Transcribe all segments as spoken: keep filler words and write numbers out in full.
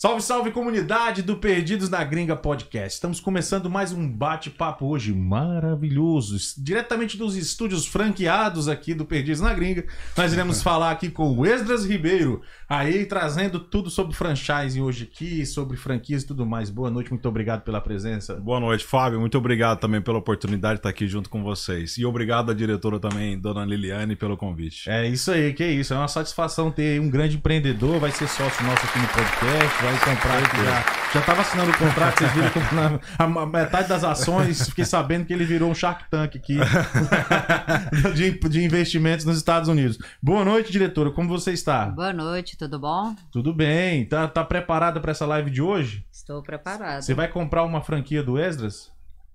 Salve, salve, comunidade do Perdidos na Gringa Podcast. Estamos começando mais um bate-papo hoje maravilhoso, diretamente dos estúdios franqueados aqui do Perdidos na Gringa. Nós iremos falar aqui com o Esdras Ribeiro, aí trazendo tudo sobre franchise hoje aqui, sobre franquias e tudo mais. Boa noite, muito obrigado pela presença. Boa noite, Fábio. Muito obrigado também pela oportunidade de estar aqui junto com vocês. E obrigado à diretora também, dona Liliane, pelo convite. É isso aí, que é isso. É uma satisfação ter um grande empreendedor, vai ser sócio nosso aqui no podcast, vai comprar aqui já. Já estava assinando o contrato, vocês viram comprando a, a metade das ações, fiquei sabendo que ele virou um Shark Tank aqui de, de investimentos nos Estados Unidos. Boa noite, diretora, como você está? Boa noite, tudo bom? Tudo bem, tá, tá preparada para essa live de hoje? Estou preparada. Você vai comprar uma franquia do Esdras?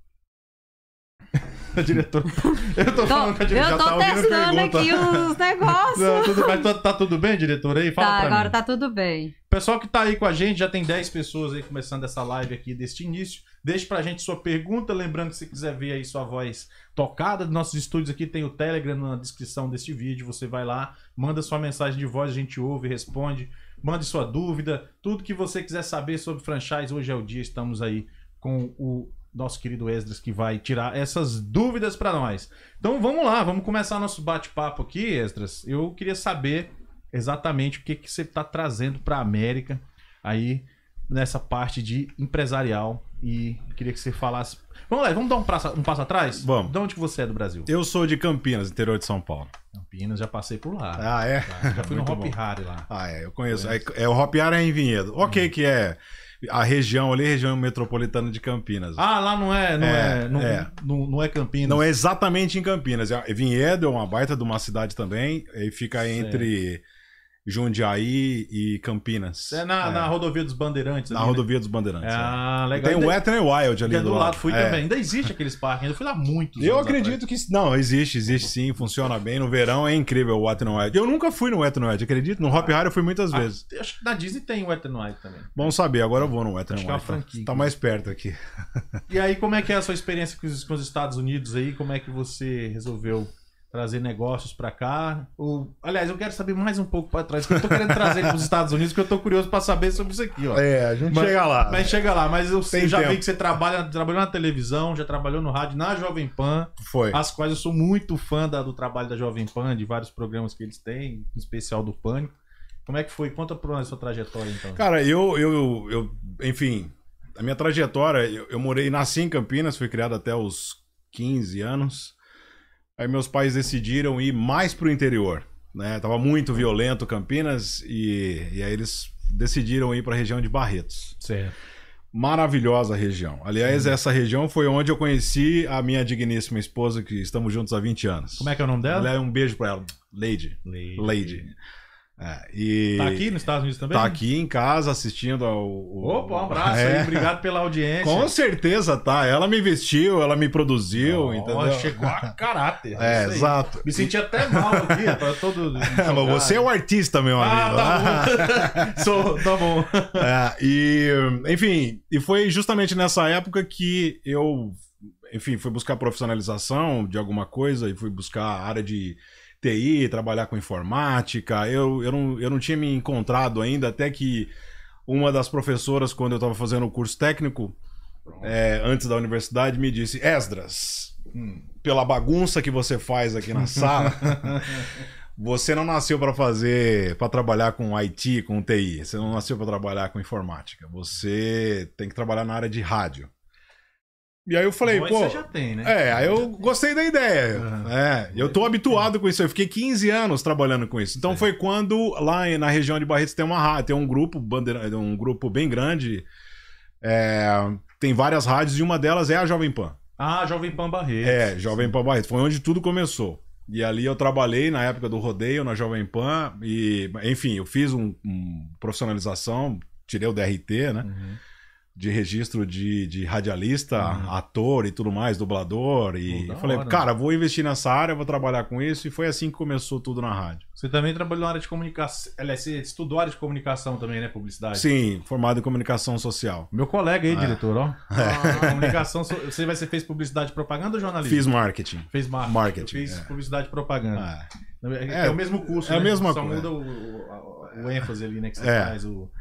A diretora. Eu tô, tô falando que a diretora eu tô já tá ouvindo testando pergunta. aqui os negócios. Não, tudo, mas tá, tá tudo bem, diretora? Aí, fala tá, pra agora mim. tá tudo bem. Pessoal que tá aí com a gente, já tem dez pessoas aí começando essa live aqui deste início. Deixe pra gente sua pergunta, lembrando que se quiser ver aí sua voz tocada dos nossos estúdios aqui, tem o Telegram na descrição deste vídeo, você vai lá, manda sua mensagem de voz, a gente ouve, responde, mande sua dúvida, tudo que você quiser saber sobre franchise, hoje é o dia, estamos aí com o nosso querido Esdras que vai tirar essas dúvidas para nós. Então vamos lá, vamos começar nosso bate-papo aqui, Esdras. Eu queria saber exatamente o que, que você está trazendo para a América aí nessa parte de empresarial e queria que você falasse... Vamos lá, vamos dar um passo, um passo atrás? Vamos. De onde que você é do Brasil? Eu sou de Campinas, interior de São Paulo. Campinas, já passei por lá. Ah, é? Já, já fui no Muito Hop bom. Harry lá. Ah, é, eu conheço. É, é o Hop Harry é em Vinhedo. Ok, Hum. que é a região ali, região metropolitana de Campinas. Ah, lá não é, não é, É, não, é. Não, não é Campinas. Não é exatamente em Campinas. É Vinhedo é uma baita de uma cidade também. E fica Certo. entre Jundiaí e Campinas. É na, É. na rodovia dos Bandeirantes. Na ali, né? rodovia dos Bandeirantes. Ah, é. legal. Tem o Wet n Wild ali Que é do, do lado, fui É. também. Ainda existe aqueles parques, ainda fui lá muitos Eu anos acredito atrás. que... Não, existe, existe sim, funciona bem. No verão é incrível o Wet n Wild. Eu nunca fui no Wet n Wild, acredito? No Hop Harry eu fui muitas Ah, vezes. acho que na Disney tem o Wet n Wild também. Bom saber, agora eu vou no Wet n Acho que é uma Wild. franquia, Tá, tá mais perto aqui. E aí, como é que é a sua experiência com os, com os Estados Unidos aí? Como é que você resolveu trazer negócios pra cá? Ou, aliás, eu quero saber mais um pouco pra trás, porque eu tô querendo trazer ele pros Estados Unidos, porque eu tô curioso pra saber sobre isso aqui, ó. É, a gente Mas- chega lá. Mas chega lá, mas eu, Tem eu já tempo. vi que você trabalha, trabalhou na televisão, já trabalhou no rádio, na Jovem Pan, Foi. as quais eu sou muito fã da- do trabalho da Jovem Pan, de vários programas que eles têm, em especial do Pânico. Como é que foi? Conta pra nós a sua trajetória, então. Cara, eu, eu, eu, enfim, a minha trajetória, eu, eu morei, nasci em Campinas, fui criado até os quinze anos. Aí meus pais decidiram ir mais pro interior, né? Tava muito violento Campinas e, e aí eles decidiram ir pra região de Barretos. Certo. Maravilhosa região. Aliás, essa região foi onde eu conheci a minha digníssima esposa, que estamos juntos há vinte anos. Como é que é o nome dela? Aliás, um beijo pra ela. Lady. Lady. Lady. É, e... Tá aqui nos Estados Unidos também? Tá aqui em casa assistindo ao... ao- Opa, um abraço É. aí, obrigado pela audiência. Com certeza, tá. Ela me vestiu, ela me produziu, Ó, entendeu? chegou a caráter. É, isso aí. exato. Me senti até mal aqui, rapaz, todo... É, mas você é o artista, meu amigo. Ah, tá bom. Sou, tá bom. É, e, enfim, e foi justamente nessa época que eu, enfim, fui buscar profissionalização de alguma coisa e fui buscar a área de T I, trabalhar com informática. Eu, eu, não, eu não tinha me encontrado ainda, até que uma das professoras, quando eu estava fazendo o curso técnico, é, antes da universidade, me disse: Esdras, hum, pela bagunça que você faz aqui na sala, você não nasceu para fazer, para trabalhar com I T, com T I. Você não nasceu para trabalhar com informática. Você tem que trabalhar na área de rádio. E aí eu falei, Bom, pô... você já tem, né? É, aí eu gostei da ideia. Uhum. É, eu tô habituado com isso. Eu fiquei quinze anos trabalhando com isso. Então Sim. foi quando lá na região de Barretos tem uma rádio, tem um grupo, bandeira, um grupo bem grande. É, tem várias rádios e uma delas é a Jovem Pan. Ah, Jovem Pan Barretos. É, Jovem Pan Barretos. Foi onde tudo começou. E ali eu trabalhei na época do rodeio na Jovem Pan e, enfim, eu fiz um, um profissionalização, tirei o D R T, né? Uhum. De registro de, de radialista, Uhum. ator e tudo mais, dublador. E Pô, da eu falei, hora, cara, vou investir nessa área, vou trabalhar com isso. E foi assim que começou tudo na rádio. Você também trabalhou na área de comunicação. Aliás, você estudou área de comunicação também, né? Publicidade. Sim, formado em comunicação social. Meu colega aí, É. diretor, ó. Ah, Comunicação. so- Você vai ser fez publicidade e propaganda ou jornalismo? Fiz marketing. Fez marketing. Marketing, Eu fiz é. publicidade e propaganda. Ah, É, É, é o mesmo curso, é a né? mesma Só coisa. muda o, o, o ênfase ali, né? Que você É. faz o,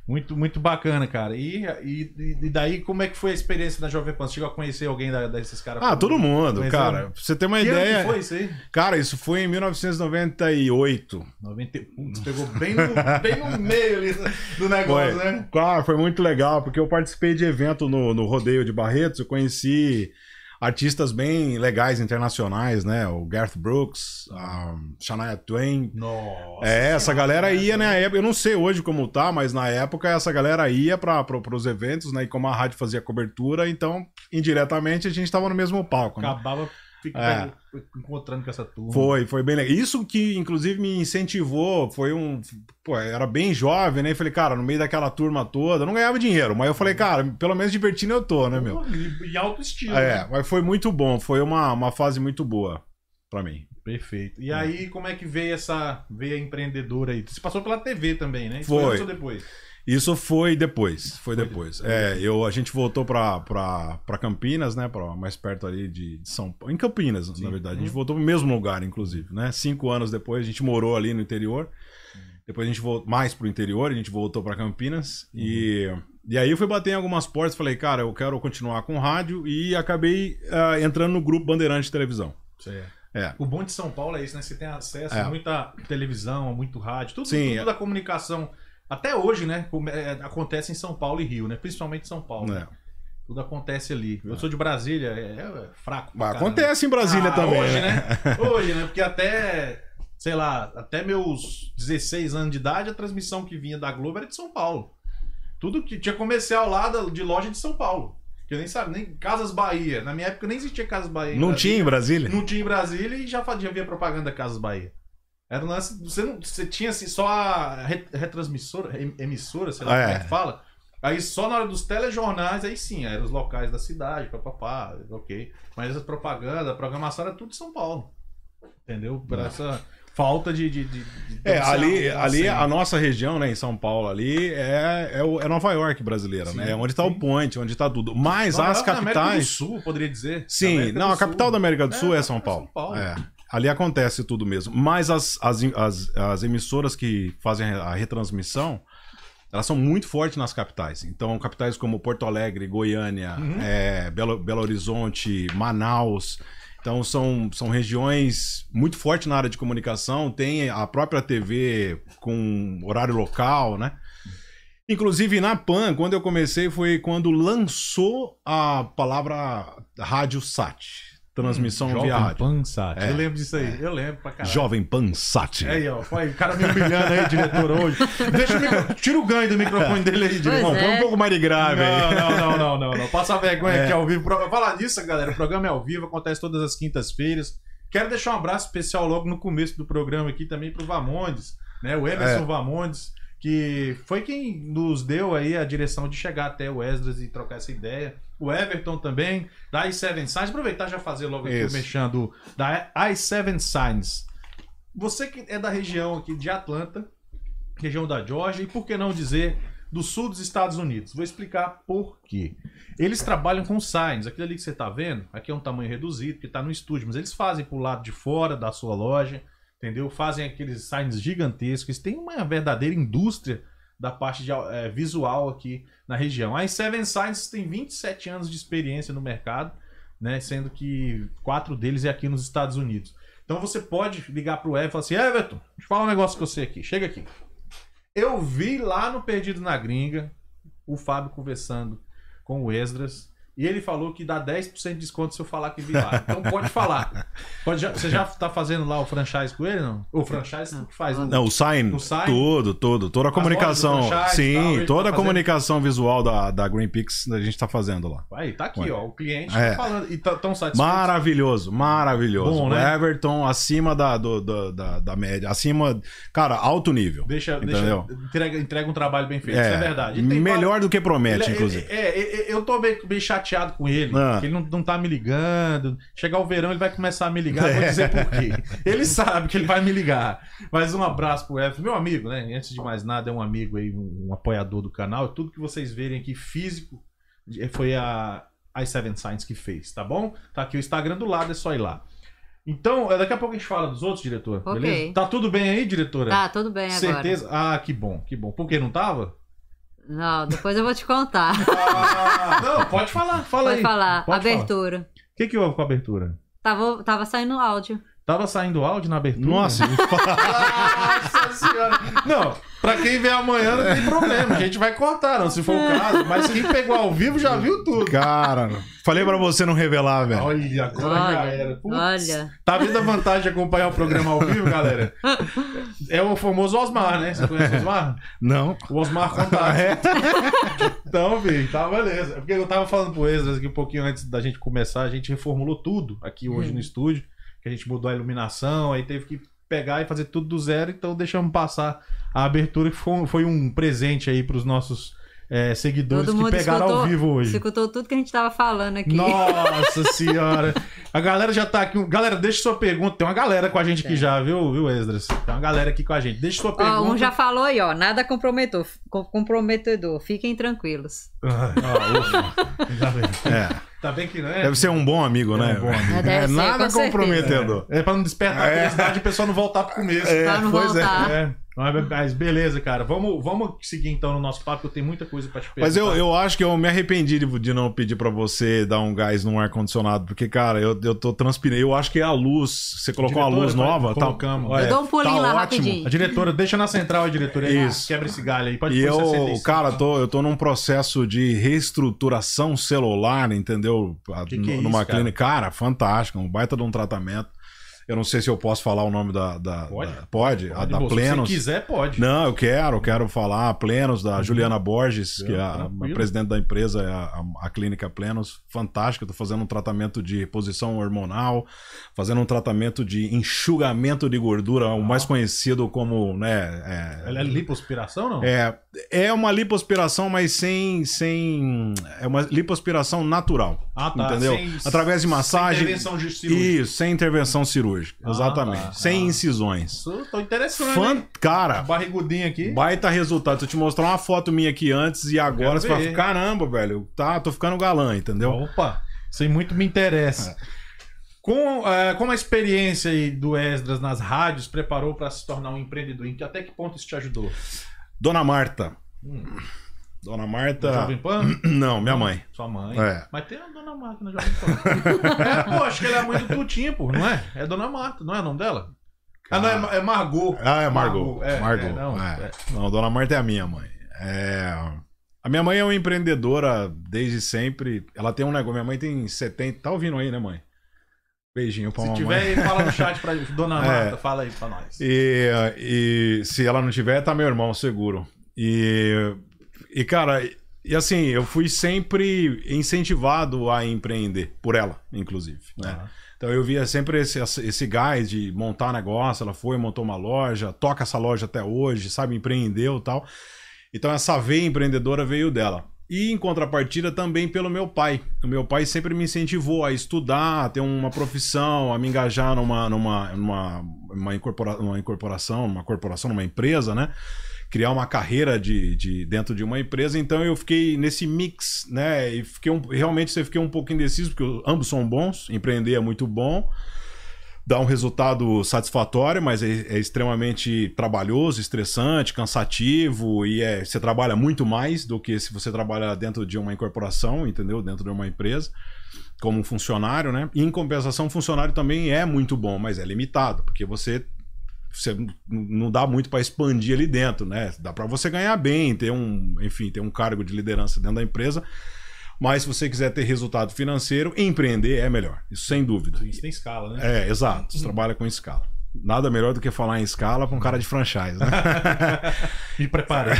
Muito, muito bacana, cara. E, e, e daí, como é que foi a experiência na Jovem Pan? Você chegou a conhecer alguém da, desses caras? Ah, todo mundo, Conheceu? cara. Pra você ter uma Que ideia... ano que foi isso aí? Cara, isso foi em mil novecentos e noventa e oito. noventa... Putz, pegou bem no, bem no meio ali do negócio, Foi. né? Claro, foi muito legal, porque eu participei de evento no, no Rodeio de Barretos, eu conheci artistas bem legais internacionais, né? O Garth Brooks, a Shania Twain. Nossa. É, essa galera ia na época, eu não sei hoje como tá, mas na época essa galera ia para os eventos, né? E como a rádio fazia cobertura, então indiretamente a gente tava no mesmo palco, né? Acabava ficando, É. encontrando com essa turma. Foi, foi bem legal. Isso que, inclusive, me incentivou, foi um... Pô, eu era bem jovem, né? E falei, cara, no meio daquela turma toda, eu não ganhava dinheiro, mas eu falei, cara, pelo menos divertindo eu tô, né, meu? E alto estilo. É, né? mas foi muito bom, foi uma, uma fase muito boa pra mim. Perfeito. E aí, como é que veio essa veia empreendedora aí? Você passou pela T V também, né? Isso Foi. antes ou depois? Isso foi depois, foi, Foi depois. depois. É, eu, a gente voltou pra, pra, pra Campinas, né, pra, mais perto ali de, de São Paulo, em Campinas, Sim. na verdade. A gente Uhum. voltou pro mesmo lugar, inclusive, né? Cinco anos depois, a gente morou ali no interior. Depois a gente voltou mais pro interior, a gente voltou pra Campinas. Uhum. E, e aí eu fui bater em algumas portas, falei, cara, eu quero continuar com rádio. E acabei ah, entrando no grupo Bandeirante de Televisão. Certo. É. O bom de São Paulo é isso, né? Você tem acesso É. a muita televisão, a muito rádio, tudo, Sim, tudo é. da comunicação. Até hoje, né? como é, Acontece em São Paulo e Rio, né? Principalmente São Paulo. É. Tudo acontece ali. Eu sou de Brasília, é, é fraco. pra Mas caramba. acontece em Brasília Ah, também, hoje, né? né? Hoje, né? Porque até, sei lá, até meus dezesseis anos de idade, a transmissão que vinha da Globo era de São Paulo. Tudo que tinha comercial lá da- de loja de São Paulo. Que eu nem sabe, nem Casas Bahia. Na minha época nem existia Casas Bahia. em Não Brasília. tinha em Brasília? Não tinha em Brasília e já fazia via propaganda da Casas Bahia. Era um lance. Você, não, você tinha assim, só a re- retransmissora, em- emissora, sei lá É. como é que fala. Aí só na hora dos telejornais, aí sim, eram os locais da cidade, papapá, ok. Mas a propaganda, a programação era tudo de São Paulo. Entendeu? Por essa falta de. de, de, de É, de você ali, arrumar ali sempre. a nossa região, né, em São Paulo, ali é, é, o- é Nova York brasileira, Sim, né? É onde tá sim. o point, onde tá tudo. Mas Nova as York, na América do capitais. Sul, poderia dizer. Sim, América não, do a capital Sul. da América do É, Sul é é São Paulo. São Paulo. É. Ali acontece tudo mesmo. Mas as, as, as, as emissoras que fazem a retransmissão, elas são muito fortes nas capitais. Então, capitais como Porto Alegre, Goiânia, Uhum. é, Belo, Belo Horizonte, Manaus. Então, são, são regiões muito fortes na área de comunicação. Tem a própria T V com horário local, né? Inclusive, na Pan, quando eu comecei, foi quando lançou a palavra Rádio Sat. Transmissão Jovem via rádio. Pan Sat. É. Eu lembro disso aí. Eu lembro pra caralho. Jovem Pan Sat. Aí, ó. Foi, o cara me humilhando aí, diretor, hoje. Deixa o micro... Tira o ganho do microfone dele aí, diretor. Não, Pois foi um é. pouco mais de grave aí. Não, não, não, não, não, não. Passa vergonha É. aqui ao vivo. Pro- Falar nisso, galera. O programa é ao vivo, acontece todas as quintas-feiras. Quero deixar um abraço especial logo no começo do programa aqui também pro Vamondes, né? O Emerson É. Vamondes, que foi quem nos deu aí a direção de chegar até o Esdras e trocar essa ideia. O Everton também, da i sete Signs. Aproveitar e já fazer logo aqui Isso. o mexendo da i sete Signs. Você que é da região aqui de Atlanta, região da Georgia, e por que não dizer do sul dos Estados Unidos? Vou explicar por quê. Eles trabalham com signs. Aquilo ali que você está vendo, aqui é um tamanho reduzido, porque está no estúdio, mas eles fazem pro lado de fora da sua loja, entendeu? Fazem aqueles signs gigantescos. Tem uma verdadeira indústria da parte de, é, visual aqui na região. A i sete Signs tem vinte e sete anos de experiência no mercado, né? Sendo que quatro deles é aqui nos Estados Unidos. Então você pode ligar pro Everton e falar assim: Everton, deixa eu falar um negócio com você aqui. Chega aqui. Eu vi lá no Perdido na Gringa o Fábio conversando com o Esdras e ele falou que dá dez por cento de desconto se eu falar que vi lá. Então pode falar. Pode já, você já tá fazendo lá o franchise com ele, não? O franchise que faz o... Não, o sign, O sign? tudo, tudo, toda a comunicação, lojas do franchise e sim, tal, ele toda tá a fazendo- comunicação visual da, da Green Pix a gente tá fazendo lá. Aí, tá aqui, Ué. ó. O cliente É. tá falando. E tá tão satisfeito. Maravilhoso, maravilhoso. Bom, o né? Everton acima da, do- do- da, da média, acima, cara, alto nível. Deixa, deixa, Entendeu? entrega, entrega um trabalho bem feito. Isso é verdade. Ele tem melhor do que Ele promete, é- inclusive. É, é, é, eu tô meio, meio chateado com ele. Ah. Que ele não, não tá me ligando. Chegar o verão, ele vai começar a me ligar. Eu vou dizer por quê. Ele sabe que ele vai me ligar. Mas um abraço pro Everton, meu amigo, né? Antes de mais nada, é um amigo aí, um, um apoiador do canal. Tudo que vocês verem aqui físico foi a i sete Signs que fez, tá bom? Tá aqui o Instagram do lado, é só ir lá. Então, daqui a pouco a gente fala dos outros, diretor. Ok. Beleza? Tá tudo bem aí, diretora? Tá, tudo bem agora. Certeza? Ah, que bom, que bom. Por que não tava? Não, depois eu vou te contar. Ah, não, pode falar, fala Pode aí. falar. Pode Abertura. O que que houve com a abertura? Tava, tava saindo áudio. Tava saindo áudio na abertura? Nossa, Nossa senhora. Não, pra quem vê amanhã não tem problema. A gente vai cortar, não, se for o caso. Mas quem pegou ao vivo já viu tudo. cara, falei pra você não revelar, velho. Olha, agora já Olha, era. Putz. olha. Tá vendo a vantagem de acompanhar o programa ao vivo, galera? É o famoso Osmar, né? Você conhece o Osmar? Não. O Osmar Contato. É. Então, filho, tá beleza. Porque eu tava falando pro Esdras aqui um pouquinho antes da gente começar, a gente reformulou tudo aqui hoje Hum. no estúdio, que a gente mudou a iluminação, aí teve que pegar e fazer tudo do zero, então deixamos passar a abertura, que foi, foi um presente aí pros nossos é, seguidores Todo que mundo pegaram escutou, ao vivo hoje. escutou tudo que a gente tava falando aqui. Nossa senhora. A galera já tá aqui. Galera, deixa sua pergunta. Tem uma galera com a gente aqui Tem. já, viu, viu, Esdras? Tem uma galera aqui com a gente. Deixa sua pergunta. Ó, um já falou aí, ó. Nada comprometedor. com- comprometedor. Fiquem tranquilos. Ah, ufa. Tá bem. É. Tá bem que não é? Deve ser um bom amigo, É né? um bom amigo. É, deve É ser, nada com certeza. comprometedor. É pra não despertar a É. curiosidade e o pessoal não voltar pro começo. É, Pra não pois é. voltar. É. Mas beleza, cara. Vamos, vamos seguir então no nosso papo, que eu tenho muita coisa pra te perguntar. Mas eu, eu acho que eu me arrependi de, de não pedir pra você dar um gás num ar-condicionado, porque, cara, eu, eu tô transpirando. Eu acho que é a luz. Você colocou uma Diretora, luz nova. Tá, colocamos. é, Eu dou um pulinho tá lá ótimo. rapidinho. A diretora, deixa na central a diretora aí. Isso. Quebra esse galho aí. Pode E pôr sessenta e eu, cinco. cara, tô, eu tô num processo de reestruturação celular, entendeu? Que que é Numa isso, cara? clínica. Cara, fantástico, um baita de um tratamento. Eu não sei se eu posso falar o nome da. da Pode? da- pode? A Pode, da moço, Plenos. Se quiser, pode. Não, eu quero, eu quero falar a Plenos, da Juliana Borges, que é a, a Tranquilo. presidente da empresa, é a, a, a clínica Plenos, fantástica. Tô fazendo um tratamento de reposição hormonal, fazendo um tratamento de enxugamento de gordura, o mais conhecido como, né? É, Ela é lipoaspiração, não? é, é uma lipoaspiração, mas sem, sem. É uma lipoaspiração natural. Ah, tá. Entendeu? Sem- Através de massagem. Sem intervenção de cirúrgica. Isso, sem intervenção cirúrgica. Ah, exatamente. tá. Sem Ah. incisões. Isso, tô interessante. Fan... hein? Cara, Barrigudinho aqui. baita resultado. Se eu te mostrar uma foto minha aqui antes e agora, Quero você vai ver. falar: caramba, velho, tá, tô ficando galã, entendeu? Opa, isso aí muito me interessa. Com, eh, como a experiência aí do Esdras nas rádios preparou para se tornar um empreendedor? Em que- Até que ponto isso te ajudou? Dona Marta. Hum. Dona Da Marta. Jovem Pan? Não, minha mãe. Sua mãe. É. Mas tem a Dona Marta na Jovem Pan. É, pô, acho que ela é a mãe do Tutinho, pô, não é? É Dona Marta, não é o nome dela? Ah, não, é, Ma- é Margot. Ah, é Margot. É, Margot. é, não, É. é. Não, Dona Marta é a minha mãe. É... A minha mãe é uma empreendedora desde sempre. Ela tem um negócio. Minha mãe tem setenta. Tá ouvindo aí, né, mãe? Beijinho pra Se mamãe. tiver aí, fala no chat pra Dona É. Marta, fala aí pra nós. E, e se ela não tiver, tá meu irmão, seguro. E, e cara, e assim, eu fui sempre incentivado a empreender, por ela, inclusive, né? Ah. Então eu via sempre esse, esse gás de montar negócio, ela foi, montou uma loja, toca essa loja até hoje, sabe, empreendeu e tal. Então essa veia empreendedora veio dela. E em contrapartida também pelo meu pai. O meu pai sempre me incentivou a estudar, a ter uma profissão, a me engajar numa, numa, numa uma incorpora, uma incorporação, uma corporação, numa empresa, né? Criar uma carreira de, de, dentro de uma empresa. Então eu fiquei nesse mix, né? E fiquei um, realmente eu fiquei um pouco indeciso, porque ambos são bons, empreender é muito bom. Dá um resultado satisfatório, mas é, é extremamente trabalhoso, estressante, cansativo e é, você trabalha muito mais do que se você trabalha dentro de uma incorporação, entendeu? Dentro de uma empresa, como um funcionário, né? E em compensação, funcionário também é muito bom, mas é limitado, porque você, você não dá muito para expandir ali dentro, né? Dá para você ganhar bem, ter um, enfim, ter um cargo de liderança dentro da empresa. Mas se você quiser ter resultado financeiro, empreender é melhor. Isso sem dúvida. Isso tem escala, né? É, exato. Você trabalha com escala. Nada melhor do que falar em escala para um cara de franchise, né? Me preparei.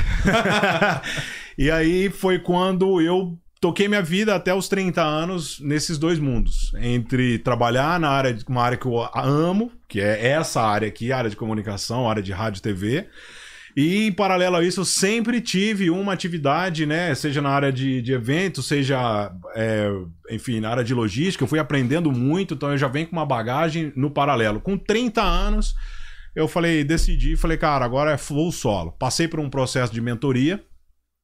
E aí foi quando eu toquei minha vida até os trinta anos nesses dois mundos. Entre trabalhar na área, de- uma área que eu amo, que é essa área aqui, área de comunicação, área de rádio e T V. E em paralelo a isso, eu sempre tive uma atividade, né? Seja na área de, de eventos, seja, é, enfim, na área de logística. Eu fui aprendendo muito, então eu já venho com uma bagagem no paralelo. Com trinta anos, eu falei, decidi, falei, cara, agora é full solo. Passei por um processo de mentoria,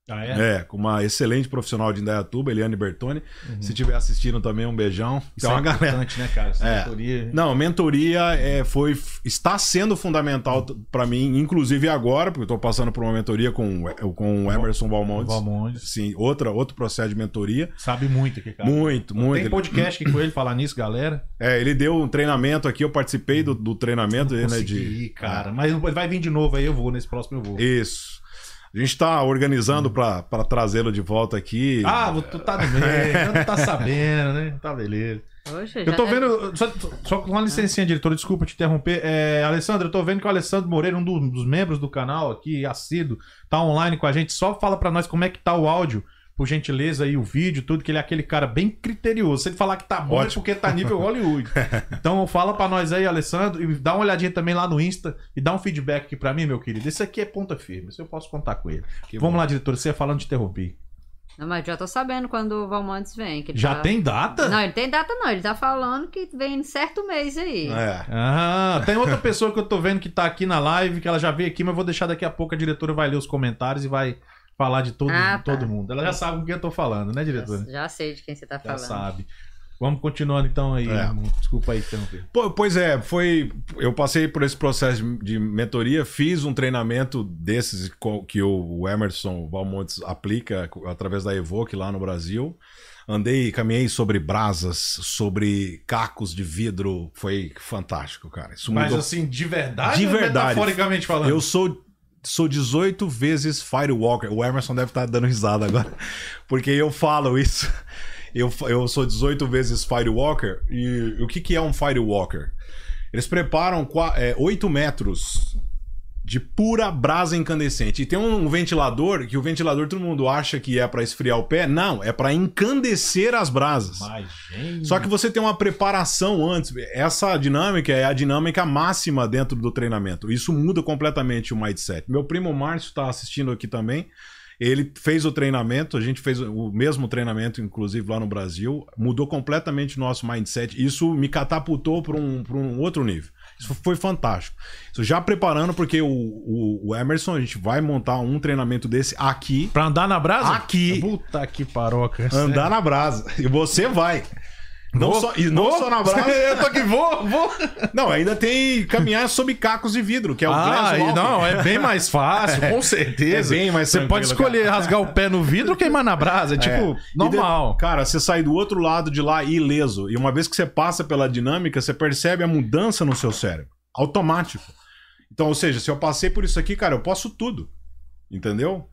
Ah, é? É, com uma excelente profissional de Indaiatuba, Eliane Bertoni. Uhum. Se estiver assistindo também, um beijão. Isso Então, é a galera... importante, né, cara? Essa É. mentoria. Não, mentoria é, foi, está sendo fundamental para mim, inclusive agora, porque eu estou passando por uma mentoria com, com o Emerson Valmontes. Valmontes. Sim, outra, outro processo de mentoria. Sabe muito aqui, cara. Muito, muito. Tem podcast aqui com ele falar nisso, galera. É, ele deu um treinamento aqui, eu participei do, do treinamento. Não né, consegui, de... cara. Mas ele vai vir de novo aí, eu vou. Nesse próximo eu vou. Isso. A gente está organizando para trazê-lo de volta aqui. Ah, tu tá no meio, tu tá sabendo, né? Tá beleza. Poxa, Eu já tô é- vendo, só, só com uma licencinha, diretor, desculpa te interromper. É, Alessandro, eu tô vendo que o Alessandro Moreira, um do- dos membros do canal aqui, assíduo, tá online com a gente. Só fala pra nós como é que tá o áudio, por gentileza, aí o vídeo, tudo, que ele é aquele cara bem criterioso. Se ele falar que tá bom, Ótimo. é porque tá nível Hollywood. Então fala pra nós aí, Alessandro, e dá uma olhadinha também lá no Insta e dá um feedback aqui pra mim, meu querido. Esse aqui é ponta firme, isso eu posso contar com ele. Que Vamos bom. lá, diretor, você ia falando de interromper. Não, mas já tô sabendo quando o Valmontes vem. Que ele Já tá- tem data? Não, ele tem data não. Ele tá falando que vem em certo mês aí. É. Ah, tem outra pessoa que eu tô vendo que tá aqui na live, que ela já veio aqui, mas eu vou deixar daqui a pouco, a diretora vai ler os comentários e vai falar de todo, Ah, de todo tá. mundo. Ela já sabe com quem eu tô falando, né, diretora? Já, já sei de quem você tá Já falando. sabe. Vamos continuando então aí. É. irmão. Desculpa aí interromper. Pô, pois é, foi. Eu passei por esse processo de, de mentoria, fiz um treinamento desses co- que o Emerson Valmontes aplica através da Evoque lá no Brasil. Andei, caminhei sobre brasas, sobre cacos de vidro. Foi fantástico, cara. Isso Mas mudou. assim, de verdade De ou verdade. metaforicamente falando? Eu sou, sou dezoito vezes Firewalker. O Emerson deve estar dando risada agora. Porque eu falo isso. Eu, eu sou dezoito vezes Firewalker. E o que, que é um Firewalker? Eles preparam qua- é, oito metros de pura brasa incandescente. E tem um ventilador, que o ventilador todo mundo acha que é para esfriar o pé. Não, é para encandecer as brasas. Mas, gente... Só que você tem uma preparação antes. Essa dinâmica é a dinâmica máxima dentro do treinamento. Isso muda completamente o mindset. Meu primo Márcio está assistindo aqui também. Ele fez o treinamento, a gente fez o mesmo treinamento, inclusive lá no Brasil. Mudou completamente o nosso mindset. Isso me catapultou para um, para um outro nível. Isso foi fantástico. Isso já preparando, porque o, o, o Emerson, a gente vai montar um treinamento desse aqui. Pra andar na brasa? Aqui. Puta que paroca. Andar na brasa. E você vai. Não Vou, só, e não vou. só na brasa. Eu tô aqui, vou, vou. Não, ainda tem caminhar sob cacos de vidro, que é o Ah, glass e walking. não, é bem mais fácil, com certeza. É bem mais Você tranquilo, pode escolher cara. rasgar o pé no vidro ou queimar na brasa. É tipo, É. E de- normal. Cara, você sai do outro lado de lá ileso. E uma vez que você passa pela dinâmica, você percebe a mudança no seu cérebro. Automático. Então, ou seja, se eu passei por isso aqui, cara, eu posso tudo. Entendeu?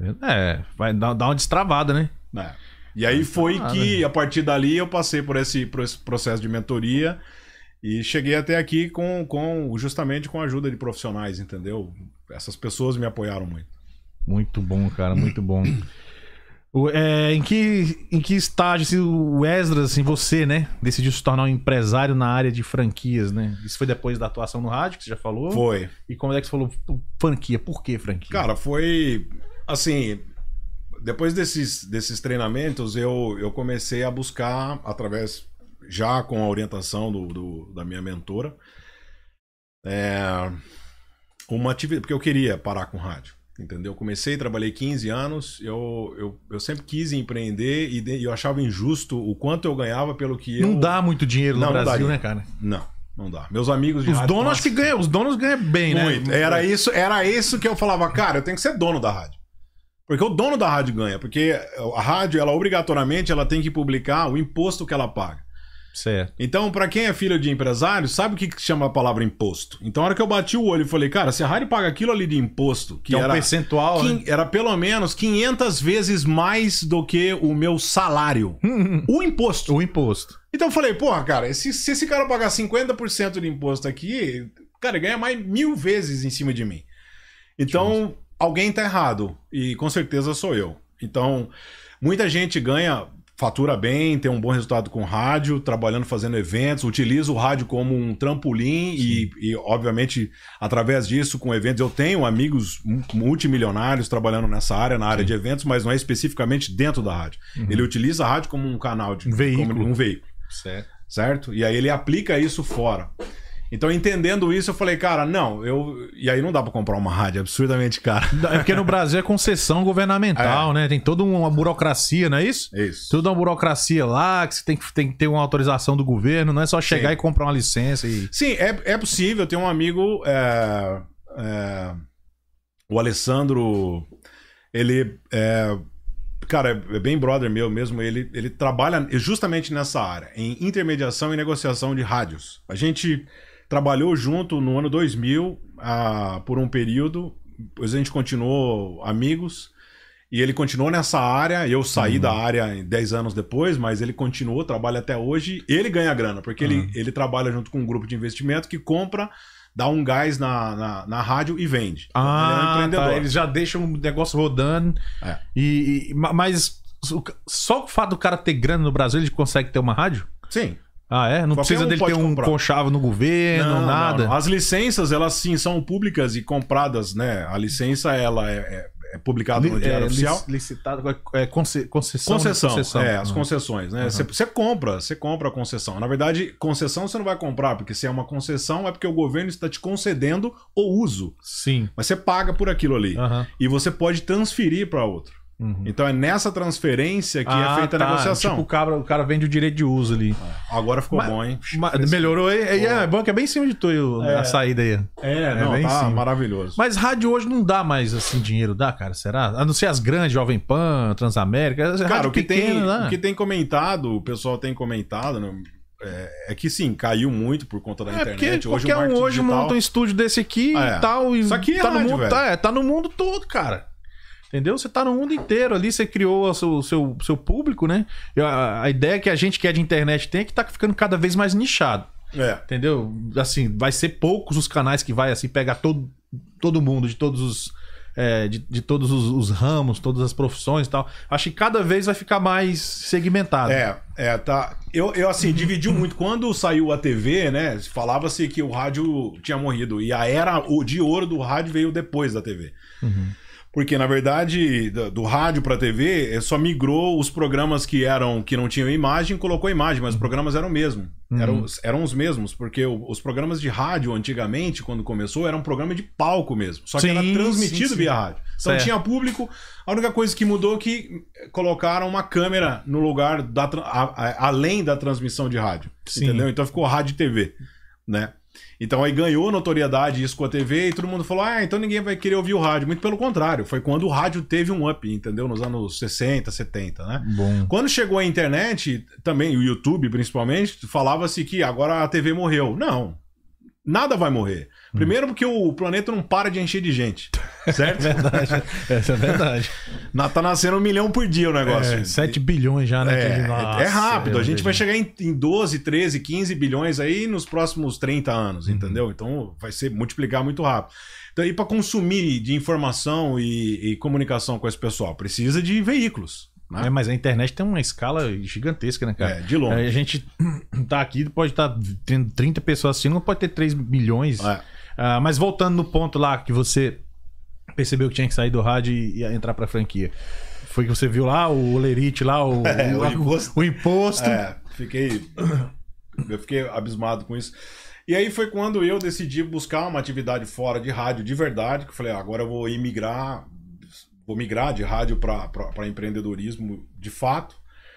É, vai dar, dar uma destravada, né? É. E aí foi nada. que, a partir dali, eu passei por esse, por esse processo de mentoria e cheguei até aqui com, com justamente com a ajuda de profissionais, entendeu? Essas pessoas me apoiaram muito. Muito bom, cara, muito bom. O- é, em, que, em que estágio assim, o Esdras, assim, você, né, decidiu se tornar um empresário na área de franquias, né? Isso foi depois da atuação no rádio, que você já falou? Foi. E como é que você falou pô, franquia? Por que franquia? Cara, foi assim. Depois desses, desses treinamentos, eu, eu comecei a buscar, através, já com a orientação do, do- da minha mentora, é, uma atividade, porque eu queria parar com rádio, entendeu? Eu comecei, trabalhei quinze anos, eu, eu, eu sempre quis empreender e de- eu achava injusto o quanto eu ganhava pelo que eu... Não dá muito dinheiro no Não, não Brasil, daria. né, cara? Não, não dá. Meus amigos de Os rádio donos acho que ganham, os donos ganham bem, muito. né? Era isso, era isso que eu falava, cara, eu tenho que ser dono da rádio. Porque o dono da rádio ganha, porque a rádio, ela obrigatoriamente, ela tem que publicar o imposto que ela paga. Certo. Então, pra quem é filho de empresário, sabe o que que chama a palavra imposto? Então, a hora que eu bati o olho e falei, cara, se a rádio paga aquilo ali de imposto, que, Que é um era, percentual, quin- né? era pelo menos quinhentas vezes mais do que o meu salário. O imposto. O imposto. Então eu falei, porra, cara, se, se esse cara pagar cinquenta por cento de imposto aqui, cara, ganha mais mil vezes em cima de mim. Então, alguém tá errado. E com certeza sou eu. Então, muita gente ganha, fatura bem, tem um bom resultado com rádio, trabalhando, fazendo eventos, utiliza o rádio como um trampolim e, e, obviamente, através disso, com eventos, eu tenho amigos mu- multimilionários trabalhando nessa área, na área Sim. de eventos, mas não é especificamente dentro da rádio. Uhum. Ele utiliza a rádio como um canal de Um veículo. como um veículo. Certo. Certo? E aí ele aplica isso fora. Então, entendendo isso, eu falei, cara, não, eu... E aí não dá pra comprar uma rádio absurdamente cara. É porque no Brasil é concessão governamental, é. né? Tem toda uma burocracia, não é isso? Isso. Toda uma burocracia lá, que você tem que, tem que ter uma autorização do governo, não é só chegar Sim. e comprar uma licença e... Sim, é, é possível. Eu tenho um amigo, é, é, o Alessandro, ele... É, cara, é bem brother meu mesmo, ele, ele trabalha justamente nessa área, em intermediação e negociação de rádios. A gente... trabalhou junto no ano dois mil, uh, por um período, depois a gente continuou amigos, e ele continuou nessa área, eu saí uhum. da área dez anos depois, mas ele continuou, trabalha até hoje, ele ganha grana, porque uhum. ele, ele trabalha junto com um grupo de investimento que compra, dá um gás na, na, na rádio e vende. Ah, ele é um empreendedor. Tá. Eles já deixam o negócio rodando, é. e, e, mas só o fato do cara ter grana no Brasil, ele consegue ter uma rádio? Sim. Ah, é? Não Qualquer precisa um dele ter um comprar. conchavo no governo, não, nada? Não, não. As licenças, elas sim são públicas e compradas, né? A licença, ela é, é, é publicada no Diário é, Oficial. Licitado, é conce, concessão. Concessão, né? concessão. é, as concessões, né? Você uhum. compra, você compra a concessão. Na verdade, concessão você não vai comprar, porque se é uma concessão é porque o governo está te concedendo o uso. Sim. Mas você paga por aquilo ali. Uhum. E você pode transferir para outro. Uhum. Então é nessa transferência que ah, é feita tá. a negociação. Tipo, o cara, o cara vende o direito de uso ali. Agora ficou mas, bom, hein? Mas, melhorou aí. É, é bom que é bem em cima de tu é. a saída aí. É, é não, bem tá maravilhoso. Mas rádio hoje não dá mais assim dinheiro, dá, cara? Será? A não ser as grandes, Jovem Pan, Transamérica. Cara, o que, pequeno, tem, o que tem comentado, o pessoal tem comentado, né? É, é que sim, caiu muito por conta da é internet. Hoje qualquer um hoje monta um estúdio desse aqui é. e tal. E Isso aqui é tá, rádio, no mundo, velho. tá, é, tá no mundo todo, cara. Entendeu? Você tá no mundo inteiro ali, você criou o seu, seu, seu público, né? A, a ideia que a gente que é de internet tem é que tá ficando cada vez mais nichado. É. Entendeu? Assim, vai ser poucos os canais que vai assim pegar todo, todo mundo, de todos os. É, de, de todos os, os ramos, todas as profissões e tal. Acho que cada vez vai ficar mais segmentado. É, é, tá. Eu, eu assim, dividiu muito. Quando saiu a T V, né? Falava-se que o rádio tinha morrido. E a era de ouro do rádio veio depois da T V. Uhum. Porque, na verdade, do, do rádio para a T V, só migrou os programas que eram que não tinham imagem, colocou imagem, mas os programas eram o mesmo. Uhum. Eram, eram os mesmos, porque o, os programas de rádio, antigamente, quando começou, era um programa de palco mesmo. Só que sim, era transmitido sim, sim. via rádio. Então certo. Tinha público. A única coisa que mudou é que colocaram uma câmera no lugar, da, a, a, além da transmissão de rádio. Sim. Entendeu? Então ficou rádio e T V, né? Então aí ganhou notoriedade isso com a T V e todo mundo falou, ah, então ninguém vai querer ouvir o rádio. Muito pelo contrário, foi quando o rádio teve um up, entendeu? Nos anos sessenta, setenta, né? Bom. Quando chegou a internet, também o YouTube principalmente, falava-se que agora a T V morreu. Não, nada vai morrer. Primeiro porque o planeta não para de encher de gente, certo? É verdade, essa é verdade. Tá nascendo um milhão por dia o negócio. É, sete bilhões já, né? É, Nossa, é rápido, a gente vai chegar em, em doze, treze, quinze bilhões aí nos próximos trinta anos, uhum. entendeu? Então vai ser multiplicar muito rápido. Então, e para consumir de informação e, e comunicação com esse pessoal, precisa de veículos. Né? É, mas a internet tem uma escala gigantesca, né, cara? É, de longe. A gente tá aqui, pode estar tá tendo trinta pessoas assistindo, pode ter três milhões. É. Uh, mas voltando no ponto lá que você percebeu que tinha que sair do rádio e, e entrar pra franquia. Foi que você viu lá o Olerite lá, o, é, o, o imposto. O imposto. É, fiquei... eu fiquei abismado com isso. E aí foi quando eu decidi buscar uma atividade fora de rádio de verdade, que eu falei, ah, agora eu vou imigrar, vou migrar de rádio para empreendedorismo de fato.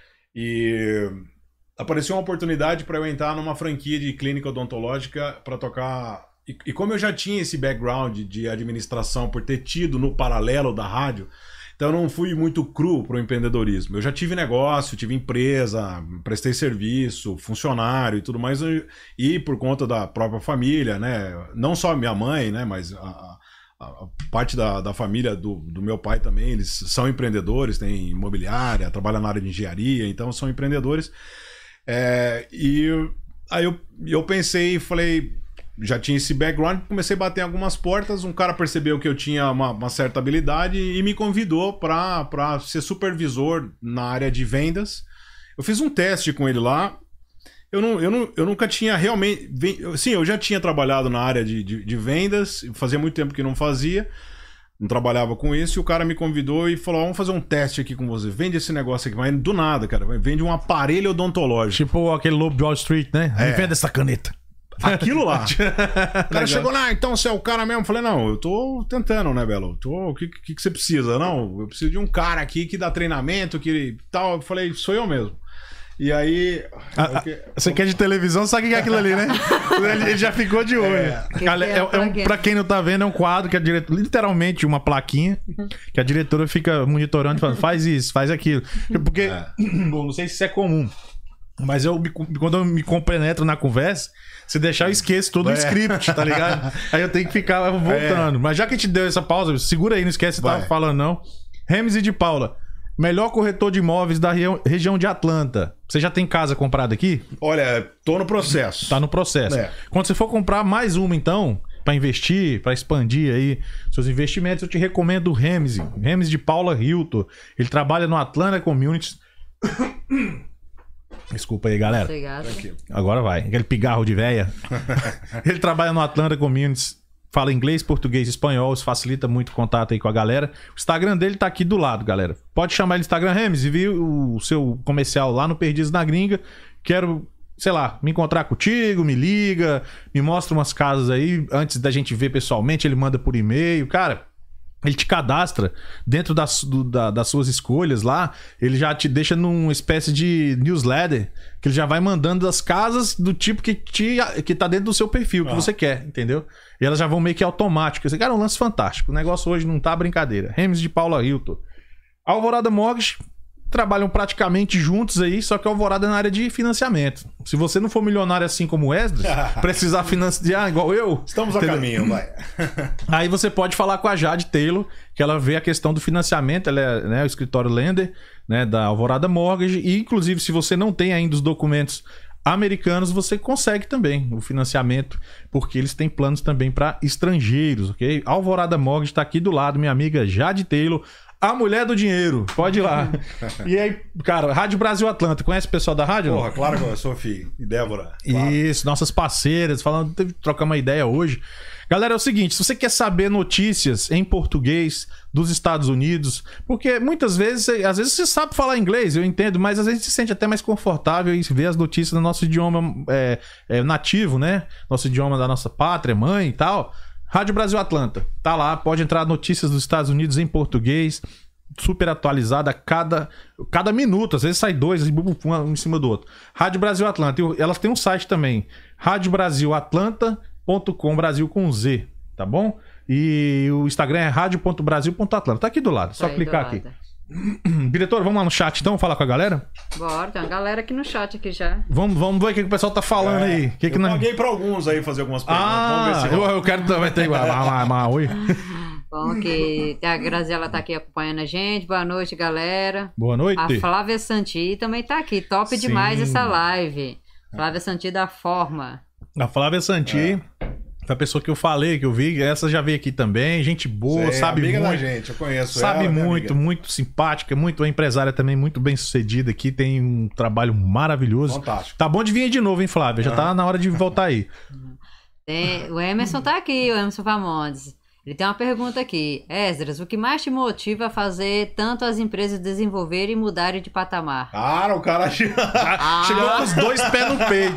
E apareceu uma oportunidade para eu entrar numa franquia de clínica odontológica para tocar... E, e como eu já tinha esse background de administração por ter tido no paralelo da rádio, então eu não fui muito cru para o empreendedorismo. Eu já tive negócio, tive empresa, prestei serviço, funcionário e tudo mais. E por conta da própria família, né? Não só minha mãe, né? Mas a, a, a parte da, da família do, do meu pai também, eles são empreendedores, têm imobiliária, trabalham na área de engenharia, então são empreendedores. É, e aí eu, eu pensei e falei... Já tinha esse background, comecei a bater em algumas portas, um cara percebeu que eu tinha uma, uma certa habilidade e me convidou para ser supervisor na área de vendas. Eu fiz um teste com ele lá, eu, não, eu, não, eu nunca tinha realmente... Sim, eu já tinha trabalhado na área de, de, de vendas, fazia muito tempo que não fazia, não trabalhava com isso, e o cara me convidou e falou, vamos fazer um teste aqui com você, vende esse negócio aqui, mas do nada, cara, vende um aparelho odontológico. Tipo aquele Lobo de Wall Street, né? É. Vende essa caneta. Aquilo lá. O cara chegou lá, então você é o cara mesmo? Eu falei, não, eu tô tentando, né, Belo? Tô, o que, que, que você precisa? Não, eu preciso de um cara aqui que dá treinamento, que tal. Eu falei, sou eu mesmo. E aí... Ah, que... Você quer de televisão, sabe o que é aquilo ali, né? Ele já ficou de olho. É, é, é, é um, pra quem não tá vendo, é um quadro que a diretora... Literalmente uma plaquinha que a diretora fica monitorando e falando, faz isso, faz aquilo. Porque, é. Bom, não sei se isso é comum, mas eu, quando eu me compenetro na conversa, se deixar eu esqueço todo é. o script, tá ligado? Aí eu tenho que ficar voltando. É. Mas já que a gente deu essa pausa, segura aí, não esquece se tava falando não. Remes e de Paula. Melhor corretor de imóveis da região de Atlanta. Você já tem casa comprada aqui? Olha, tô no processo. Tá no processo. É. Quando você for comprar mais uma, então, para investir, para expandir aí seus investimentos, eu te recomendo o Remes. Remes de Paula Hilton. Ele trabalha no Atlanta Communities. Desculpa aí, galera. Obrigado. Agora vai. Aquele pigarro de véia. Ele trabalha no Atlanta Communities. Fala inglês, português e espanhol, isso facilita muito o contato aí com a galera. O Instagram dele tá aqui do lado, galera. Pode chamar ele Instagram Remes e vir o seu comercial lá no Perdidos na Gringa. Quero, sei lá, me encontrar contigo, me liga, me mostra umas casas aí. Antes da gente ver pessoalmente, ele manda por e-mail. Cara, ele te cadastra dentro das, do, da, das suas escolhas lá. Ele já te deixa numa espécie de newsletter que ele já vai mandando as casas do tipo que, te, que tá dentro do seu perfil, que ah. você quer, entendeu? E elas já vão meio que automático. Esse cara é um lance fantástico. O negócio hoje não tá brincadeira. Remes de Paula Hilton. Alvorada Mortgage trabalham praticamente juntos aí, só que a Alvorada é na área de financiamento. Se você não for milionário assim como o Esdras, precisar financiar igual eu... Estamos a caminho, vai. Aí você pode falar com a Jade Taylor, que ela vê a questão do financiamento, ela é, né, o escritório lender, né, da Alvorada Mortgage, e inclusive se você não tem ainda os documentos americanos, você consegue também o financiamento, porque eles têm planos também para estrangeiros, ok? Alvorada Mortgage está aqui do lado, minha amiga Jade Taylor, a mulher do dinheiro. Pode ir lá. E aí, cara, Rádio Brasil Atlanta. Conhece o pessoal da rádio? Porra, claro que eu sou, filho. E Débora. Claro. Isso, nossas parceiras. Falando, teve que trocar uma ideia hoje. Galera, é o seguinte, se você quer saber notícias em português dos Estados Unidos, porque muitas vezes, às vezes você sabe falar inglês, eu entendo, mas às vezes se sente até mais confortável em ver as notícias no nosso idioma é, é, nativo, né? Nosso idioma da nossa pátria, mãe e tal. Rádio Brasil Atlanta, tá lá, pode entrar notícias dos Estados Unidos em português, super atualizada a cada, cada minuto, às vezes sai dois, um em cima do outro. Rádio Brasil Atlanta, e elas têm um site também, rádio brasil atlanta ponto com, Brasil com Z, tá bom? E o Instagram é rádio ponto brasil ponto atlanta, tá aqui do lado, só tá clicar aqui. Diretor, vamos lá no chat então, falar com a galera? Bora, tem uma galera aqui no chat aqui já. Vamos, vamos ver o que, que o pessoal tá falando é, aí. Que eu que paguei não... pra alguns aí fazer algumas perguntas. Ah, vamos ver se eu, eu quero também ter igual. Oi. Bom, que a Graziela tá aqui acompanhando a gente. Boa noite, galera. Boa noite. A Flávia Santi também tá aqui. Top Sim. demais essa live. Flávia Santi da Forma. A Flávia Santi... É. A pessoa que eu falei, que eu vi, essa já veio aqui também, gente boa, Sei, sabe amiga muito. Da gente, eu conheço sabe ela, muito, muito simpática, muito empresária também, muito bem sucedida aqui, tem um trabalho maravilhoso. Fantástico. Tá bom de vir aí de novo, hein, Flávia? Já uhum. tá na hora de voltar aí. Tem, o Emerson tá aqui, o Emerson Famondes. Ele tem uma pergunta aqui. Esdras, o que mais te motiva a fazer tanto as empresas desenvolverem e mudarem de patamar? Cara, o cara ah. chegou com os dois pés no peito.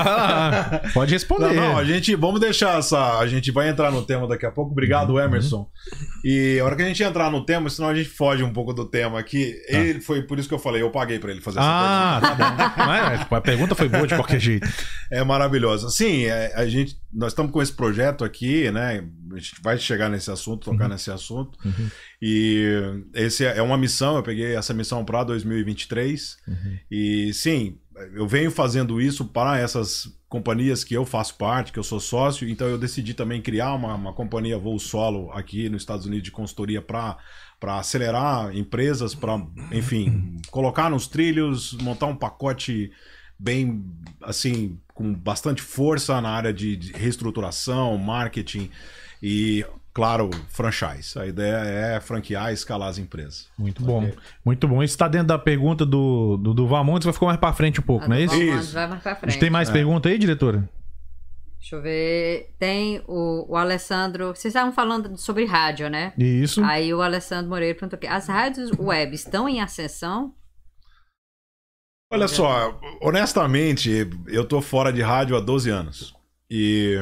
Pode responder. Não, não, a gente, vamos deixar essa... A gente vai entrar no tema daqui a pouco. Obrigado, Emerson. Uhum. E a hora que a gente entrar no tema, senão a gente foge um pouco do tema aqui. Tá. Ele, foi por isso que eu falei, eu paguei pra ele fazer essa ah, pergunta. Ah, tá bom. Mas a pergunta foi boa de qualquer jeito. É maravilhosa. Sim, é, a gente... Nós estamos com esse projeto aqui, né? A gente vai chegar nesse assunto, tocar uhum. nesse assunto. Uhum. E esse é uma missão, eu peguei essa missão para dois mil e vinte e três. Uhum. E sim, eu venho fazendo isso para essas companhias que eu faço parte, que eu sou sócio. Então eu decidi também criar uma, uma companhia voo solo aqui nos Estados Unidos de consultoria para para acelerar empresas, para, enfim, colocar nos trilhos, montar um pacote bem, assim, com bastante força na área de, de reestruturação, marketing e, claro, franchise. A ideia é franquear e escalar as empresas. Muito bom, okay. Muito bom. Isso está dentro da pergunta do, do, do Valmontes, vai ficar mais para frente um pouco, a não é isso? Isso. Vai mais pra frente. A gente tem mais é. pergunta aí, diretora? Deixa eu ver. Tem o, o Alessandro. Vocês estavam falando sobre rádio, né? Isso. Aí o Alessandro Moreira perguntou aqui: as rádios web estão em ascensão? Olha só, honestamente, eu tô fora de rádio há doze anos. E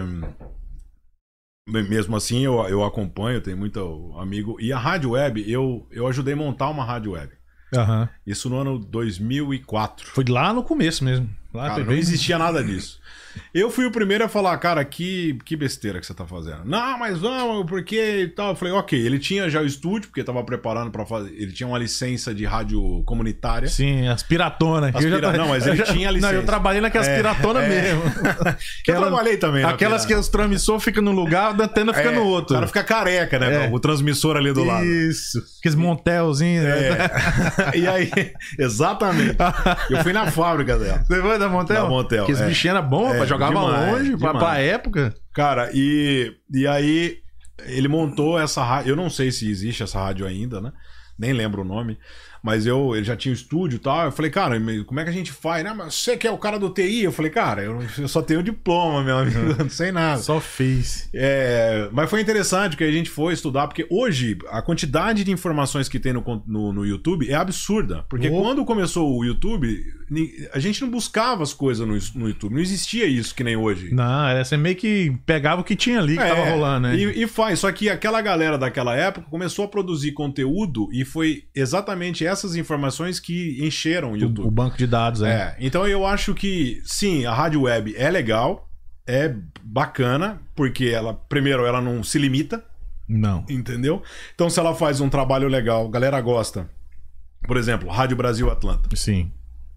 mesmo assim eu, eu acompanho, tenho muito amigo. E a rádio web, eu, eu ajudei a montar uma rádio web. Uhum. Isso no ano dois mil e quatro. Foi lá no começo mesmo. Lá Cara, não existia nada disso. Eu fui o primeiro a falar, cara, que, que besteira que você tá fazendo. Não, mas vamos, porque e tal. Eu falei, ok, ele tinha já o estúdio, porque tava preparando pra fazer. Ele tinha uma licença de rádio comunitária. Sim, as piratonas. Aspira... Já... Não, mas ele já... tinha licença. Não, eu trabalhei naquelas é, piratonas é. mesmo. Eu trabalhei também. Aquelas que os transmissor fica num lugar, a antena fica é, no outro. O cara fica careca, né? É. O transmissor ali do Isso. lado. Isso. Aqueles montelzinhos. É. Né? E aí, exatamente. Eu fui na fábrica dela. Você foi da Montel? Da Montel. Porque os é. bichinhos eram bons, é, jogava demais, longe, pra, pra época. Cara, e, e aí ele montou essa rádio. Eu não sei se existe essa rádio ainda, né? Nem lembro o nome. Mas eu, ele já tinha o estúdio e tal. Eu falei, cara, como é que a gente faz? Não, mas você que é o cara do T I? Eu falei, cara, eu, eu só tenho diploma, meu amigo. Uhum. Não sei nada. Só fiz. É, mas foi interessante que a gente foi estudar, porque hoje a quantidade de informações que tem no, no, no YouTube é absurda. Porque oh. quando começou o YouTube, a gente não buscava as coisas no, no YouTube. Não existia isso que nem hoje. Não, era você meio que pegava o que tinha ali, que é, tava rolando, né? E, e faz. Só que aquela galera daquela época começou a produzir conteúdo e foi exatamente essas informações que encheram o YouTube. O, o banco de dados, é. é. Então eu acho que, sim, a rádio web é legal, é bacana, porque ela, primeiro, ela não se limita. Não. Entendeu? Então se ela faz um trabalho legal, a galera gosta. Por exemplo, Rádio Brasil Atlanta. Sim.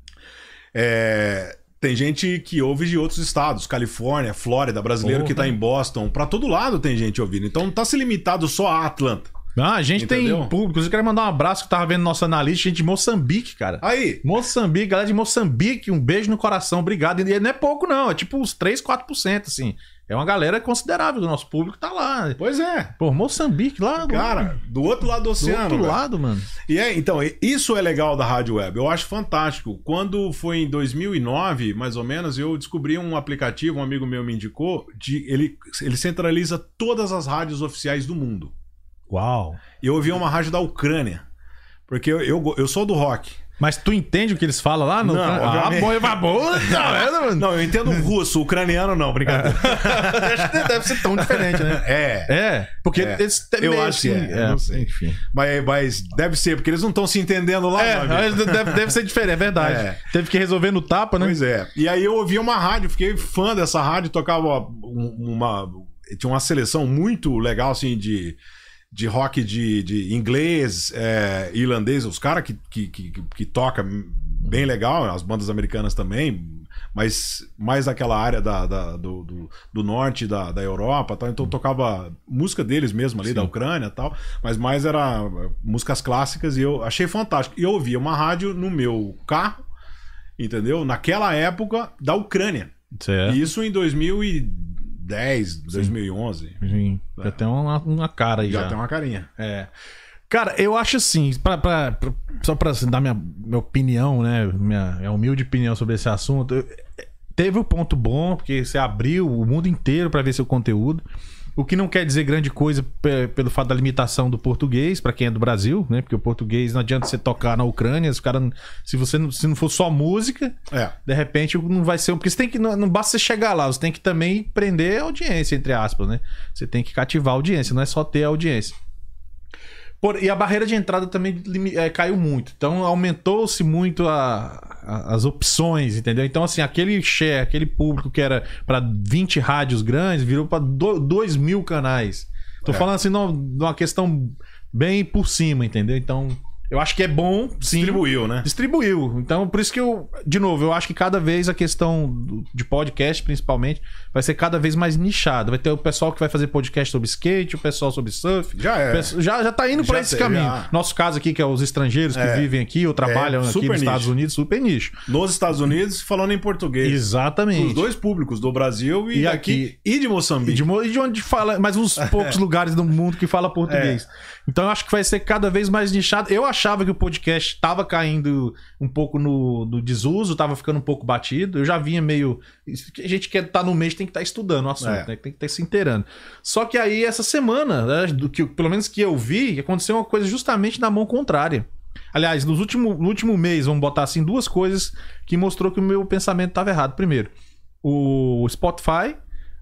É... Tem gente que ouve de outros estados, Califórnia, Flórida, brasileiro Porra. que tá em Boston. Pra todo lado tem gente ouvindo. Então não tá se limitado só a Atlanta. Ah, a gente Entendeu? tem público. Eu quero mandar um abraço que tava vendo nosso analista, gente de Moçambique, cara. Aí. Moçambique, galera de Moçambique, um beijo no coração, obrigado. E não é pouco, não. É tipo uns três, quatro por cento, assim. É uma galera considerável do nosso público que tá lá. Pois é. Pô, Moçambique lá. Cara, do outro lado do oceano. Do outro velho. lado, mano. E é, então, isso é legal da rádio web. Eu acho fantástico. Quando foi em dois mil e nove, mais ou menos, eu descobri um aplicativo, um amigo meu me indicou, de, ele, ele centraliza todas as rádios oficiais do mundo. Uau! Eu ouvi uma rádio da Ucrânia. Porque eu, eu, eu sou do rock. Mas tu entende o que eles falam lá? No... Não, ah, bom, vai bom. Não, eu entendo russo, ucraniano não, brincadeira. Acho que deve ser tão diferente, né? É. É, porque é. eles Eu acho assim, que é, é, não sei. Enfim. Mas, mas deve ser, porque eles não estão se entendendo lá. É, mas deve, deve ser diferente, é verdade. É. Teve que resolver no tapa, né? Pois é. E aí eu ouvi uma rádio, fiquei fã dessa rádio, tocava uma... Tinha uma seleção muito legal, assim, de... de rock de, de inglês, é, irlandês, os caras que, que, que, que toca bem legal, as bandas americanas também, mas mais daquela área da, da, do, do, do norte da, da Europa, tá? Então tocava música deles mesmo ali, Sim. da Ucrânia e tal, mas mais era músicas clássicas e eu achei fantástico. E eu ouvia uma rádio no meu carro, entendeu? Naquela época da Ucrânia. Certo. E isso em dois mil e dez, dois mil e onze. Sim. É. Já tem uma, uma cara aí. Já, Já tem uma carinha. É. Cara, eu acho assim, pra, pra, pra, só pra assim, dar minha, minha opinião, né? Minha, minha humilde opinião sobre esse assunto. Eu, teve um ponto bom, porque você abriu o mundo inteiro pra ver seu conteúdo. O que não quer dizer grande coisa pelo fato da limitação do português, pra quem é do Brasil, né? Porque o português não adianta você tocar na Ucrânia, os cara, se você não, se não for só música, é. de repente não vai ser. Porque você tem que. Não, não basta você chegar lá, você tem que também prender a audiência, entre aspas, né? Você tem que cativar a audiência, não é só ter a audiência. Por, e a barreira de entrada também é, caiu muito. Então aumentou-se muito a, a, as opções, entendeu? Então, assim, aquele share, aquele público que era para vinte rádios grandes, virou para dois mil canais. Tô é. falando assim, de uma questão bem por cima, entendeu? Então, eu acho que é bom, sim. Distribuiu, né? Distribuiu. Então, por isso que eu, de novo, eu acho que cada vez a questão do, de podcast, principalmente, vai ser cada vez mais nichada. Vai ter o pessoal que vai fazer podcast sobre skate, o pessoal sobre surf. Já é. Já, já tá indo para esse caminho. Já. Nosso caso aqui, que é os estrangeiros que é. vivem aqui ou trabalham é, aqui nos nicho. Estados Unidos, super nicho. Nos Estados Unidos, falando em português. Exatamente. Os dois públicos, do Brasil e, e daqui, aqui. E de Moçambique. E de, e de onde fala, mais uns poucos lugares do mundo que fala português. É. Então eu acho que vai ser cada vez mais nichado. Eu achava que o podcast estava caindo um pouco no, no desuso, estava ficando um pouco batido. Eu já vinha meio... A gente quer estar tá no mês, tem que estar tá estudando o assunto, é. né? Tem que estar tá se inteirando. Só que aí, essa semana, né, do que, pelo menos que eu vi, aconteceu uma coisa justamente na mão contrária. Aliás, nos último, no último mês, vamos botar assim, duas coisas que mostrou que o meu pensamento estava errado. Primeiro, o Spotify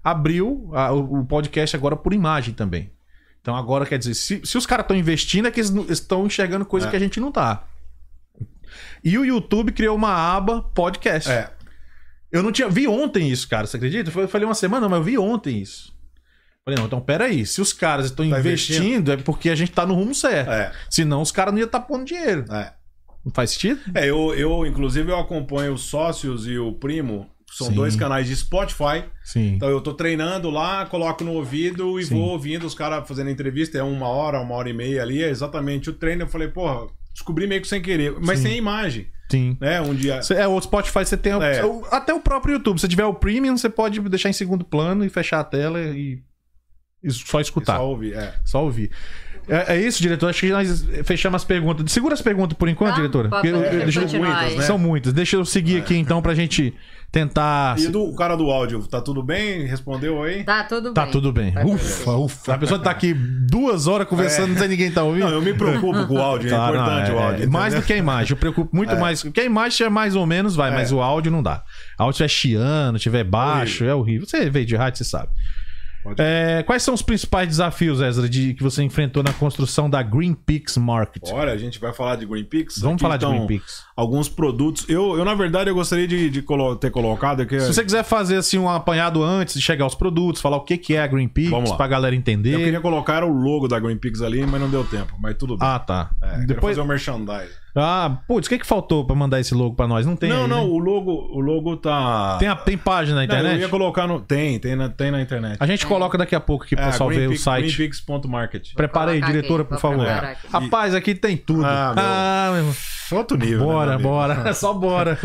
abriu a, o podcast agora por imagem também. Então agora, quer dizer, se, se os caras estão investindo, é que eles estão enxergando coisa é. que a gente não tá. E o YouTube criou uma aba podcast. É. Eu não tinha... Vi ontem isso, cara, você acredita? Eu falei uma semana, mas eu vi ontem isso. Falei, não, então peraí, se os caras estão tá investindo, investindo, é porque a gente tá no rumo certo. É. Senão os caras não iam estar tá pondo dinheiro. É. Não faz sentido? É, eu, eu, inclusive, eu acompanho os sócios e o primo. São Sim. dois canais de Spotify. Sim. Então eu tô treinando lá, coloco no ouvido e Sim. vou ouvindo os caras fazendo entrevista. É uma hora, uma hora e meia ali. É exatamente o treino. Eu falei, porra, descobri meio que sem querer. Mas Sim. sem imagem. Sim. Né? Um dia... É, o Spotify você tem... É. Até o próprio YouTube. Se tiver o Premium, você pode deixar em segundo plano e fechar a tela e, e só escutar. E só ouvir, é. Só ouvir. É, é isso, diretor. Acho que nós fechamos as perguntas. Segura as perguntas por enquanto, Tá, diretora. pode- Porque eu- eu- pode deixa eu- continuar muitas, aí. né? São muitas. Deixa eu seguir aqui então pra gente tentar. E do o cara do áudio, tá tudo bem? Respondeu aí? Tá tudo Tá bem. tudo bem. Tá tudo Ufa, ufa. A pessoa tá aqui duas horas conversando, não sei ninguém tá ouvindo. Não, eu me preocupo com o áudio, Claro, é importante não, o é, áudio. é, mais entendeu? do que a imagem. Eu preocupo muito É. mais. Porque a imagem é mais ou menos, vai, É. mas o áudio não dá. O áudio estiver chiando, estiver baixo, Horrível. é horrível. Você veio de rádio, você sabe. Pode- É, quais são os principais desafios, Ezra, de, que você enfrentou na construção da Green Peaks Market? Olha, a gente vai falar de Green Peaks. Vamos Aqui falar estão de Green Peaks. alguns produtos. Eu, eu, na verdade, eu gostaria de, de colo- ter colocado aqui. Se você quiser fazer assim um apanhado antes de chegar aos produtos, falar o que, que é a Green Vamos Peaks, lá. pra galera entender. Eu queria colocar o logo da Green Peaks ali, mas não deu tempo. Mas tudo bem. Ah, tá. É, quero Depois. fazer o merchandising. Ah, putz, o que, que faltou pra mandar esse logo pra nós? Não tem. não, aí, não, né? o logo, o logo tá. Tem, a, tem página na Não, internet? eu ia colocar no. Tem, tem na, tem na internet. A gente coloca daqui a pouco aqui pro É, pessoal ver o greenpeaks- site. greenpeaks ponto market. Prepara aí, colocar diretora, aqui, por vou favor. preparar aqui. Rapaz, aqui tem tudo. Ah, meu- Ah, meu irmão. Outro nível. Bora, né, meu amigo? bora. Só bora.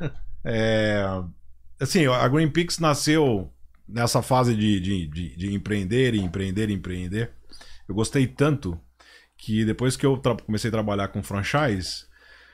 É, assim, a Green Peaks nasceu nessa fase de, de, de, de empreender, e empreender, e empreender. Eu gostei tanto que depois que eu tra- comecei a trabalhar com franchise,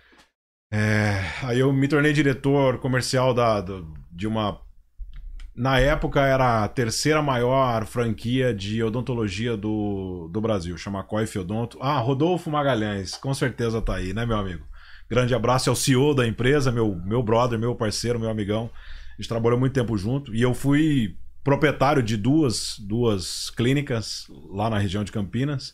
é, aí eu me tornei diretor comercial da, do- de uma... Na época era a terceira maior franquia de odontologia do, do Brasil, chama Coif Odonto. Ah, Rodolfo Magalhães, com certeza tá aí, né, meu amigo? Grande abraço ao C E O da empresa, meu, meu brother, meu parceiro, meu amigão. A gente trabalhou muito tempo junto e eu fui proprietário de duas, duas clínicas lá na região de Campinas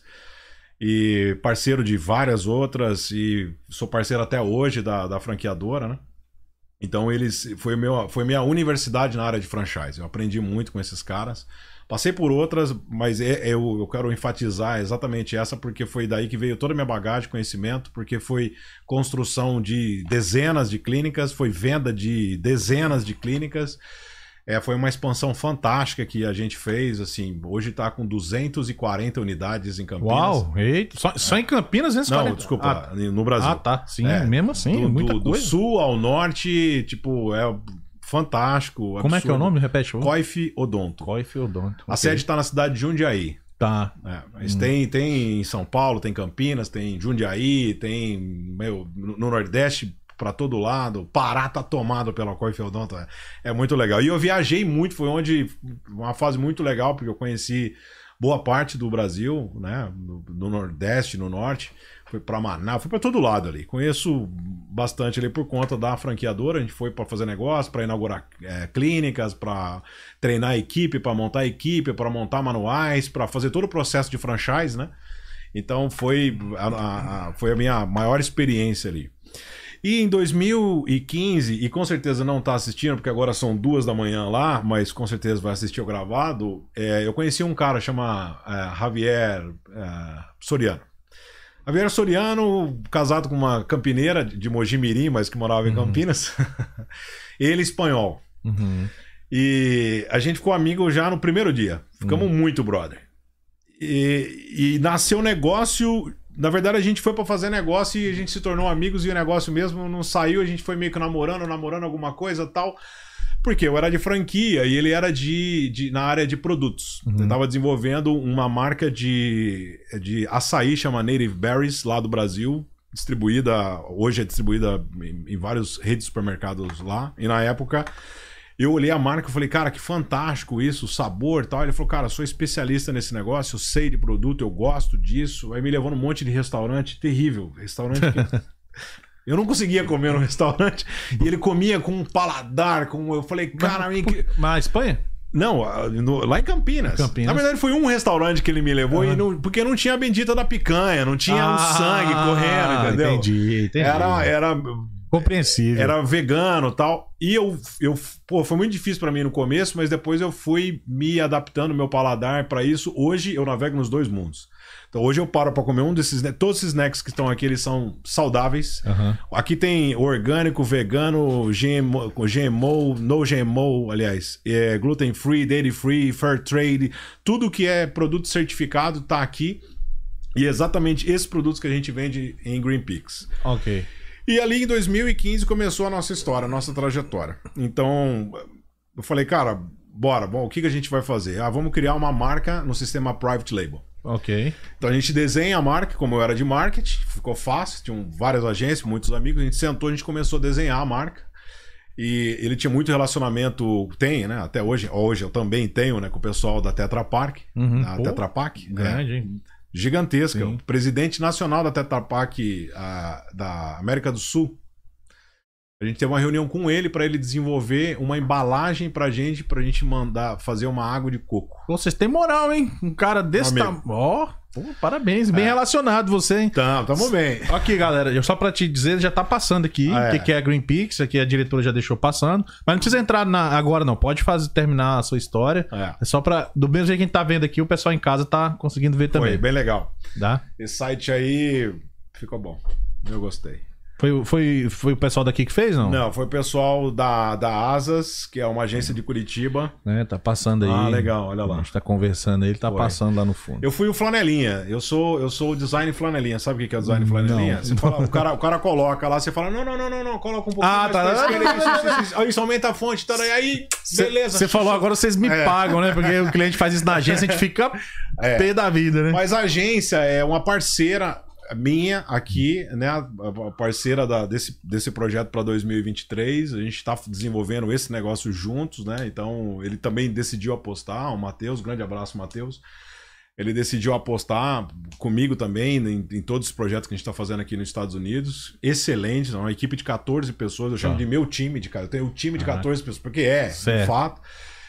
e parceiro de várias outras e sou parceiro até hoje da, da franqueadora, né? Então eles foi meu, foi minha universidade na área de franchise. Eu aprendi muito com esses caras. Passei por outras, mas é, é, eu, eu quero enfatizar exatamente essa porque foi daí que veio toda a minha bagagem, conhecimento, porque foi construção de dezenas de clínicas, foi venda de dezenas de clínicas. É, foi uma expansão fantástica que a gente fez, assim, hoje está com duzentas e quarenta unidades em Campinas. Uau, eita. Só, só em Campinas, duzentos e quarenta? Não, desculpa, Ah, no Brasil. ah, tá. Sim, É, mesmo assim, do, muita do, do coisa. sul ao norte, tipo, é fantástico. Como é que é o absurdo. nome? Repete. por favor. Coif Odonto. Coif Odonto. A Ok. sede está na cidade de Jundiaí. Tá. É, mas Hum. tem, tem em São Paulo, tem Campinas, tem Jundiaí, tem meu, no no Nordeste para todo lado. Pará tá tomado pela Coif Odonto. É, é muito legal. E eu viajei muito, foi onde uma fase muito legal, porque eu conheci boa parte do Brasil, né? No, no Nordeste, no Norte. Fui para Manaus, fui para todo lado ali. Conheço bastante ali por conta da franqueadora. A gente foi para fazer negócio, para inaugurar é, clínicas, para treinar a equipe, para montar a equipe, para montar manuais, para fazer todo o processo de franchise, né? Então foi a, a- a- foi a minha maior experiência ali. E em dois mil e quinze, e com certeza não está assistindo, porque agora são duas da manhã lá, mas com certeza vai assistir o gravado, é, eu conheci um cara chama é, Javier é, Soriano. Javier Soriano, casado com uma campineira de Mojimirim, mas que morava em Uhum. Campinas. Ele espanhol. Uhum. E a gente ficou amigo já no primeiro dia. Ficamos muito brother. E, e nasceu um negócio. Na verdade, a gente foi para fazer negócio e a gente se tornou amigos e o negócio mesmo não saiu. A gente foi meio que namorando, namorando alguma coisa e tal. Porque eu era de franquia e ele era de, de na área de produtos. Uhum. Ele estava desenvolvendo uma marca de, de açaí, chama Native Berries, lá do Brasil. Distribuída, hoje é distribuída em, em vários redes de supermercados lá. E na época, eu olhei a marca e falei, cara, que fantástico isso, o sabor e tal. Ele falou, cara, sou especialista nesse negócio, eu sei de produto, eu gosto disso. Aí me levou num monte de restaurante terrível. Restaurante que... Eu não conseguia comer no restaurante. E ele comia com um paladar, com... Eu falei, cara... Mas, que... mas Espanha? Não, no, lá em Campinas. Campinas. Na verdade, foi um restaurante que ele me levou, uhum. e não, porque não tinha a bendita da picanha, não tinha o ah, um sangue correndo, entendeu? Entendi, entendi. Era, era compreensível. Era vegano e tal. E eu, eu, pô, foi muito difícil pra mim no começo, mas depois eu fui me adaptando meu paladar pra isso. Hoje eu navego nos dois mundos. Então hoje eu paro pra comer um desses... Todos esses snacks que estão aqui, eles são saudáveis. Uhum. Aqui tem orgânico, vegano, G M O, G M O no G M O, aliás, é, gluten free, dairy free, fair trade. Tudo que é produto certificado tá aqui. E é exatamente esses produtos que a gente vende em Green Peaks. Ok. E ali em dois mil e quinze começou a nossa história, a nossa trajetória. Então, eu falei, cara, bora, bom, o que, que a gente vai fazer? Ah, vamos criar uma marca no sistema Private Label. Ok. Então a gente desenha a marca, como eu era de marketing, ficou fácil, tinham várias agências, muitos amigos, a gente sentou, a gente começou a desenhar a marca. E ele tinha muito relacionamento, tem, né? Até hoje, hoje eu também tenho, né? Com o pessoal da Tetra Pak, uhum. da Tetra Pak. Grande, é, hein? Gigantesca. Sim. O presidente nacional da Tetra Pak a, da América do Sul. A gente teve uma reunião com ele para ele desenvolver uma embalagem pra gente, pra gente mandar fazer uma água de coco. Vocês têm moral, hein? Um cara desse tamanho. Ó, oh, parabéns, bem é. relacionado você, hein? Tamo, tamo bem. Aqui, galera, só pra te dizer, já tá passando aqui, o é. que é a Green Peaks, aqui a diretora já deixou passando. Mas não precisa entrar na, agora, não. Pode fazer, terminar a sua história. É. é só pra. Do mesmo jeito que a gente tá vendo aqui, o pessoal em casa tá conseguindo ver também. Foi, bem legal. Dá? Esse site aí ficou bom. Eu gostei. Foi, foi, foi o pessoal daqui que fez, não? Não, foi o pessoal da, da Asas, que é uma agência de Curitiba. É, tá passando aí. Ah, legal, olha lá. A gente tá conversando aí, ele tá foi. passando lá no fundo. Eu fui o flanelinha, eu sou, eu sou o design flanelinha. Sabe o que é o design flanelinha? Não. Você fala, o, cara, o cara coloca lá, você fala, não, não, não, não, não, coloca um pouquinho ah, mais tá. pra esquerda, isso, isso, isso, isso, isso, aumenta a fonte, tá, aí, beleza. Você falou, agora vocês me é. pagam, né? Porque o cliente faz isso na agência, a gente fica é. pé da vida, né? Mas a agência é uma parceira minha aqui, né, a parceira da, desse, desse projeto para dois mil e vinte e três. A gente está desenvolvendo esse negócio juntos, né? Então ele também decidiu apostar, o Matheus, grande abraço, Matheus. Ele decidiu apostar comigo também em, em todos os projetos que a gente está fazendo aqui nos Estados Unidos. Excelente, uma equipe de quatorze pessoas, eu chamo ah. de meu time de cara. Eu tenho um time de quatorze ah. pessoas, porque é, certo. de fato.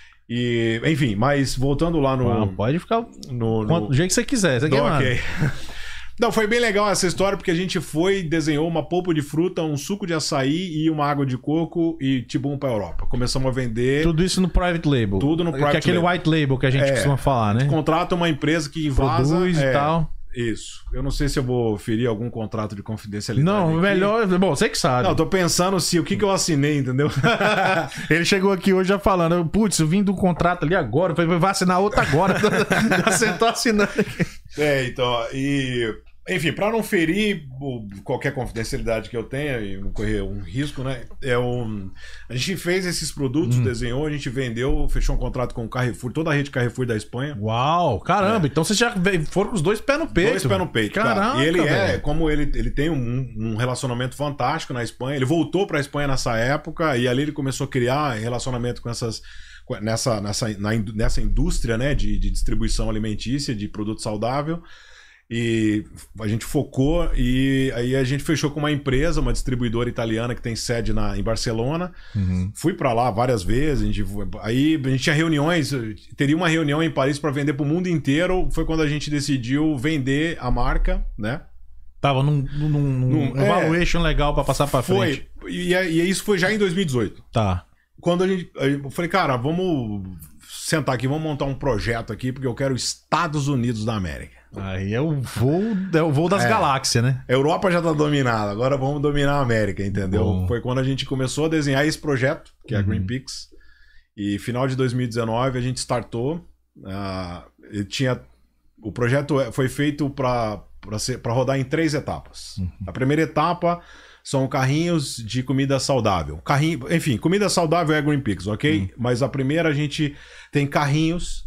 E, enfim, mas voltando lá no. Ah, pode ficar no, no... do jeito que você quiser, você quer, ok. Não, foi bem legal essa história, porque a gente foi, desenhou uma polpa de fruta, um suco de açaí e uma água de coco e tibum pra Europa. Começamos a vender... Tudo isso no private label. Tudo no private label. Que é aquele label. white label que a gente é, costuma falar, né? Contrata uma empresa que vaza... Produz é, e tal. Isso. Eu não sei se eu vou ferir algum contrato de confidencialidade. Não, aqui. melhor... Bom, você que sabe. Não, tô pensando se o que, que eu assinei, entendeu? Ele chegou aqui hoje já falando, putz, eu vim do contrato ali agora, vai assinar outra agora. Já sentou assinando aqui. É, então, e... Enfim, para não ferir qualquer confidencialidade que eu tenha e não correr um risco, né? É um... A gente fez esses produtos, hum. desenhou, a gente vendeu, fechou um contrato com o Carrefour, toda a rede Carrefour da Espanha. Uau, caramba! É. Então vocês já foram com os dois pés no peito. Dois pés no peito, caramba, cara. E ele velho. é, como ele, ele tem um, um relacionamento fantástico na Espanha, ele voltou para a Espanha nessa época e ali ele começou a criar relacionamento com essas... Nessa, nessa, na, nessa indústria, né, de, de distribuição alimentícia, de produto saudável. E a gente focou e aí a gente fechou com uma empresa, uma distribuidora italiana que tem sede na, em Barcelona. Uhum. Fui para lá várias vezes. A gente, aí a gente tinha reuniões, teria uma reunião em Paris para vender para o mundo inteiro. Foi quando a gente decidiu vender a marca, né? Tava num, num, num, num é, valuation legal para passar para frente. Foi. E, e isso foi já em dois mil e dezoito. Tá. Quando a gente, eu falei, cara, vamos sentar aqui, vamos montar um projeto aqui, porque eu quero Estados Unidos da América. Aí é o voo, é o voo das é, galáxias, né? A Europa já tá dominada, agora vamos dominar a América, entendeu? Bom. Foi quando a gente começou a desenhar esse projeto, que é a Green Peaks. E final de dois mil e dezenove a gente startou. Uh, ele tinha, o projeto foi feito para rodar em três etapas. Uhum. A primeira etapa são carrinhos de comida saudável. Carrinho, enfim, comida saudável é Green Peaks, ok? Uhum. Mas a primeira a gente tem carrinhos.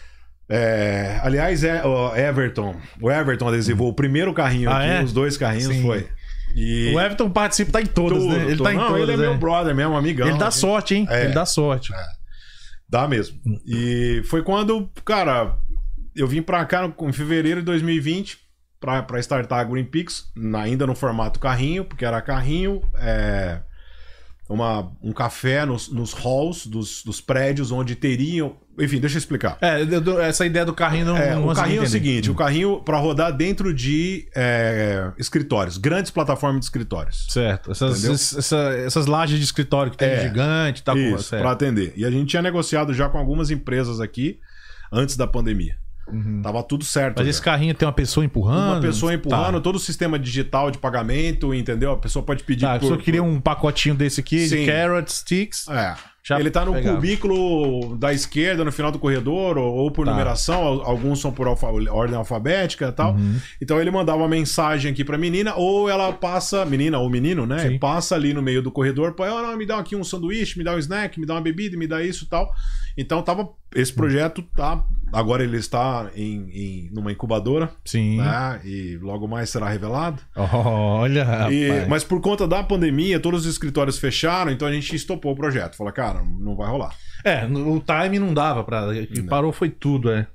É, aliás, é o Everton. O Everton adesivou hum. o primeiro carrinho ah, aqui, é? os dois carrinhos Sim. foi. E... O Everton participa, tá em todas, tudo, né? Ele tudo. tá em Não, todas. Ele é, é meu brother mesmo, amigão. Ele dá assim. sorte, hein? É. Ele dá sorte. É. Dá mesmo. E foi quando, cara, eu vim pra cá em fevereiro de dois mil e vinte pra, pra startar a Green Peaks, ainda no formato carrinho, porque era carrinho, é... uma, um café nos, nos halls dos, dos prédios onde teriam... Enfim, deixa eu explicar. É, essa ideia do carrinho não... É, não o carrinho é o entender. seguinte, o carrinho para rodar dentro de é, escritórios, grandes plataformas de escritórios. Certo. Essas, Entendeu? essa, essas lajes de escritório que tem É, gigante e tal. Isso, para atender. E a gente tinha negociado já com algumas empresas aqui antes da pandemia. Uhum. Tava tudo certo. Mas já. esse carrinho tem uma pessoa empurrando? Uma pessoa empurrando, Tá. todo o sistema digital de pagamento, entendeu? A pessoa pode pedir Tá, a pessoa queria um pacotinho desse aqui, Sim. de carrot sticks. É. Já Ele tá no pegava. cubículo da esquerda, no final do corredor, ou, ou por Tá. numeração, al- alguns são por alfa- ordem alfabética e tal. Uhum. Então ele mandava uma mensagem aqui pra menina, ou ela passa, menina ou menino, né? Sim. Passa ali no meio do corredor, pô, oh, não, me dá aqui um sanduíche, me dá um snack, me dá uma bebida, me dá isso e tal. Então tava. Esse projeto tá. Agora ele está em, em numa incubadora, Sim. né? E logo mais será revelado. Olha, rapaz. E- mas por conta da pandemia, todos os escritórios fecharam, então a gente estopou o projeto. Falou, cara, não vai rolar. É, no- o time não dava pra... que Parou foi tudo, é.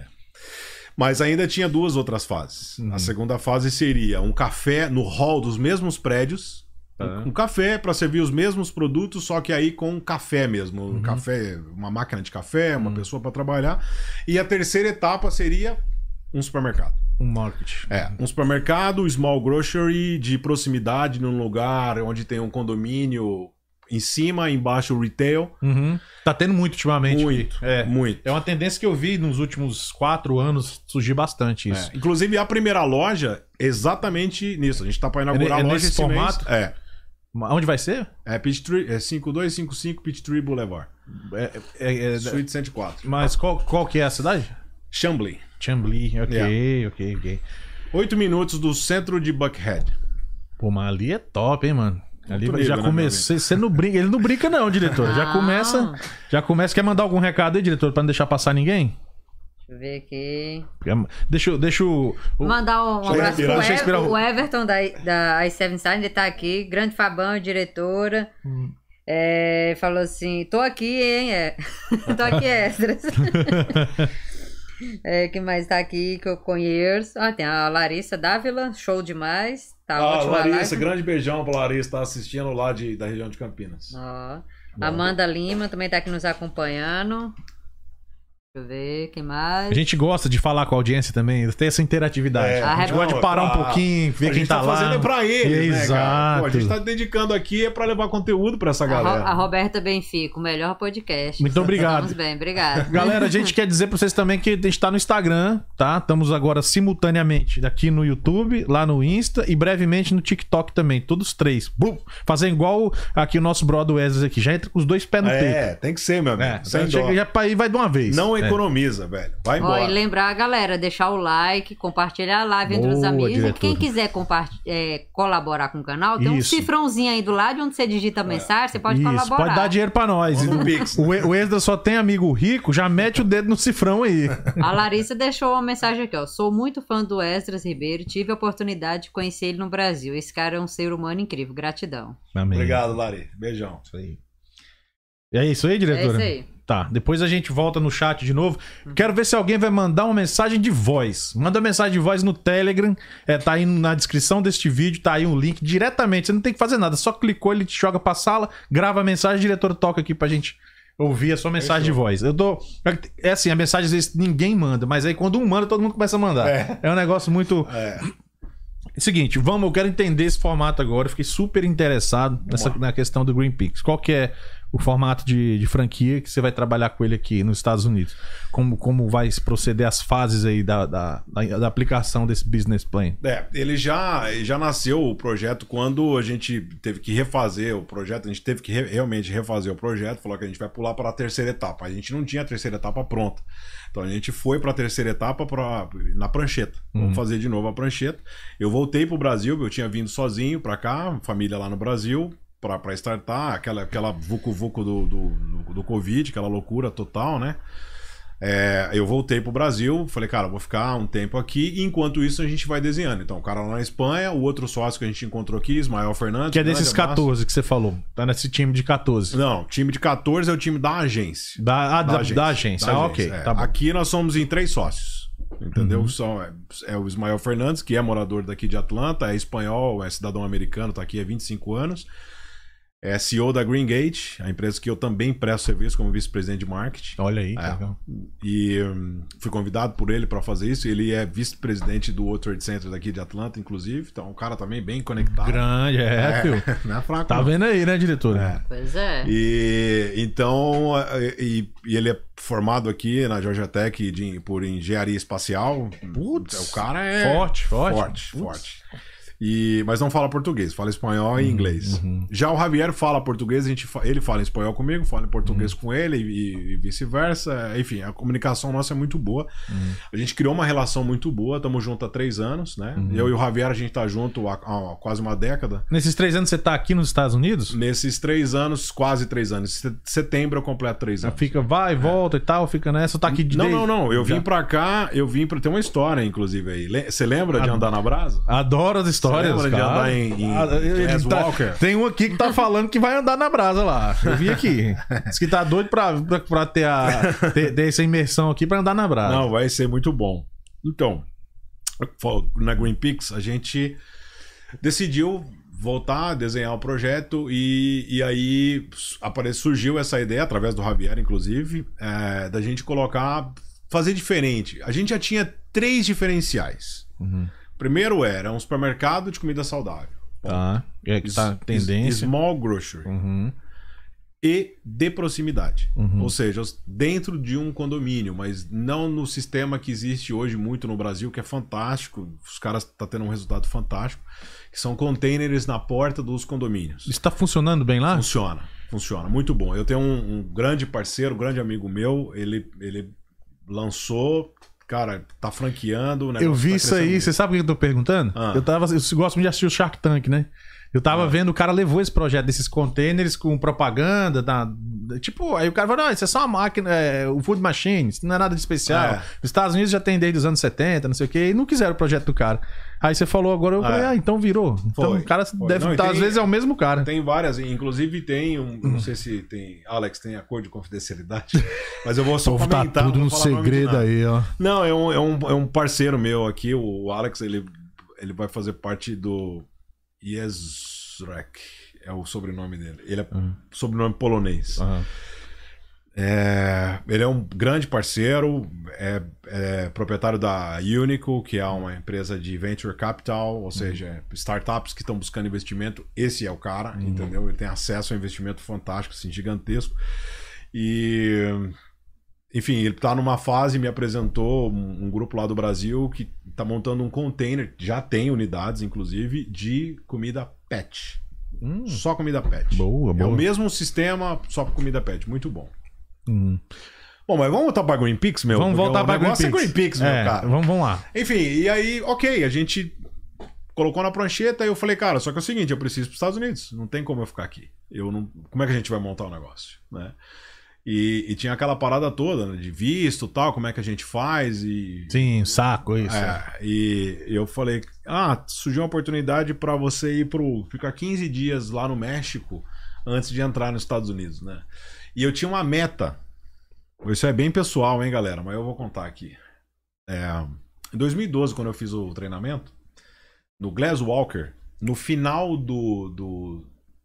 Mas ainda tinha duas outras fases. Uhum. A segunda fase seria um café no hall dos mesmos prédios. Tá. Um, um café para servir os mesmos produtos, só que aí com café mesmo. Uhum. Um café, uma máquina de café, uma pessoa para trabalhar. E a terceira etapa seria um supermercado. Um market. É, um supermercado, small grocery de proximidade num lugar onde tem um condomínio em cima, embaixo o retail. Uhum. Tá tendo muito ultimamente. Muito, É. muito. É uma tendência que eu vi nos últimos quatro anos surgir bastante isso. É. Inclusive a primeira loja, exatamente nisso. A gente tá para inaugurar É- é a loja nesse esse formato? mês. É. Onde vai ser? É, Peachtree, é cinco dois cinco cinco Peachtree Boulevard. É, é- é- Suíte cento e quatro. mas qual, qual que é a cidade? Chambly. Chambly, ok, Yeah. ok, ok. Oito minutos do centro de Buckhead. Pô, mas ali é top, hein, mano? Ali Muito já lindo, né, começou. Você não brinca. Ele não brinca, não, diretor. Já Não. começa. Já começa. Quer mandar algum recado aí, diretor, pra não deixar passar ninguém? Deixa eu ver aqui. Deixa, eu- deixa o. o- Mandar um Deixa eu abraço pro respirar, deixa eu Ever- respirar. o Everton da, da i sete Side, ele tá aqui, grande Fabão, diretora. Hum. É, falou assim: tô aqui, hein? É. tô aqui, extras. É, que mais tá aqui que eu conheço? Ah, tem a Larissa Dávila, show demais. Tá Ah, ótima a Larissa, live. grande beijão pra Larissa, tá assistindo lá de, da região de Campinas. Ó. Amanda Lima também tá aqui nos acompanhando. Deixa eu ver, quem mais? A gente gosta de falar com a audiência também, ter essa interatividade. É, a gente não, gosta de parar um pra- pouquinho, ver a quem gente tá, tá lá. fazendo é pra eles, né, cara? Pô, a gente Exato. tá dedicando aqui é pra levar conteúdo pra essa A, Ro- galera. a Roberta Benfica, o melhor podcast. Muito obrigado. Estamos bem, obrigado. Galera, a gente quer dizer pra vocês também que a gente tá no Instagram, tá? Estamos agora simultaneamente aqui no YouTube, lá no Insta e brevemente no TikTok também, todos três. Blum! Fazer igual aqui o nosso brother Wesley aqui, já entra com os dois pés no peito. É, tem que ser, meu amigo. É, Sem então chega dó. já pra ir, vai de uma vez. Não É. economiza, velho. Vai Ó, embora. e lembrar a galera, deixar o like, compartilhar a live entre os Boa, amigos. diretora. E quem quiser comparti- é, colaborar com o canal, tem Isso. um cifrãozinho aí do lado onde você digita a mensagem, você pode Isso, colaborar. pode dar dinheiro pra nós. Manda um Pix, né? O, o Esdra só tem amigo rico, já mete o dedo no cifrão aí. A Larissa deixou uma mensagem aqui, ó. Sou muito fã do Esdras Ribeiro, tive a oportunidade de conhecer ele no Brasil. Esse cara é um ser humano incrível, gratidão. Amém. Obrigado, Lari. Beijão. Isso aí. E é isso aí, É diretora? isso aí. Tá, depois a gente volta no chat de novo. Quero ver se alguém vai mandar uma mensagem de voz. Manda uma mensagem de voz no Telegram. É, tá aí na descrição deste vídeo, tá aí um link diretamente. Você não tem que fazer nada, só clicou, ele te joga pra sala, grava a mensagem, o diretor toca aqui pra gente ouvir a sua mensagem de voz. Eu dou. É assim, a mensagem às vezes ninguém manda, mas aí quando um manda, todo mundo começa a mandar. É. É um negócio muito. É. Seguinte, vamos, eu quero entender esse formato agora. Eu fiquei super interessado nessa, na questão do Green Peaks. Qual que é o formato de, de franquia que você vai trabalhar com ele aqui nos Estados Unidos? Como, como vai se proceder as fases aí da, da, da, da aplicação desse business plan? É, ele já, já nasceu o projeto quando a gente teve que refazer o projeto, a gente teve que re- realmente refazer o projeto, falou que a gente vai pular para a terceira etapa. A gente não tinha a terceira etapa pronta. Então a gente foi para a terceira etapa pra, na prancheta. Vamos fazer de novo a prancheta. Eu voltei para o Brasil, eu tinha vindo sozinho para cá, família lá no Brasil, para startar aquela, aquela vucu-vucu do, do, do, do Covid, aquela loucura total, né? É, eu voltei pro Brasil, falei, cara, vou ficar um tempo aqui, e enquanto isso a gente vai desenhando. Então, o cara lá na Espanha, o outro sócio que a gente encontrou aqui, Ismael Fernandes. Que é desses grande abraço. quatorze que você falou. Tá nesse time de quatorze. Não, time de quatorze é o time da agência. Da, ah, da, da agência. Da Ah, agência, ok. é. Tá bom. Aqui nós somos em três sócios. Entendeu? Uhum. São, é, é o Ismael Fernandes, que é morador daqui de Atlanta, é espanhol, é cidadão americano, tá aqui há vinte e cinco anos. É C E O da Green Gate, a empresa que eu também presto serviço como vice-presidente de marketing. Olha aí, É. legal. E um, fui convidado por ele para fazer isso. Ele é vice-presidente do World Trade Center daqui de Atlanta, inclusive. Então, um cara também bem conectado. Grande, é, É, filho. não é fraco, Tá não. vendo aí, né, diretor? É. Pois é. E então, e, e ele é formado aqui na Georgia Tech de, por engenharia espacial. Putz, o cara é forte, forte. forte, Putz. forte. E, mas não fala português, fala espanhol e Uhum, inglês. uhum. Já o Javier fala português, a gente fa- ele fala espanhol comigo, fala em português Uhum. com ele e, e vice-versa. Enfim, a comunicação nossa é muito boa. Uhum. A gente criou uma relação muito boa, estamos juntos há três anos, né? Uhum. Eu e o Javier, a gente tá junto há, há quase uma década. Nesses três anos você tá aqui nos Estados Unidos? Nesses três anos, quase três anos. Em setembro eu completo três Já anos. fica, vai, volta e tal, fica nessa. Você tá aqui de Não, desde- não, não. Eu Já. vim pra cá, eu vim pra ter uma história, inclusive, aí. Le- Você lembra de Ah, andar na brasa? Adoro as histórias, Você lembra de cara. andar em- em Ah, ele Glass tá- Walker? Tem um aqui que tá falando que vai andar na brasa lá. Eu vi aqui. Diz que tá doido pra, pra, pra ter, a, ter, ter essa imersão aqui pra andar na brasa. Não, vai ser muito bom. Então, na Green Peaks, a gente decidiu voltar a desenhar o projeto e, e aí apare- surgiu essa ideia, através do Javier, inclusive, é, da gente colocar, fazer diferente. A gente já tinha três diferenciais. Uhum. Primeiro era um supermercado de comida saudável. Tá. É que tá S- tendência. Small grocery. Uhum. E de proximidade. Uhum. Ou seja, dentro de um condomínio, mas não no sistema que existe hoje muito no Brasil, que é fantástico. Os caras estão tendo um resultado fantástico, que são containers na porta dos condomínios. Isso tá funcionando bem lá? Funciona, funciona, muito bom. Eu tenho um, um grande parceiro, um grande amigo meu, ele, ele lançou, cara, tá franqueando. O Eu negócio vi tá isso crescendo aí, muito. você sabe o que eu tô perguntando? Ah. Eu tava. Eu gosto muito de assistir o Shark Tank, né? Eu tava Ah. vendo, o cara levou esse projeto desses containers com propaganda, da, tipo, aí o cara falou, não, isso é só uma máquina, é, o food machine, isso não é nada de especial. É. Os Estados Unidos já tem desde os anos setenta, não sei o quê, e não quiseram o projeto do cara. Aí você falou agora, eu É. falei, ah, então virou. Então Foi, o cara foi. deve Não, e estar, tem- às vezes é o mesmo cara. Tem várias, inclusive tem um, não sei se tem, Alex, tem acordo de confidencialidade, mas eu vou só Pô, tá comentar. tudo não no vou falar nome de segredo nada. aí, ó. Não, é um, é, um, é um parceiro meu aqui, o Alex, ele, ele vai fazer parte do Jezrek, é o sobrenome dele. Ele é Uhum. sobrenome polonês. Aham. É, ele é um grande parceiro, é, é proprietário da Unico, que é uma empresa de venture capital, ou seja, startups que estão buscando investimento. Esse é o cara, Uhum. entendeu? Ele tem acesso a um investimento fantástico, assim, gigantesco. E, enfim, ele está numa fase, me apresentou um, um grupo lá do Brasil que está montando um container, já tem unidades, inclusive, de comida pet. Hum, Só comida pet. boa, É boa. o mesmo sistema, só para comida pet. Muito bom. Hum. Bom, mas vamos voltar pra Green Peaks, meu? Vamos Porque voltar o pra Green negócio Peaks. é Green Peaks, meu É, cara. Vamos, vamos lá. Enfim, e aí, ok, a gente colocou na prancheta e eu falei, cara, só que é o seguinte, eu preciso ir pros Estados Unidos. Não tem como eu ficar aqui. Eu não... Como é que a gente vai montar o negócio, né? E, e tinha aquela parada toda, né, de visto e tal, como é que a gente faz e... Sim, saco, isso. É, e eu falei, ah, surgiu uma oportunidade pra você ir pro... Ficar quinze dias lá no México antes de entrar nos Estados Unidos, né? E eu tinha uma meta. Isso é bem pessoal, hein, galera? Mas eu vou contar aqui. É, em dois mil e doze, quando eu fiz o treinamento, no Glass Walker, no final do, do...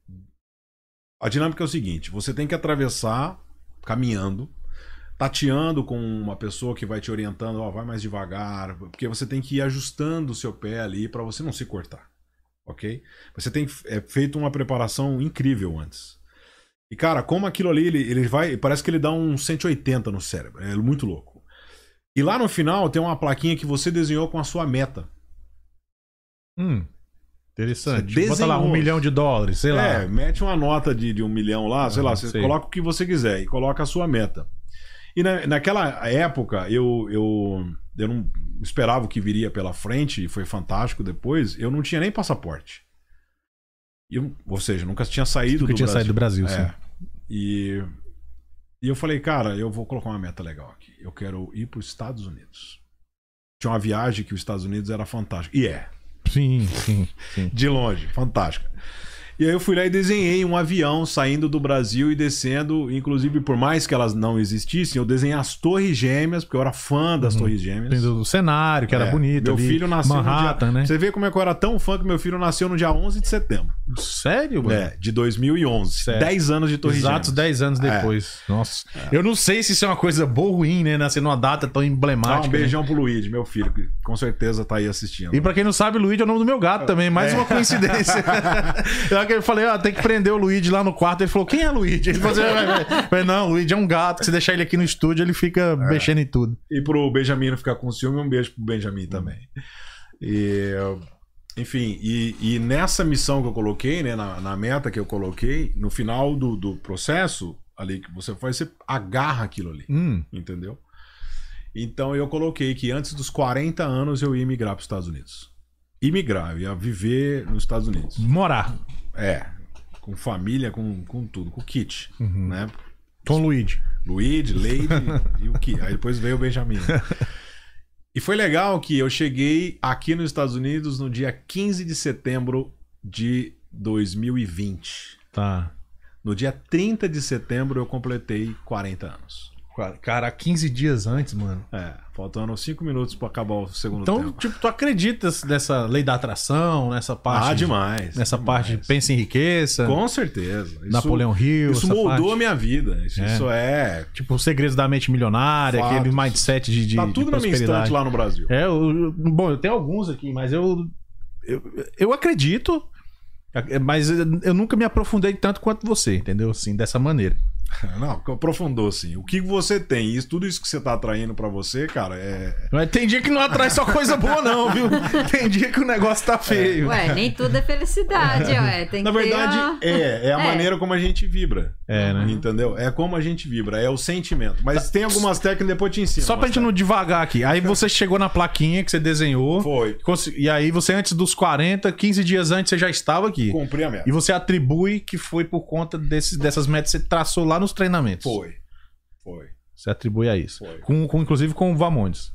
A dinâmica é o seguinte, você tem que atravessar caminhando, tateando com uma pessoa que vai te orientando, ó, vai mais devagar, porque você tem que ir ajustando o seu pé ali para você não se cortar, ok? Você tem é, feito uma preparação incrível antes. E cara, como aquilo ali, ele, ele vai, parece que ele dá um cento e oitenta no cérebro, é muito louco. E lá no final tem uma plaquinha que você desenhou com a sua meta. Hum, interessante. Você Bota lá um desenhou. milhão de dólares, sei lá. É, mete uma nota de, de um milhão lá, sei Ah, lá, você sei. coloca o que você quiser e coloca a sua meta. E na, naquela época, eu, eu, eu não esperava o que viria pela frente, e foi fantástico depois, eu não tinha nem passaporte. Eu, ou seja, nunca tinha saído Nunca do tinha Brasil. saído do Brasil, sim. É. E, e eu falei, cara, eu vou colocar uma meta legal aqui. Eu quero ir para os Estados Unidos. Tinha uma viagem que os Estados Unidos era fantástica. E é. Sim, sim, sim. De longe, fantástica. E aí eu fui lá e desenhei um avião saindo do Brasil e descendo, inclusive por mais que elas não existissem, eu desenhei as Torres Gêmeas, porque eu era fã das uhum. Torres Gêmeas. Do cenário, que era é, bonito. Meu ali, filho nasceu Manhattan, no dia... né? Você vê como é que eu era tão fã que meu filho nasceu no dia onze de setembro. Sério, mano? É, de dois mil e onze. Sério? dez anos de Torres Exatos Gêmeas. dez anos depois. É. Nossa. É. Eu não sei se isso é uma coisa boa ou ruim, né? Nascer numa data tão emblemática. Ah, um beijão né? pro Luigi, meu filho, que com certeza tá aí assistindo. E pra quem não sabe, o Luigi é o nome do meu gato também. Mais é. uma coincidência. Eu falei, ah, tem que prender o Luigi lá no quarto. Ele falou, quem é Luigi? Ele falou, eu falei, não, o Luigi é um gato. Se deixar ele aqui no estúdio, ele fica é. mexendo em tudo. E pro Benjamin não ficar com ciúme, um beijo pro Benjamin também. E, enfim, e, e nessa missão que eu coloquei, né, na, na meta que eu coloquei, no final do, do processo ali que você faz, você agarra aquilo ali. Hum. Entendeu? Então eu coloquei que antes dos quarenta anos eu ia migrar para os Estados Unidos. Imigrar, eu ia viver nos Estados Unidos. Morar. É. Com família, com, com tudo, com o kit, uhum. né? Com o Luigi. Luigi, Lady e o kit. Aí depois veio o Benjamin. E foi legal que eu cheguei aqui nos Estados Unidos no dia quinze de setembro de dois mil e vinte. Tá. No dia trinta de setembro eu completei quarenta anos. Cara, quinze dias antes, mano. É, faltando cinco minutos pra acabar o segundo então, tempo. Então, tipo, tu acredita nessa lei da atração, nessa parte... Ah, demais. Nessa demais. parte de pensa em riqueza. Com certeza. Isso, Napoleão Hill. Isso moldou parte. a minha vida. Isso é. Isso é... Tipo, os segredos da mente milionária, Fatos. Aquele mindset de, de Tá tudo de na minha estante lá no Brasil. É, eu, bom, eu tenho alguns aqui, mas eu... Eu, eu acredito, mas eu nunca me aprofundei tanto quanto você, entendeu? Assim, dessa maneira. Não, aprofundou sim. O que você tem, isso, tudo isso que você tá atraindo pra você, cara, é... Mas tem dia que não atrai só coisa boa não, viu? Tem dia que o negócio tá feio. Ué, nem tudo é felicidade, é. ué. Tem Na que verdade, uma... é. É a é. maneira como a gente vibra. É, né? Entendeu? É como a gente vibra, é o sentimento. Mas tem algumas técnicas, depois eu te ensino. Só pra gente não devagar aqui. Aí você chegou na plaquinha que você desenhou. Foi. E aí você, antes dos quarenta, quinze dias antes, você já estava aqui. Cumpri a meta. E você atribui que foi por conta desses, dessas metas que você traçou lá nos treinamentos. Foi. Foi. Você atribui a isso. Foi. Com, com, inclusive com o Valmontes.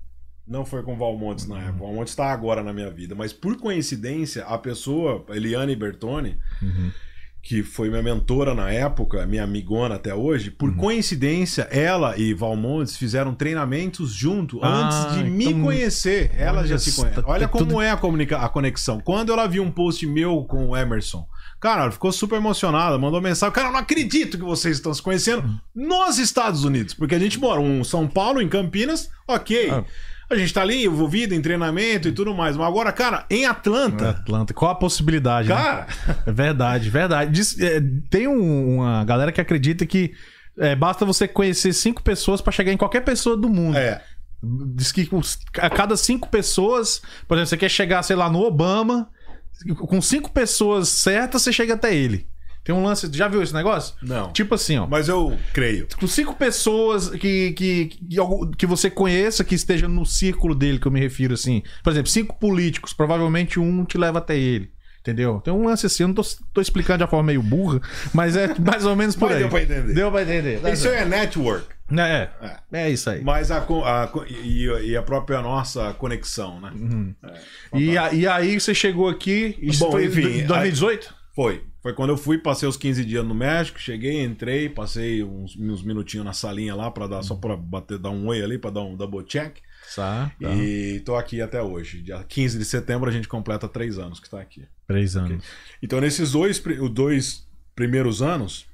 Não foi com o Valmontes na época. O Valmontes está agora na minha vida. Mas por coincidência, a pessoa, Eliane Bertoni, uhum. que foi minha mentora na época, minha amigona até hoje, por uhum. coincidência, ela e Valmontes fizeram treinamentos junto ah, antes de me então... conhecer. Ela Olha, já se conhece. tá, Olha tá como tudo... é a, comunica... a conexão. Quando ela viu um post meu com o Emerson, cara, ela ficou super emocionada, mandou mensagem. Cara, eu não acredito que vocês estão se conhecendo nos Estados Unidos. Porque a gente mora em São Paulo, em Campinas, ok. Ah. A gente tá ali envolvido em treinamento e tudo mais. Mas agora, cara, em Atlanta... Atlanta. Qual a possibilidade, cara... Né? É verdade, verdade. Diz, é, tem um, uma galera que acredita que é, basta você conhecer cinco pessoas pra chegar em qualquer pessoa do mundo. É. Diz que a cada cinco pessoas... Por exemplo, você quer chegar, sei lá, no Obama... Com cinco pessoas certas, você chega até ele. Tem um lance... Já viu esse negócio? Não. Tipo assim, ó. Mas eu creio. Com cinco pessoas que, que, que, que você conheça, que esteja no círculo dele, que eu me refiro assim. Por exemplo, cinco políticos. Provavelmente um te leva até ele. Entendeu? Tem um lance assim, eu não tô, tô explicando de uma forma meio burra, mas é mais ou menos por mas aí. Deu pra entender. Deu pra entender. Isso é network. É, é, é isso aí. Mas a, a, e, e a própria nossa conexão, né? Uhum. É, e, a, e aí você chegou aqui, isso Bom, foi enfim, em dois mil e dezoito? Aí, foi. Foi quando eu fui, passei os quinze dias no México, cheguei, entrei, passei uns, uns minutinhos na salinha lá para dar uhum. só para bater, dar um oi ali, para dar um double check. Tá, tá. E tô aqui até hoje. Dia quinze de setembro a gente completa três anos que tá aqui. Três anos. Okay. Então nesses dois, os dois primeiros anos,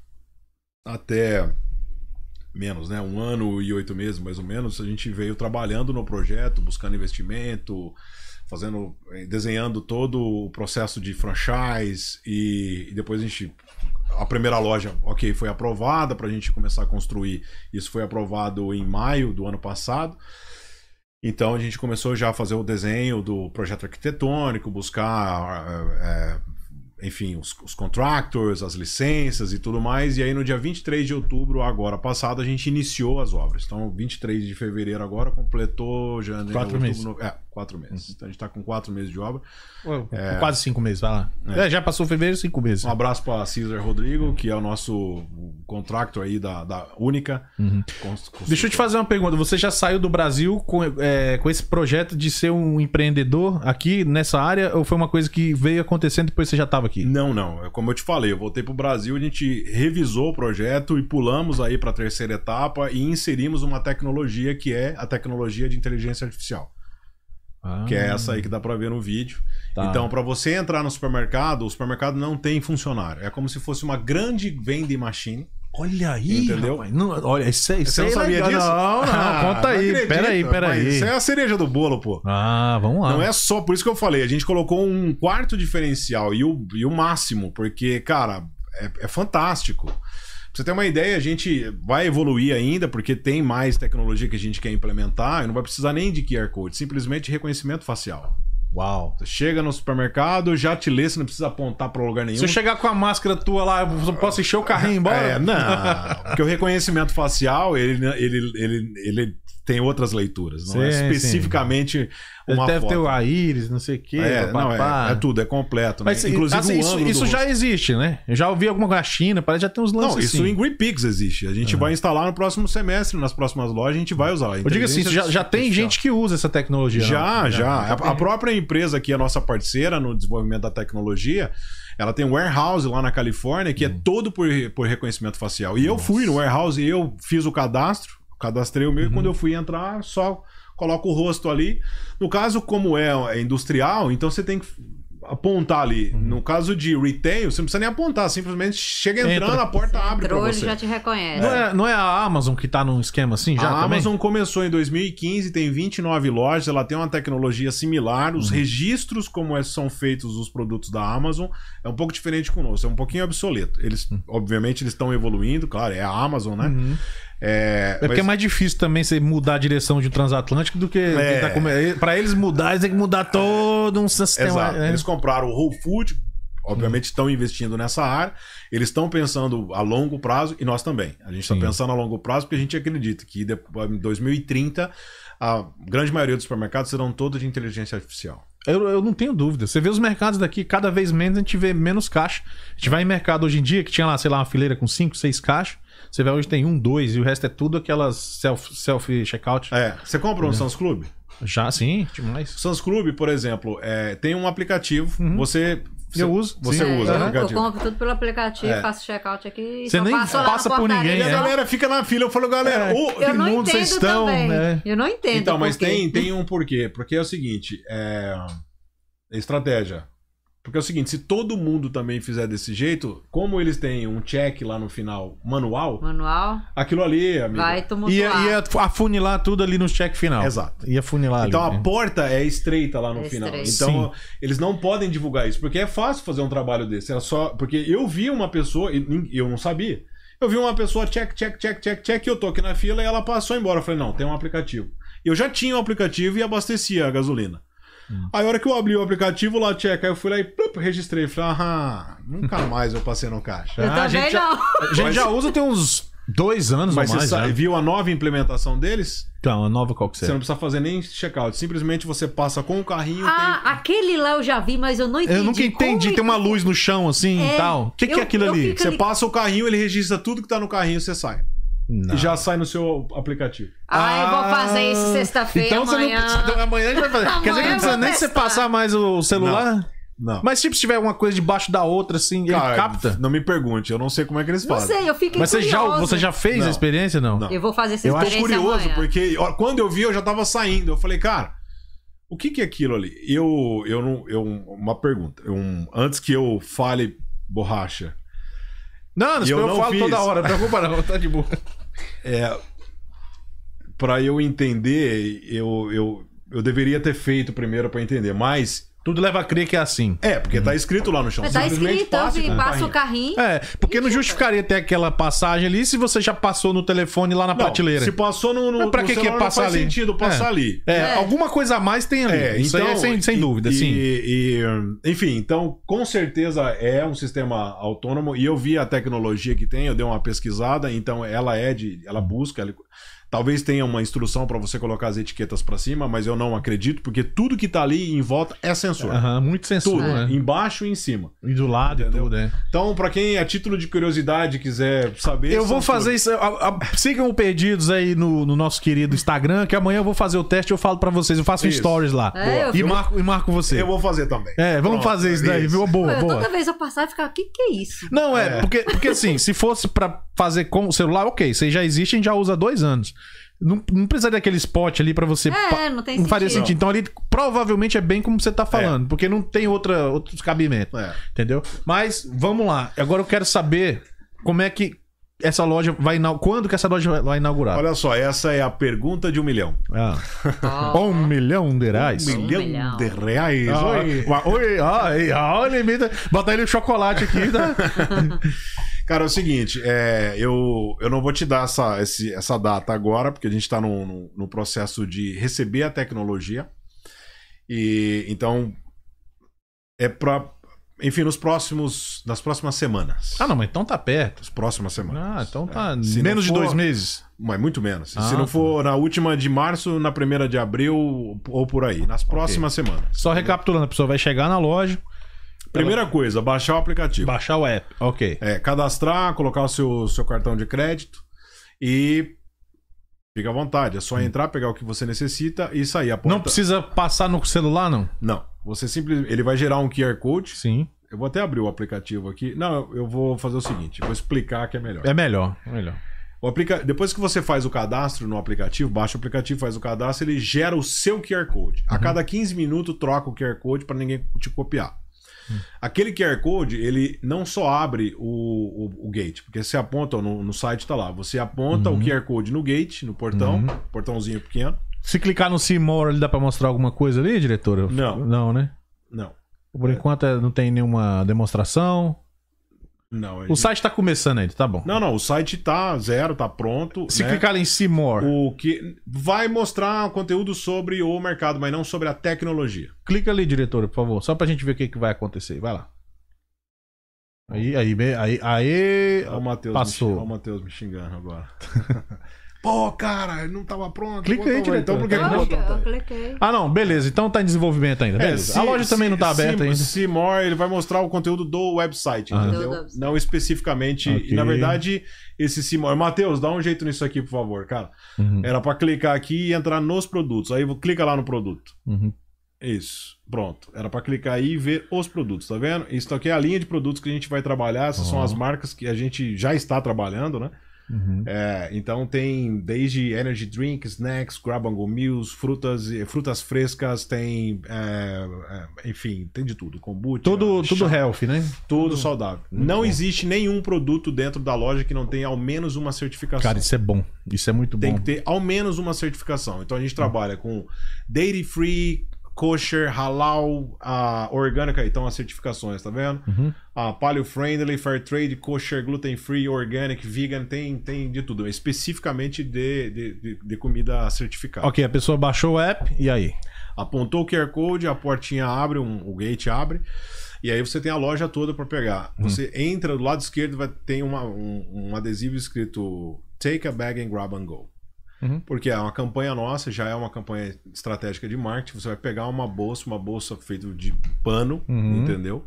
até menos, né? Um ano e oito meses mais ou menos, a gente veio trabalhando no projeto, buscando investimento, fazendo, desenhando todo o processo de franchise e, e depois a gente... A primeira loja, ok, foi aprovada para a gente começar a construir. Isso foi aprovado em maio do ano passado. Então a gente começou já a fazer o desenho do projeto arquitetônico, buscar, é, enfim, os, os contractors, as licenças e tudo mais. E aí no dia vinte e três de outubro, agora passado, a gente iniciou as obras. Então vinte e três de fevereiro agora completou janeiro, quatro outubro, meses. No... É, Quatro meses. Então a gente tá com quatro meses de obra. Ué, é... Quase cinco meses, vai lá. É. É, já passou fevereiro, cinco meses. Um abraço para César Rodrigo, que é o nosso contractor aí da, da Única. Uhum. Deixa eu te fazer uma pergunta. Você já saiu do Brasil com, é, com esse projeto de ser um empreendedor aqui nessa área, ou foi uma coisa que veio acontecendo e depois você já estava aqui? Não, não. Como eu te falei, eu voltei pro Brasil, a gente revisou o projeto e pulamos aí para a terceira etapa e inserimos uma tecnologia que é a tecnologia de inteligência artificial. Ah. Que é essa aí que dá pra ver no vídeo. Tá. Então, pra você entrar no supermercado, o supermercado não tem funcionário. É como se fosse uma grande vending machine. Olha aí, entendeu? Rapaz. Não, olha, isso, isso você não sabia legal. disso? Não, não, ah, conta aí. Peraí, peraí. Isso é a cereja do bolo, pô. Ah, vamos lá. Não é só, por isso que eu falei, a gente colocou um quarto diferencial e o, e o máximo, porque, cara, é, é fantástico. Pra você ter uma ideia, a gente vai evoluir ainda, porque tem mais tecnologia que a gente quer implementar e não vai precisar nem de Q R Code, simplesmente reconhecimento facial. Uau. Você chega no supermercado, já te lê, você não precisa apontar pra lugar nenhum. Se eu chegar com a máscara tua lá, eu posso encher o carrinho embora? É, não. Porque o reconhecimento facial, ele, ele, ele, ele tem outras leituras, não sim, é especificamente sim. uma deve foto. ter o a íris, não sei o quê. É, não, é, é tudo, é completo. Né? Mas, inclusive assim, o ângulo isso, isso já existe, né? Eu já ouvi alguma coisa na China, parece que já tem uns lances Não, isso assim. em GreenPix existe. A gente uhum. vai instalar no próximo semestre, nas próximas lojas, a gente vai usar. Eu digo assim, já, já tem gente que usa essa tecnologia. Já, não? já. já. já a, a própria empresa que é nossa parceira no desenvolvimento da tecnologia, ela tem um warehouse lá na Califórnia que hum. é todo por, por reconhecimento facial. E Nossa. eu fui no warehouse e eu fiz o cadastro, cadastrei o meu uhum. e quando eu fui entrar, só coloco o rosto ali. No caso, como é industrial, então você tem que apontar ali. Uhum. No caso de retail, você não precisa nem apontar, simplesmente chega entrando, Entra. a porta abre Entrou, pra você. Ele já te reconhece. Não é, não é a Amazon que tá num esquema assim já A também? Amazon começou em dois mil e quinze, tem vinte e nove lojas, ela tem uma tecnologia similar, os uhum. registros como é, são feitos os produtos da Amazon é um pouco diferente conosco, é um pouquinho obsoleto. Eles, uhum. obviamente, eles estão evoluindo, claro, é a Amazon, né? Uhum. É, é porque mas... é mais difícil também você mudar a direção de um transatlântico do que é. tá com... Pra eles mudar, eles têm que mudar todo um sistema. Exato. Né? Eles compraram o Whole Food, obviamente hum. estão investindo nessa área, eles estão pensando a longo prazo e nós também. A gente está pensando a longo prazo porque a gente acredita que em dois mil e trinta a grande maioria dos supermercados serão todos de inteligência artificial. Eu, eu não tenho dúvida. Você vê os mercados daqui, cada vez menos a gente vê menos caixa. A gente vai em mercado hoje em dia que tinha lá, sei lá, uma fileira com cinco, seis caixas. Você vê hoje tem um, dois e o resto é tudo aquelas self, self-checkout. É. Você compra um é. Sam's Club? Já, sim, demais. Sam's Club, por exemplo, é, tem um aplicativo, uhum. você... Você, eu uso. Você sim. usa é, o aplicativo. Eu compro tudo pelo aplicativo, é. faço check-out aqui e você nem passa por ninguém. E a galera fica na fila. Eu falo, galera, é. oh, eu que não mundo vocês estão? Né? Eu não entendo. Então, mas tem, tem um porquê. Porque é o seguinte, é... estratégia. Porque é o seguinte, se todo mundo também fizer desse jeito, como eles têm um check lá no final manual, manual aquilo ali, amigo, vai tumultuar. Ia, ia afunilar tudo ali no check final. Exato. Ia afunilar então ali. a porta é estreita lá no é final. Estreito. Então Sim. eles não podem divulgar isso, porque é fácil fazer um trabalho desse. Era só porque eu vi uma pessoa, e eu não sabia. Eu vi uma pessoa check, check, check, check, check, e eu tô aqui na fila e ela passou embora. Eu falei, não, tem um aplicativo. Eu já tinha um aplicativo e abastecia a gasolina. Hum. Aí a hora que eu abri o aplicativo lá, check, aí eu fui lá e plup, registrei. Falei, ah, nunca mais eu passei no caixa. Eu ah, também a gente não. Já, a gente já usa tem uns dois anos mas ou mais. Mas você sabe, viu a nova implementação deles? Então, a nova qual que você é? não precisa fazer nem checkout. Simplesmente você passa com o carrinho. Ah, tem... aquele lá eu já vi, mas eu não entendi. Eu nunca entendi. Como... tem uma luz no chão assim é, e tal. O que, que é aquilo ali? Você ali... passa o carrinho, ele registra tudo que tá no carrinho e você sai. Não. E já sai no seu aplicativo. Ah, ah eu vou fazer isso sexta-feira. Então amanhã. Você não, então amanhã a gente vai fazer. Amanhã Quer dizer que não precisa nem você passar mais o celular? Não. Não. Mas tipo, se tiver alguma coisa debaixo da outra, assim, Cara, ele capta? Não me pergunte, eu não sei como é que eles fazem. Não sei, eu fiquei Mas você já, curioso. você já fez não. a experiência, não? não? Eu vou fazer essa eu experiência acho curioso, amanhã. porque ó, quando eu vi, eu já tava saindo. Eu falei, cara, o que que é aquilo ali? Eu, eu não... Eu, uma pergunta. Eu, antes que eu fale borracha... Não, não, eu, eu não falo fiz. toda hora, não preocupa não, tá de boa. É... Pra eu entender, eu, eu, eu deveria ter feito primeiro pra entender, mas... Tudo leva a crer que é assim. É, porque uhum. tá escrito lá no chão. Mas tá escrito, passa, com passa o carrinho. É, porque não justificaria ter aquela passagem ali se você já passou no telefone lá na não, prateleira. Se passou no, no, pra que no que é passar não faz ali? sentido passar é. ali. É, é, alguma coisa a mais tem ali. É, Isso então, aí é sem, sem e, dúvida, e, sim. E, enfim, então, com certeza é um sistema autônomo e eu vi a tecnologia que tem, eu dei uma pesquisada, então ela é de... Ela busca... Ela, Talvez tenha uma instrução para você colocar as etiquetas para cima, mas eu não acredito, porque tudo que tá ali em volta é sensor. Aham, muito sensor, Tudo, né? embaixo e em cima. E do lado Entendeu? e tudo, é. Então, para quem a título de curiosidade quiser saber... Eu vou são fazer todos. isso. a- a- sigam o Perdidos aí no, no nosso querido Instagram, que amanhã eu vou fazer o teste e eu falo pra vocês. Eu faço um Isso. stories lá. É, eu e, vi. marco, e marco você. Eu vou fazer também. É, vamos Pronto, fazer isso daí, viu? Boa, Eu, boa. toda vez eu passava e ficava, o que, que é isso? Não, é, É. Porque, porque assim, se fosse pra fazer com o celular, ok, você já existe, a gente já usa há dois anos. Não, não precisa daquele spot ali pra você. É, pa- não tem Não faria sentido. sentido. Então ali provavelmente é bem como você tá falando, porque não tem outra, outros cabimentos. É. Entendeu? Mas vamos lá. Agora eu quero saber como é que essa loja vai inaugurar. Quando que essa loja vai inaugurar? Olha só, essa é a pergunta de um milhão. Ah. Ó, Um milhão de reais. Um milhão, milhão. de reais. Ah, Oi. oi, ai, olha, imita- bota ele o chocolate aqui, tá? Cara, é o seguinte, é, eu, eu não vou te dar essa, esse- essa data agora, porque a gente está no, no, no processo de receber a tecnologia. E então é para, enfim, nos próximos, nas próximas semanas. Ah, não, mas então tá perto. Nas próximas semanas. Ah, então tá É, se menos não de for- dois meses. Mas muito menos. Ah, se não tá. for na última de março, na primeira de abril ou por aí. Nas próximas semanas. Só recapitulando, a pessoa vai chegar na loja, Primeira coisa, baixar o aplicativo. baixar o app. Ok. É, cadastrar, colocar o seu, seu cartão de crédito e fica à vontade. É só entrar, pegar o que você necessita e sair. A porta... Não precisa passar no celular, não? Não. Você simplesmente... Ele vai gerar um Q R Code. Sim. Eu vou até abrir o aplicativo aqui. Não, eu vou fazer o seguinte. Eu vou explicar que é melhor. É melhor, é melhor. O aplica... Depois que você faz o cadastro no aplicativo, baixa o aplicativo, faz o cadastro, ele gera o seu Q R Code. A cada quinze minutos troca o Q R Code para ninguém te copiar. Aquele Q R Code, ele não só abre o, o, o gate, porque você aponta, no, no site tá lá, você aponta o Q R Code no gate, no portão, portãozinho pequeno. Se clicar no See More, ele dá pra mostrar alguma coisa ali, diretor? Não. Não, né? Não, Por enquanto é, não tem nenhuma demonstração. não. O site tá começando ainda, tá bom. Não, não, o site tá zero, tá pronto. Se né? clicar ali em See More, O que vai mostrar conteúdo sobre o mercado, mas não sobre a tecnologia. clica ali, diretor, por favor, só pra gente ver o que, que vai acontecer. Vai lá. Aí, aí, aí, aí, aí Olha o Matheus passou. me, olha o Matheus me xingando agora. Pô, cara, não tava pronto. Clica botou- aí, diretor. Então por que eu, que botou? eu cliquei. Ah, não, beleza. Então tá em desenvolvimento ainda. É, Beleza. se- a loja se- também não tá aberta se, ainda. Se more, ele vai mostrar o conteúdo do website, Ah. entendeu? Do website. Não especificamente. Ok. E na verdade, esse Simor. Matheus, dá um jeito nisso aqui, por favor, cara. Uhum, Era pra clicar aqui e entrar nos produtos. Aí clica lá no produto. uhum. Isso, pronto. Era pra clicar aí e ver os produtos, tá vendo? Isso aqui é a linha de produtos que a gente vai trabalhar. Essas Ó. são as marcas que a gente já está trabalhando, né? Uhum. É, então tem desde energy drink, snacks, grab and go meals, frutas, e- frutas frescas, tem, é, é, enfim, tem de tudo. Kombucha, Tudo, chá, tudo healthy, né? tudo saudável. Muito Não bom. existe nenhum produto dentro da loja que não tenha ao menos uma certificação. Cara, isso é bom. Isso é muito Tem bom. que ter ao menos uma certificação. Então a gente trabalha com dairy free, kosher, halal, a orgânica, então as certificações, tá vendo? Uhum. A paleo friendly, fair trade, kosher, gluten free, organic, vegan, tem, tem de tudo. Especificamente de, de, de, de comida certificada. Ok, a pessoa baixou o app, e aí? Apontou o Q R Code, a portinha abre, um, o gate abre. E aí você tem a loja toda para pegar. Você entra do lado esquerdo, vai ter uma, um, um adesivo escrito Take a bag and grab and go. Uhum. Porque é uma campanha nossa, já é uma campanha estratégica de marketing. Você vai pegar uma bolsa, uma bolsa feita de pano, Uhum. entendeu?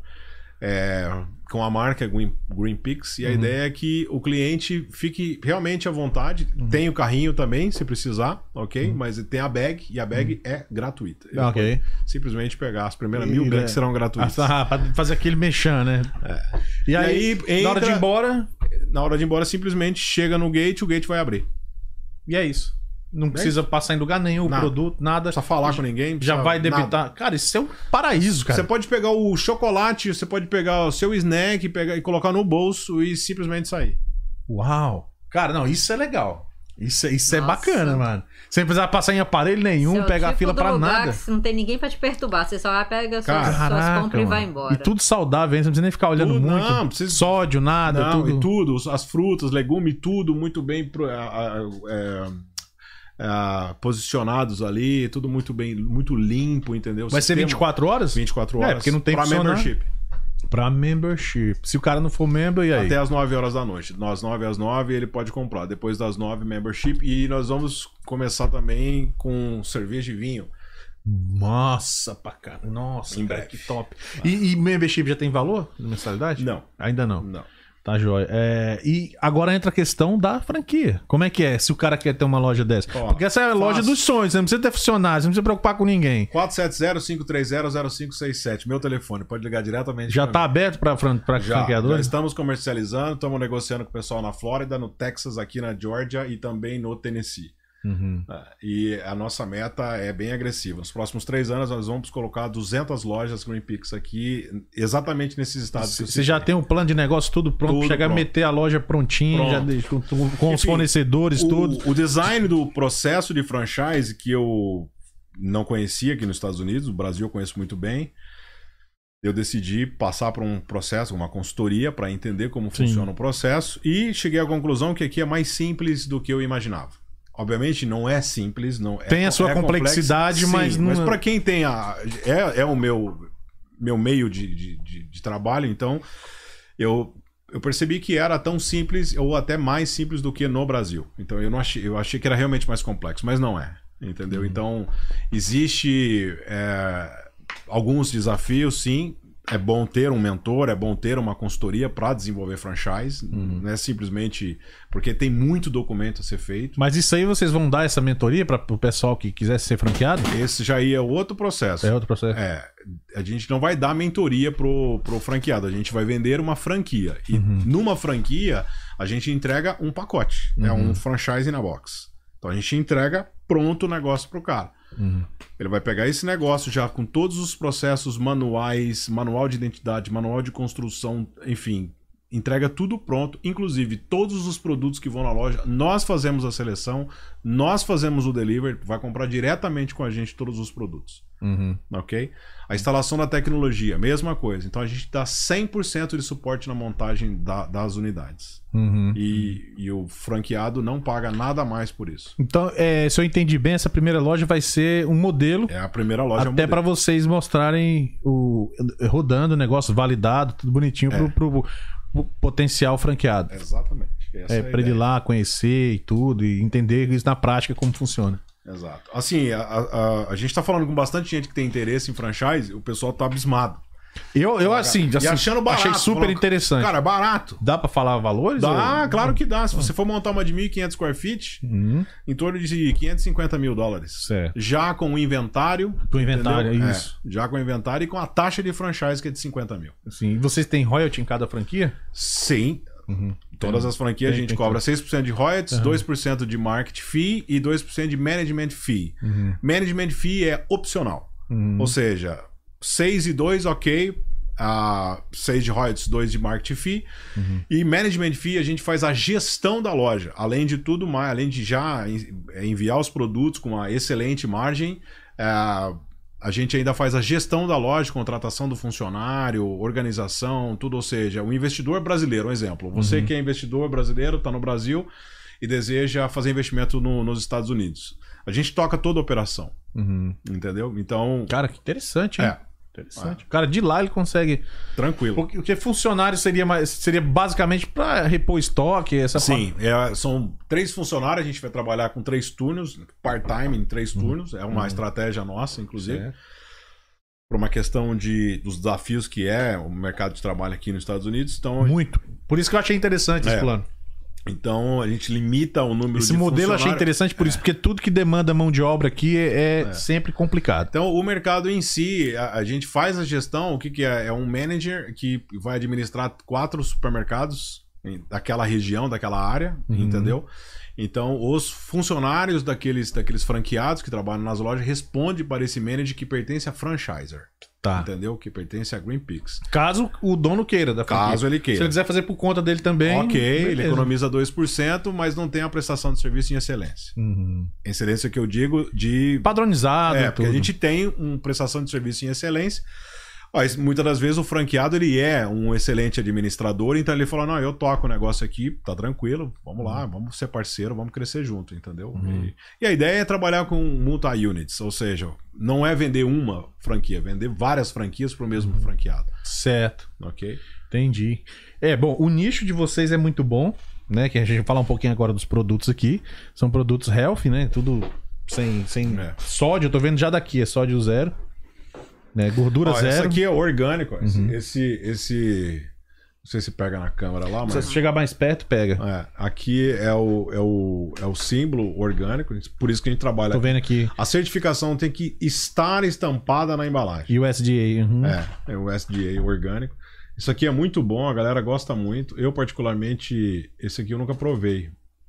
É, com a marca Green, Greenpeace. E a ideia é que o cliente fique realmente à vontade. Tem o carrinho também, se precisar, ok? Mas tem a bag e a bag é gratuita. Ele Ok. pode simplesmente pegar as primeiras E- mil e- bags serão gratuitas. Ah, pra fazer aquele mexão, né? E, E aí, aí na hora de ir entra- embora, Na hora de ir embora, simplesmente chega no gate, o gate vai abrir. e é isso. Não precisa passar em lugar nenhum o Nada. produto, nada. Não precisa falar com ninguém. não Já precisa vai nada. debitar. Cara, isso é um paraíso, cara. Você pode pegar o chocolate, você pode pegar o seu snack pegar, e colocar no bolso e simplesmente sair. Uau. Cara, não, isso é legal. Isso, é- isso é Nossa. bacana, mano. Sem precisar passar em aparelho nenhum, Esse é o pegar tipo fila do pra lugar nada. que não tem ninguém pra te perturbar. Você só vai pegar suas, suas Caraca, compras e vai mano. embora. E tudo saudável, hein? Você não precisa nem ficar olhando Tudo, muito. não, precisa- Sódio, nada, Não, tudo. e tudo, as frutas, legumes, tudo muito bem pro- a- a- é, é, posicionados ali, tudo muito bem, muito limpo, entendeu? Vai ser Sistema- vinte e quatro horas? vinte e quatro horas. É, porque não tem pra funcionar. membership. Pra membership. Se o cara não for member, e aí? Até as nove horas da noite. Das nove às nove ele pode comprar. Depois das nove, membership. E nós vamos começar também com cerveja e vinho. Nossa, pra caramba. Nossa, Em cara, breve. que top. E, e membership já tem valor de mensalidade? Não. Ainda não. Não. Tá jóia. É, e agora entra a questão da franquia. Como é que é? Se o cara quer ter uma loja dessa? Ó, Porque essa é a loja fácil. dos sonhos. Você não precisa ter funcionário, você não precisa se preocupar com ninguém. quatro sete zero, cinco três zero, zero cinco seis sete. Meu telefone. Pode ligar diretamente. Já pra tá mim. aberto pra, fran pra Já, franqueador? já estamos comercializando. Estamos negociando com o pessoal na Flórida, no Texas, aqui na Georgia e também no Tennessee. Uhum. E a nossa meta é bem agressiva. Nos próximos três anos nós vamos colocar duzentas lojas Green Peaks aqui, exatamente nesses estados. que eu Você já citei. tem um plano de negócio tudo pronto, Tudo chegar a pronto. meter a loja prontinha, Pronto. já deixa, com, com os Enfim, fornecedores, o, tudo. O design do processo de franchise que eu não conhecia aqui nos Estados Unidos, o Brasil eu conheço muito bem. Eu decidi passar por um processo, uma consultoria, para entender como Sim. funciona o processo e cheguei à conclusão que aqui é mais simples do que eu imaginava. Obviamente não é simples, não é, Tem a sua é complexidade, complexo, mas sim, não- mas para quem tem a é, é o meu meu meio de, de, de, de trabalho, então eu eu percebi que era tão simples ou até mais simples do que no Brasil. Então eu não achei, eu achei que era realmente mais complexo, mas não é, entendeu? Uhum. Então existe é, alguns desafios, sim. É bom ter um mentor, é bom ter uma consultoria para desenvolver franchise. Uhum. Não é simplesmente porque tem muito documento a ser feito. Mas isso aí vocês vão dar essa mentoria para o pessoal que quisesse ser franqueado? Esse já ia outro processo. É outro processo. É, a gente não vai dar mentoria pro, pro franqueado, a gente vai vender uma franquia. E Uhum. numa franquia, a gente entrega um pacote. É Uhum. um franchise na box. Então a gente entrega pronto o negócio pro cara. Uhum. Ele vai pegar esse negócio já com todos os processos manuais, manual de identidade, manual de construção, enfim, entrega tudo pronto, inclusive todos os produtos que vão na loja, nós fazemos a seleção, nós fazemos o delivery, vai comprar diretamente com a gente todos os produtos. Uhum. Ok? A instalação da tecnologia, mesma coisa. Então a gente dá cem por cento de suporte na montagem da- das unidades. Uhum. E, e o franqueado não paga nada mais por isso. Então, é, se eu entendi bem, essa primeira loja vai ser um modelo É a primeira loja. até para vocês mostrarem o rodando o negócio validado, tudo bonitinho É. pro, pro, pro potencial franqueado. Exatamente. Essa É, a para ele ir ideia. lá conhecer e tudo, e entender isso na prática como funciona. Exato. Assim, a, a, a gente tá falando com bastante gente que tem interesse em franchise, o pessoal tá abismado. Eu, eu assim, E assim achando barato. achei super falando, interessante. Cara, é barato. Dá pra falar valores? Dá, ou- claro que dá. Se você for montar uma de mil e quinhentos square feet, Uhum. em torno de quinhentos e cinquenta mil dólares. Certo. Já com o inventário. Com o inventário, entendeu? é isso. É, já com o inventário e com a taxa de franchise que é de cinquenta mil. Assim, e vocês têm royalty em cada franquia? Sim. Uhum. Todas as franquias tem- a gente tem cobra tudo. seis por cento de royalties, Uhum. dois por cento de market fee e dois por cento de management fee. Uhum. Management fee é opcional. Uhum. Ou seja, seis e dois, ok. Uh, seis de royalties, dois de market fee. Uhum. E management fee a gente faz a gestão da loja. Além de tudo mais, além de já enviar os produtos com uma excelente margem, uh, a gente ainda faz a gestão da loja, contratação do funcionário, organização, tudo. Ou seja, o investidor brasileiro, um exemplo. Você Uhum. que é investidor brasileiro, está no Brasil e deseja fazer investimento no- nos Estados Unidos. A gente toca toda a operação, Uhum. entendeu? Então, Cara, que interessante, hein? é, Interessante. O cara de lá ele consegue. tranquilo. Porque, porque funcionário seria mais, seria basicamente para repor estoque, essa Sim, é, são três funcionários, a gente vai trabalhar com três turnos, part-time em três turnos, é uma Uhum. estratégia nossa, inclusive, Certo. por uma questão de, dos desafios que é o mercado de trabalho aqui nos Estados Unidos. Então, Muito. Por isso que eu achei interessante esse É. plano. então a gente limita o número Esse de modelo eu achei funcionários. interessante por isso, porque tudo que demanda mão de obra aqui é, é É. sempre complicado. Então, o mercado em si, a, a gente faz a gestão, o que, que é? É um manager que vai administrar quatro supermercados em- daquela região, daquela área, Uhum. entendeu? Então, os funcionários daqueles, daqueles franqueados que trabalham nas lojas respondem para esse manager que pertence a franchiser, Tá. entendeu? Que pertence a Green Peaks. Caso o dono queira da franquia. Caso ele Se queira. ele quiser fazer por conta dele também. Ok, ele beleza. economiza dois por cento, mas não tem a prestação de serviço em excelência. Uhum. Excelência que eu digo de Padronizado. É, porque tudo. a gente tem uma prestação de serviço em excelência, Mas muitas das vezes o franqueado ele é um excelente administrador, então ele fala, não, eu toco o negócio aqui, tá tranquilo, vamos lá, vamos ser parceiro, vamos crescer junto, entendeu? Uhum. E, e a ideia é trabalhar com multi-units, ou seja, não é vender uma franquia, é vender várias franquias para o mesmo franqueado. Certo. Ok? Entendi. É, bom, o nicho de vocês é muito bom, né? Que a gente vai falar um pouquinho agora dos produtos aqui. São produtos healthy, né? Tudo sem, sem É. sódio. Eu tô vendo já daqui, é sódio zero. Né? Gordura Ó, zero. esse aqui é orgânico, ó, esse, Uhum. esse, esse... Não sei se pega na câmera lá, Se mas... você chegar mais perto, pega. É, aqui é o, é, o, é o símbolo orgânico, por isso que a gente trabalha. Tô vendo aqui. A certificação tem que estar estampada na embalagem. U S D A. Uhum. É, é o S D A orgânico. Isso aqui é muito bom, a galera gosta muito. Eu, particularmente, esse aqui eu nunca provei.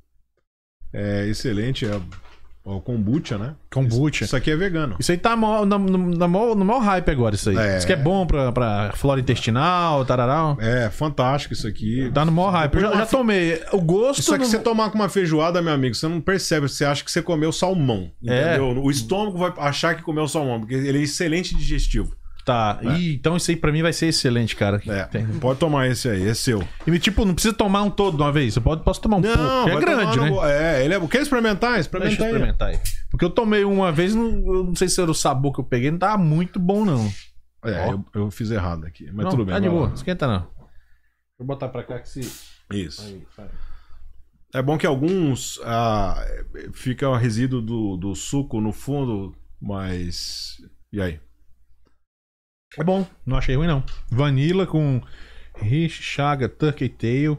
É excelente, é o kombucha, né? Kombucha. Isso, isso aqui é vegano. Isso aí tá mó- no, no, no, maior- no maior hype agora, isso aí. É. Isso que é bom pra, pra flora intestinal, tararau. É fantástico isso aqui. Tá no maior hype. Eu já, já tomei. O gosto... Isso aqui não- você tomar com uma feijoada, meu amigo, você não percebe, você acha que você comeu salmão, É. entendeu? O estômago vai achar que comeu salmão, porque ele é excelente digestivo. Tá. Ih, então isso aí pra mim vai ser excelente, cara. É, Tem- pode tomar esse aí, é seu. E tipo, não precisa tomar um todo de uma vez. Você pode, posso tomar um pouco. Não, que é vai grande, tomar né? no- É, ele é... Quer experimentar? Deixa Experimenta eu aí. experimentar aí. Porque eu tomei uma vez, não, eu não sei se era o sabor que eu peguei, não tava muito bom, não. É, Ó. eu, eu fiz errado aqui, mas não, tudo bem. Tá de vai lá. boa, esquenta não. Vou botar pra cá que se. Isso. Aí, vai. É bom que alguns ah, fica o resíduo do, do suco no fundo, mas... E aí? É bom, não achei ruim não. Vanilla com rich, chaga, turkey tail,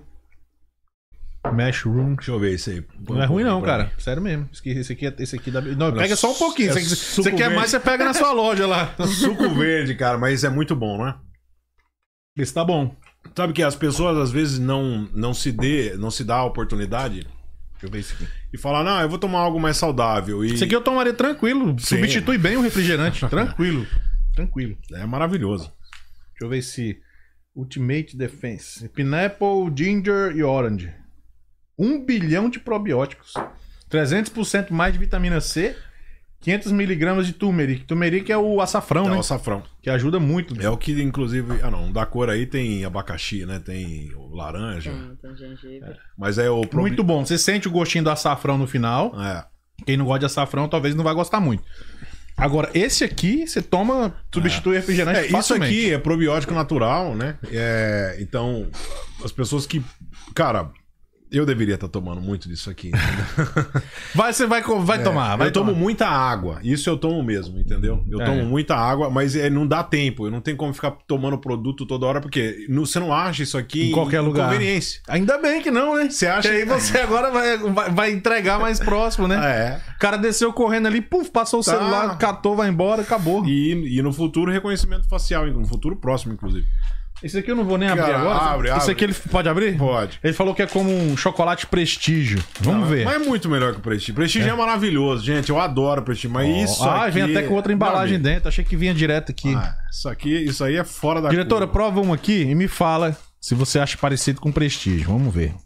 mushroom. Deixa eu ver esse aí. Não é ruim não, cara. Sério mesmo. Esse aqui, esse aqui, é- esse aqui dá... Não, Olha, pega só um pouquinho. é Se você- suco você quer verde. mais, você pega na sua loja lá. Suco verde, cara, mas é muito bom, não é? Esse tá bom. Sabe que as pessoas às vezes não, não se dê, não se dá a oportunidade Deixa eu ver esse aqui. e falar, não, eu vou tomar algo mais saudável. E Esse aqui eu tomaria tranquilo. Sim. Substitui bem o refrigerante. Tranquilo. Tranquilo. é maravilhoso. Deixa eu ver se... Ultimate Defense. Pineapple, ginger e orange. Um bilhão de probióticos. trezentos por cento mais de vitamina C. quinhentos miligramas de turmeric. Turmeric é o açafrão, É né? o açafrão. Que ajuda muito. É o que, inclusive... Ah, não. Da cor aí tem abacaxi, né? Tem o laranja. Tem, tem gengibre. Mas é o... probi- Muito bom. Você sente o gostinho do açafrão no final. É. Quem não gosta de açafrão talvez não vai gostar muito. Agora, esse aqui, você toma, substitui refrigerante É, isso facilmente. aqui é probiótico natural, né? É, então, as pessoas que... Cara, eu deveria estar tomando muito disso aqui. Vai, você vai, vai tomar. Vai eu tomo tomar. muita água. Isso eu tomo mesmo, entendeu? Eu É. tomo muita água, mas é, não dá tempo. Eu não tenho como ficar tomando produto toda hora, porque no- você não acha isso aqui Em qualquer lugar. conveniência. Ainda bem que não, né? Você acha Que aí você agora vai, vai, vai entregar mais próximo, né? É. O cara desceu correndo ali, puf, passou o Tá. celular, catou, vai embora, acabou. E, e no futuro, reconhecimento facial, no futuro próximo, inclusive. Esse aqui eu não vou nem abrir Cara, agora. abre, Esse abre. aqui ele pode abrir? Pode. Ele falou que é como um chocolate prestígio. Vamos Não, ver. Mas é muito melhor que o Prestige. Prestige é, maravilhoso, gente. Eu adoro Prestige, mas isso ah, aqui... vem até com outra embalagem Meu amigo, dentro. Achei que vinha direto aqui. ah, isso aqui, isso aí é fora da Diretora, curva. prova um aqui e me fala se você acha parecido com prestígio. Vamos ver.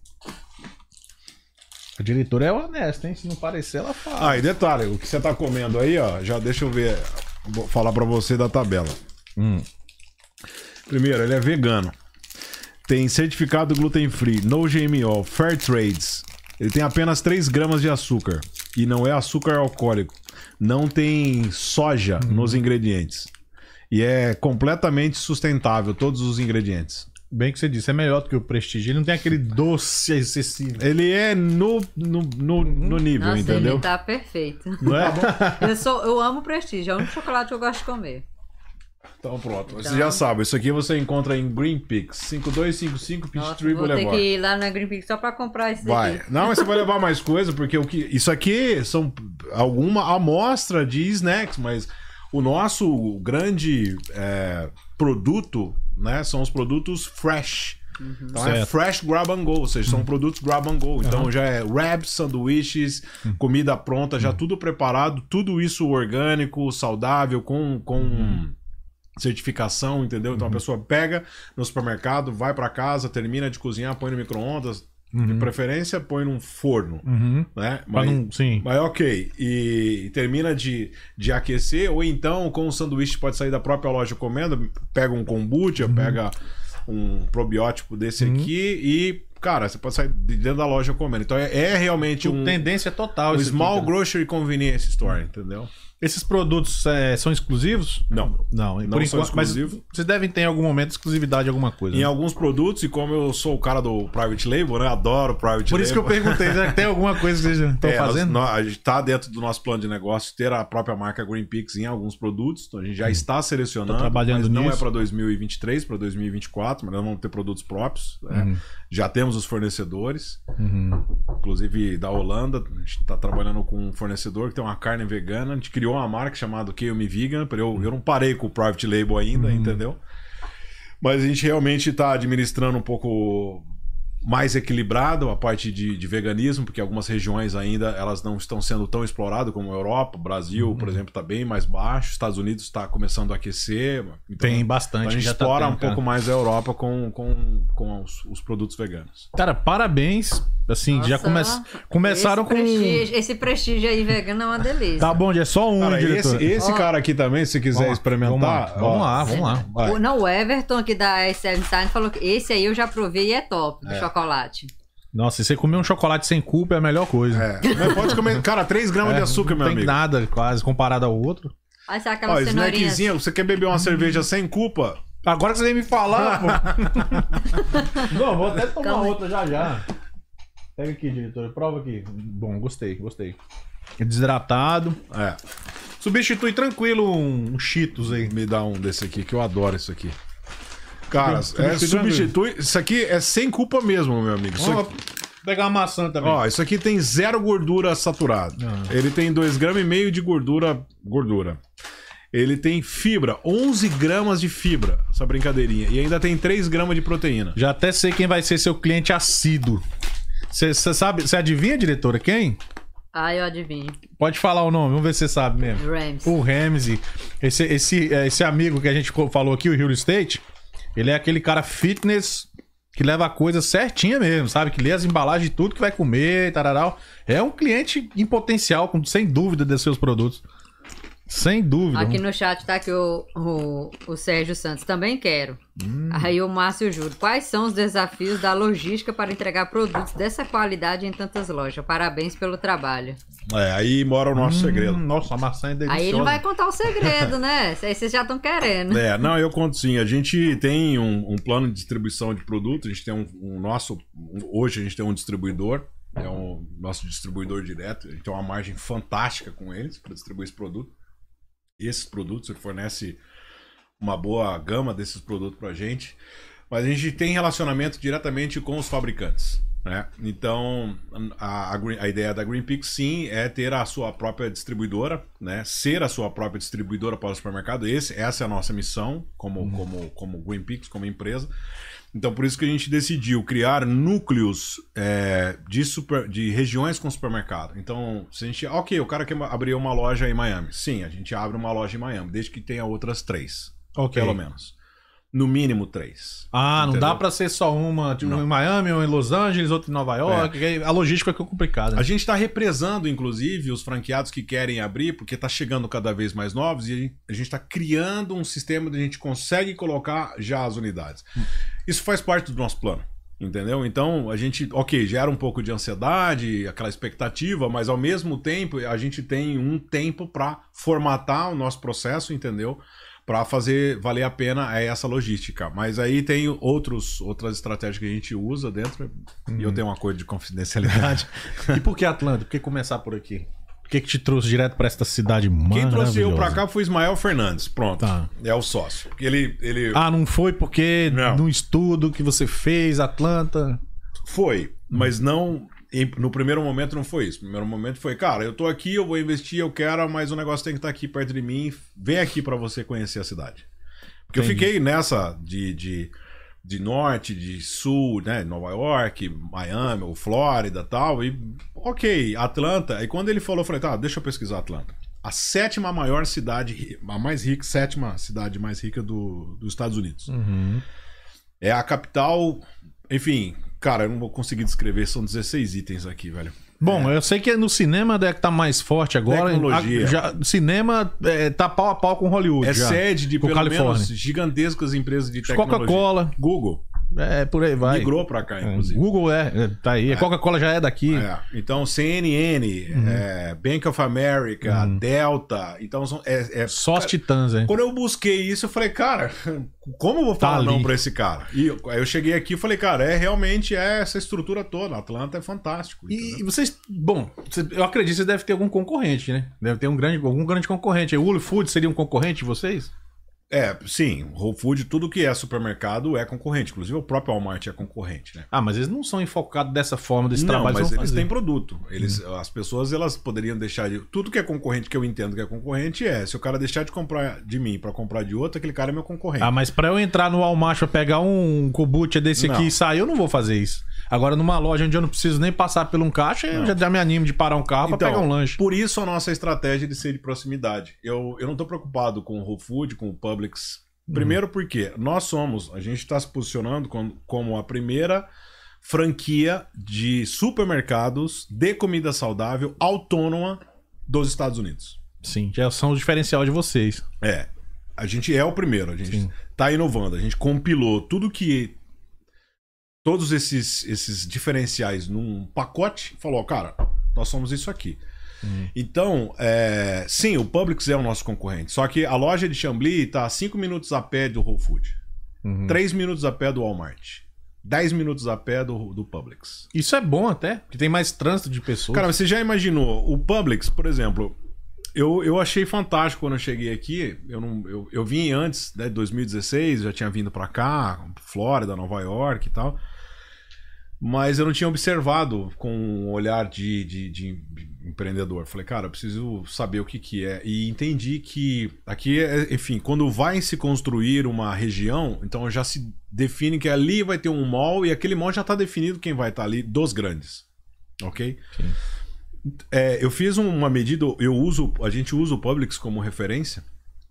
A diretora é honesta, hein? Se não parecer, ela fala. Ah, e detalhe, o que você tá comendo aí, ó, já deixa eu ver, vou falar pra você da tabela. Hum. Primeiro, ele é vegano. Tem certificado gluten free, no G M O, fair trades. Ele tem apenas três gramas de açúcar. E não é açúcar alcoólico. Não tem soja nos ingredientes. E é completamente sustentável, todos os ingredientes. Bem que você disse, é melhor do que o prestígio. Ele não tem aquele doce excessivo. Ele é no, no, no, no nível, Nossa, entendeu? ele tá perfeito. Não é? Eu, sou, eu amo prestígio, é o único chocolate que eu gosto de comer. Então pronto, você Então- já sabe, isso aqui você encontra em Green Peaks, cinco dois cinco cinco Nossa, Peachtree vou ter Boulevard. que ir lá na Green Peak só pra comprar esse Vai. daqui. Não, mas você vai levar mais coisa, porque o que isso aqui são alguma amostra de snacks, mas o nosso grande é, produto, né, são os produtos fresh. Então é Certo. fresh grab and go, ou seja, são produtos grab and go. Então já é wraps, sanduíches, comida pronta, já tudo preparado, tudo isso orgânico, saudável, com, com certificação, entendeu? Então a pessoa pega no supermercado, vai pra casa, termina de cozinhar, põe no micro-ondas, Uhum. De preferência, põe num forno. Uhum. Né? Mas, não, sim. mas ok. E, e termina de, de aquecer, ou então, com o sanduíche, pode sair da própria loja comendo, pega um kombucha, uhum. pega um probiótico desse uhum. aqui e, cara, você pode sair de dentro da loja comendo. Então é, é realmente um... Tendência total. Um small aqui, grocery convenience store, entendeu? Esses produtos é, são exclusivos? Não. Não, não por são enquanto, exclusivos. Mas vocês devem ter em algum momento exclusividade de alguma coisa. Em né? alguns produtos, e como eu sou o cara do private label, né? Adoro private label. Por isso que eu perguntei, né? Tem alguma coisa que vocês estão é, fazendo? Nós, a gente está dentro do nosso plano de negócio ter a própria marca Green Peaks em alguns produtos. Então a gente já hum. está selecionando, tá trabalhando mas não nisso. é para dois mil e vinte e três, para dois mil e vinte e quatro, mas nós vamos ter produtos próprios. Né? Uhum. Já temos os fornecedores, uhum. inclusive da Holanda. A gente está trabalhando com um fornecedor que tem uma carne vegana. A gente criou uma marca chamada Kill Me Vegan. Eu, eu não parei com o private label ainda, uhum. entendeu? Mas a gente realmente está administrando um pouco mais equilibrado a parte de, de veganismo, porque algumas regiões ainda elas não estão sendo tão exploradas como a Europa. O Brasil, uhum. por exemplo, está bem mais baixo. Estados Unidos está começando a aquecer. Então, tem bastante. Então a gente já explora tá tendo, um pouco cara. mais a Europa com, com, com os, os produtos veganos. Cara, parabéns. Assim, Nossa, já come... começaram esse com... Prestígio, esse prestígio aí vegano é uma delícia. Tá bom, é só um, cara, diretor. Esse, esse oh. cara aqui também, se quiser vamos experimentar... Vamos ó, lá, vamos lá. Vamos lá. O, não, o Everton aqui da S M Stein falou que esse aí eu já provei e é top, do é. chocolate. Nossa, se você comer um chocolate sem culpa é a melhor coisa. É. Mas pode comer, cara, três gramas é, de açúcar, meu amigo. Não amigo. tem nada, quase, comparado ao outro. Aí sai aquela Ó, cenourinha. snackzinho, você quer beber uma hum. cerveja sem culpa? Agora que você vem me falar, pô. Não, vou até tomar Calma. outra já já. Pega aqui, diretor, prova aqui. Bom, gostei, gostei. Desidratado. É. Substitui tranquilo um, um Cheetos aí. Me dá um desse aqui, que eu adoro isso aqui. Cara, é, substitui. Isso aqui é sem culpa mesmo, meu amigo. Isso aqui... pegar uma maçã também. Ó, isso aqui tem zero gordura saturada. Ah. Ele tem dois gramas e meio de gordura. Gordura. Ele tem fibra, onze gramas de fibra, essa brincadeirinha. E ainda tem três gramas de proteína. Já até sei quem vai ser seu cliente assíduo. Você sabe, você adivinha, diretora, quem? Ah, eu adivinho. Pode falar o nome, vamos ver se você sabe mesmo. Ramsey. O Ramsey. Esse, esse, esse amigo que a gente falou aqui, o Hill State, ele é aquele cara fitness que leva a coisa certinha mesmo, sabe? Que lê as embalagens de tudo que vai comer, tararau. É um cliente em potencial, sem dúvida, dos seus produtos. Sem dúvida. Aqui no chat tá aqui o, o, o Sérgio Santos. Também quero. Hum. Aí o Márcio Júlio. Quais são os desafios da logística para entregar produtos dessa qualidade em tantas lojas? Parabéns pelo trabalho. É, aí mora o nosso hum, segredo. Nossa, a maçã é deliciosa. Aí ele não vai contar o segredo, né? Aí vocês já estão querendo. É, não, eu conto sim. A gente tem um, um plano de distribuição de produtos. A gente tem um, um nosso... Um, hoje a gente tem um distribuidor. É o nosso distribuidor direto. A gente tem uma margem fantástica com eles para distribuir esse produto. Esses produtos, ele fornece uma boa gama desses produtos para a gente, mas a gente tem relacionamento diretamente com os fabricantes, né? Então, a, a, a ideia da Green Peaks, sim, é ter a sua própria distribuidora, né? Ser a sua própria distribuidora para o supermercado. Esse, essa é a nossa missão como, hum. como, como Green Peaks, como empresa. Então, por isso que a gente decidiu criar núcleos é, de, super, de regiões com supermercado. Então, se a gente... Ok, o cara quer abrir uma loja em Miami. Sim, a gente abre uma loja em Miami, desde que tenha outras três. Okay. Pelo menos. No mínimo três. Ah, não entendeu? Dá pra ser só uma, tipo, em Miami ou em Los Angeles, outra em Nova York. É. A logística é complicada. Né? A gente está represando, inclusive, os franqueados que querem abrir, porque está chegando cada vez mais novos e a gente está criando um sistema onde a gente consegue colocar já as unidades. Hum. Isso faz parte do nosso plano, entendeu? Então, a gente, ok, gera um pouco de ansiedade, aquela expectativa, mas ao mesmo tempo, a gente tem um tempo para formatar o nosso processo, entendeu? Para fazer valer a pena essa logística. Mas aí tem outros, outras estratégias que a gente usa dentro, hum. e eu tenho um acordo de confidencialidade. E por que Atlanta? Por que começar por aqui? O que, que te trouxe direto para esta cidade maravilhosa? Quem trouxe eu para cá foi Ismael Fernandes. Pronto. Tá. É o sócio. Ele, ele... Ah, não foi porque não. no estudo que você fez, Atlanta? Foi, mas hum. não... No primeiro momento não foi isso. No primeiro momento foi, cara, eu tô aqui, eu vou investir, eu quero, mas o negócio tem que estar aqui perto de mim. Vem aqui para você conhecer a cidade. Porque Entendi. eu fiquei nessa de, de, de norte, de sul, né? Nova York, Miami, ou Flórida e tal. E, ok, Atlanta. E quando ele falou, eu falei, tá, deixa eu pesquisar Atlanta. A sétima maior cidade, a mais rica, sétima cidade mais rica do, dos Estados Unidos. Uhum. É a capital, enfim... Cara, eu não vou conseguir descrever, são dezesseis itens aqui, velho. Bom, é. eu sei que no cinema deve estar mais forte agora. Tecnologia. A, já, cinema é, tá pau a pau com Hollywood. É já, sede de pelo Califórnia. menos gigantescas empresas de tecnologia. Coca-Cola. Google. É, por aí vai. Migrou pra cá, inclusive. Google é, é tá aí. É. A Coca-Cola já é daqui. É. Então, C N N, uhum. é, Bank of America, uhum. Delta. Então, são, é, é, só os titãs, hein? Quando eu busquei isso, eu falei, cara, como eu vou falar tá não pra esse cara? E eu, aí eu cheguei aqui e falei, cara, é realmente é essa estrutura toda. Atlanta é fantástico. E, e vocês, bom, eu acredito que você deve ter algum concorrente, né? Deve ter um grande, algum grande concorrente. O Whole Foods seria um concorrente de vocês? É, sim, Whole Foods, tudo que é supermercado é concorrente, inclusive o próprio Walmart é concorrente, né? Ah, mas eles não são enfocados dessa forma, desse não, trabalho. Mas eles fazer. têm produto. Eles, hum. As pessoas elas poderiam deixar de. Tudo que é concorrente, que eu entendo que é concorrente, é se o cara deixar de comprar de mim para comprar de outro, aquele cara é meu concorrente. Ah, mas para eu entrar no Walmart pra pegar um kombucha desse não. aqui e sair, eu não vou fazer isso. Agora, numa loja onde eu não preciso nem passar por um caixa, não. eu já, já me animo de parar um carro então, pra pegar um lanche. Por isso a nossa estratégia de ser de proximidade. Eu, eu não tô preocupado com o Whole Foods, com o Publix. Primeiro porque nós somos, a gente está se posicionando como, como a primeira franquia de supermercados de comida saudável autônoma dos Estados Unidos. Sim, já são o diferencial de vocês. É, a gente é o primeiro, a gente Sim. tá inovando, a gente compilou tudo que... Todos esses, esses diferenciais num pacote e falou, cara, nós somos isso aqui. Uhum. Então, é, sim, o Publix é o nosso concorrente. Só que a loja de Chambly está a cinco minutos a pé do Whole Foods, uhum. três minutos a pé do Walmart, dez minutos a pé do, do Publix. Isso é bom até, porque tem mais trânsito de pessoas. Cara, você já imaginou, o Publix, por exemplo, eu, eu achei fantástico quando eu cheguei aqui. Eu, não, eu, eu vim antes, né, de dois mil e dezesseis, já tinha vindo para cá, Flórida, Nova York e tal. Mas eu não tinha observado com um olhar de, de, de empreendedor. Falei, cara, eu preciso saber o que, que é. E entendi que aqui, enfim, quando vai se construir uma região, então já se define que ali vai ter um mall e aquele mall já está definido quem vai estar ali dos grandes. Ok? Sim. É, eu fiz uma medida, eu uso, a gente usa o Publix como referência.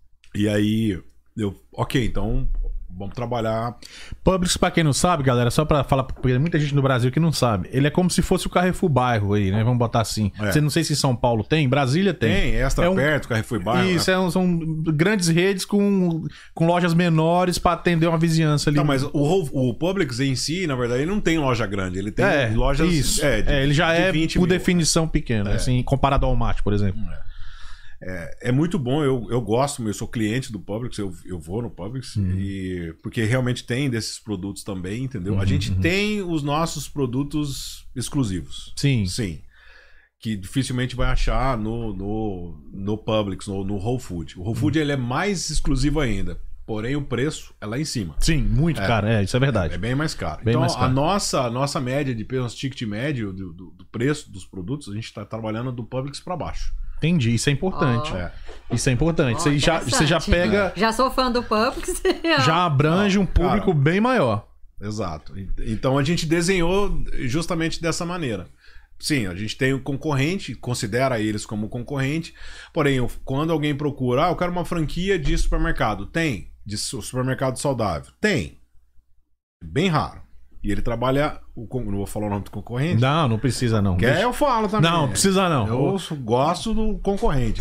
E aí, eu, ok, então... Vamos trabalhar. Publix, pra quem não sabe, galera, só pra falar, porque tem muita gente no Brasil que não sabe. Ele é como se fosse o Carrefour Bairro aí, né? Vamos botar assim. É. Você não sei se em São Paulo tem, Brasília tem. Tem, Extra é um... perto, Carrefour Bairro. Isso, né? é um, são grandes redes com, com lojas menores pra atender uma vizinhança ali. Não, mas o, o Publix em si, na verdade, ele não tem loja grande. Ele tem é, lojas. Isso. É, de, é, ele já é, por mil. definição, pequeno, é. assim, comparado ao Walmart, por exemplo. É. É, é muito bom, eu, eu gosto, eu sou cliente do Publix, eu, eu vou no Publix, uhum. e, porque realmente tem desses produtos também, entendeu? Uhum, a gente uhum. tem os nossos produtos exclusivos. Sim. Sim. Que dificilmente vai achar no, no, no Publix, no, no Whole Foods. O Whole Foods uhum. ele é mais exclusivo ainda, porém o preço é lá em cima. Sim, muito é, caro, é, isso é verdade. É, é bem mais caro. Bem então mais caro. A, nossa, a nossa média de nosso ticket médio do, do, do preço dos produtos, a gente está trabalhando do Publix para baixo. Entendi, isso é importante. Oh. É. Isso é importante. Oh, você, já, você já pega. Já sou fã do Publix. Já abrange um público Cara, bem maior. Exato. Então a gente desenhou justamente dessa maneira. Sim, a gente tem o concorrente, considera eles como concorrente. Porém, quando alguém procura, ah, eu quero uma franquia de supermercado. Tem. De supermercado saudável. Tem. Bem raro. E ele trabalha, não vou falar o nome do concorrente. Não, não precisa não. Quer, eu falo também. Não, precisa não. Eu gosto do concorrente.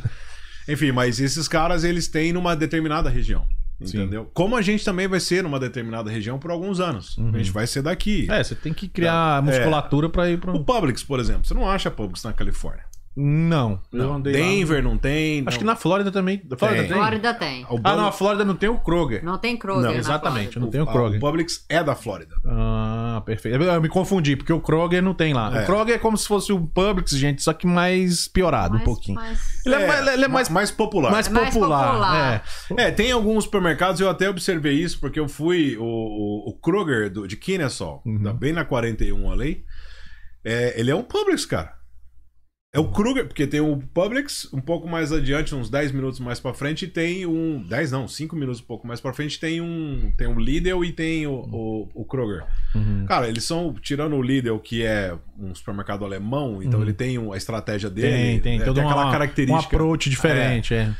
Enfim, mas esses caras, eles têm numa determinada região. Entendeu? Sim. Como a gente também vai ser numa determinada região por alguns anos. Uhum. A gente vai ser daqui. É, você tem que criar musculatura é. para ir para o Publix, por exemplo. Você não acha Publix na Califórnia? Não. não. Denver lá. Não tem. Acho não. que na Flórida também. Flórida tem. tem? Flórida tem. Ah, não, a Flórida não tem o Kroger. Não tem Kroger. Não, exatamente, não tem o o Kroger. O Publix é da Flórida. Ah, perfeito. Eu me confundi, porque o Kroger não tem lá. É. O Kroger é como se fosse o Publix, gente, só que mais piorado mais, um pouquinho. Mais... Ele, é, é, ele é mais, mais popular. Mais é mais popular. popular. É. é, tem alguns supermercados, eu até observei isso, porque eu fui, o, o, o Kroger do, de Kennesaw, uhum. bem na quarenta e um ali, é, ele é um Publix, cara. É o Kroger, porque tem o Publix, um pouco mais adiante, uns dez minutos mais pra frente, tem um... dez não, cinco minutos um pouco mais pra frente, tem um tem um Lidl e tem o, o, o Kroger. Uhum. Cara, eles são, tirando o Lidl, que é um supermercado alemão, então uhum. ele tem a estratégia dele. Tem, tem. É, toda tem aquela uma, característica. Um approach diferente, é. é.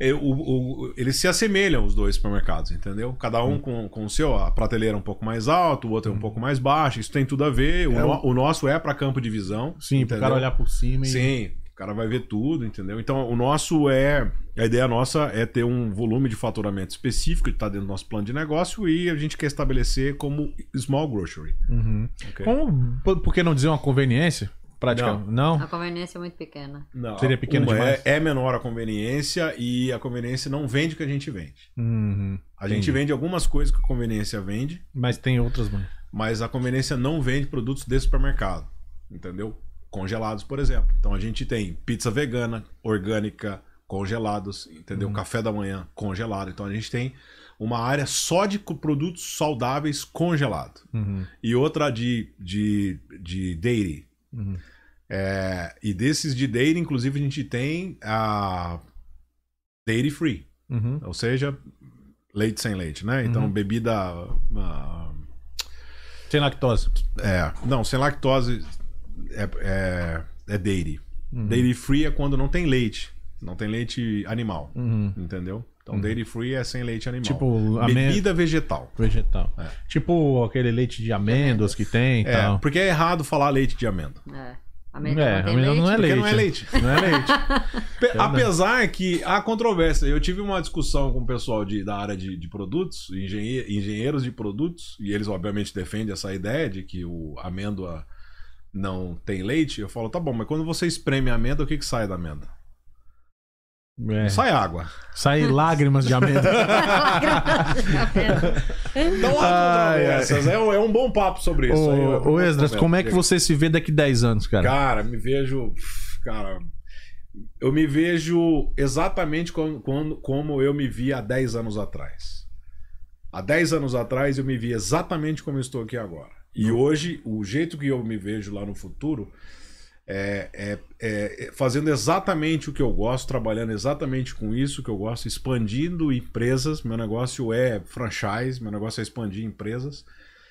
é, o, o, eles se assemelham, os dois supermercados, entendeu? Cada um hum. com, com o seu, a prateleira um pouco mais alta, o outro é um hum. pouco mais baixo, isso tem tudo a ver. O, é, no, o nosso é para campo de visão. Sim, para o cara olhar por cima. E... Sim, o cara vai ver tudo, entendeu? Então o nosso é, a ideia nossa é ter um volume de faturamento específico que está dentro do nosso plano de negócio e a gente quer estabelecer como small grocery. Uhum. Okay? Como, por que não dizer uma conveniência? Praticamente. Não. não? A conveniência é muito pequena. Não. Seria pequeno demais? É, é menor a conveniência e a conveniência não vende o que a gente vende. Uhum. A gente vende algumas coisas que a conveniência vende. Mas tem outras, mãe. Mas a conveniência não vende produtos de supermercado. Entendeu? Congelados, por exemplo. Então a gente tem pizza vegana, orgânica, congelados, entendeu? Uhum. Café da manhã congelado. Então a gente tem uma área só de produtos saudáveis congelado. Uhum. E outra de, de, de dairy. Uhum. É, e desses de dairy, inclusive, a gente tem a dairy free. Uhum. Ou seja, leite sem leite, né? Então, uhum. bebida... Uh, sem lactose. É, não, sem lactose é, é, é dairy. Uhum. Dairy free é quando não tem leite. Não tem leite animal. Uhum. Entendeu? Então, uhum. dairy free é sem leite animal. Tipo, bebida amê... vegetal. Vegetal. É. Tipo aquele leite de amêndoas que tem e é, tal. Porque é errado falar leite de amêndoa. É. Amêndoa é, não, amêndoa não é leite. Não é leite. Não é leite. Apesar que há controvérsia. Eu tive uma discussão com o pessoal de, da área de, de produtos, engenhe... engenheiros de produtos, e eles obviamente defendem essa ideia de que o amêndoa não tem leite. Eu falo, tá bom, mas quando você espreme a amêndoa, o que, que sai da amêndoa? É. Sai água. Sai lágrimas de amêndoa. Então há controvérsias. É, é um bom papo sobre isso. Ô, ô Esdras, como é que você se vê daqui dez anos, cara? Cara, me vejo... Cara, eu me vejo exatamente como, como, como eu me vi há dez anos atrás. Há dez anos atrás eu me vi exatamente como eu estou aqui agora. E hoje, o jeito que eu me vejo lá no futuro... É, é, é fazendo exatamente o que eu gosto, trabalhando exatamente com isso que eu gosto, expandindo empresas. Meu negócio é franchise, meu negócio é expandir empresas.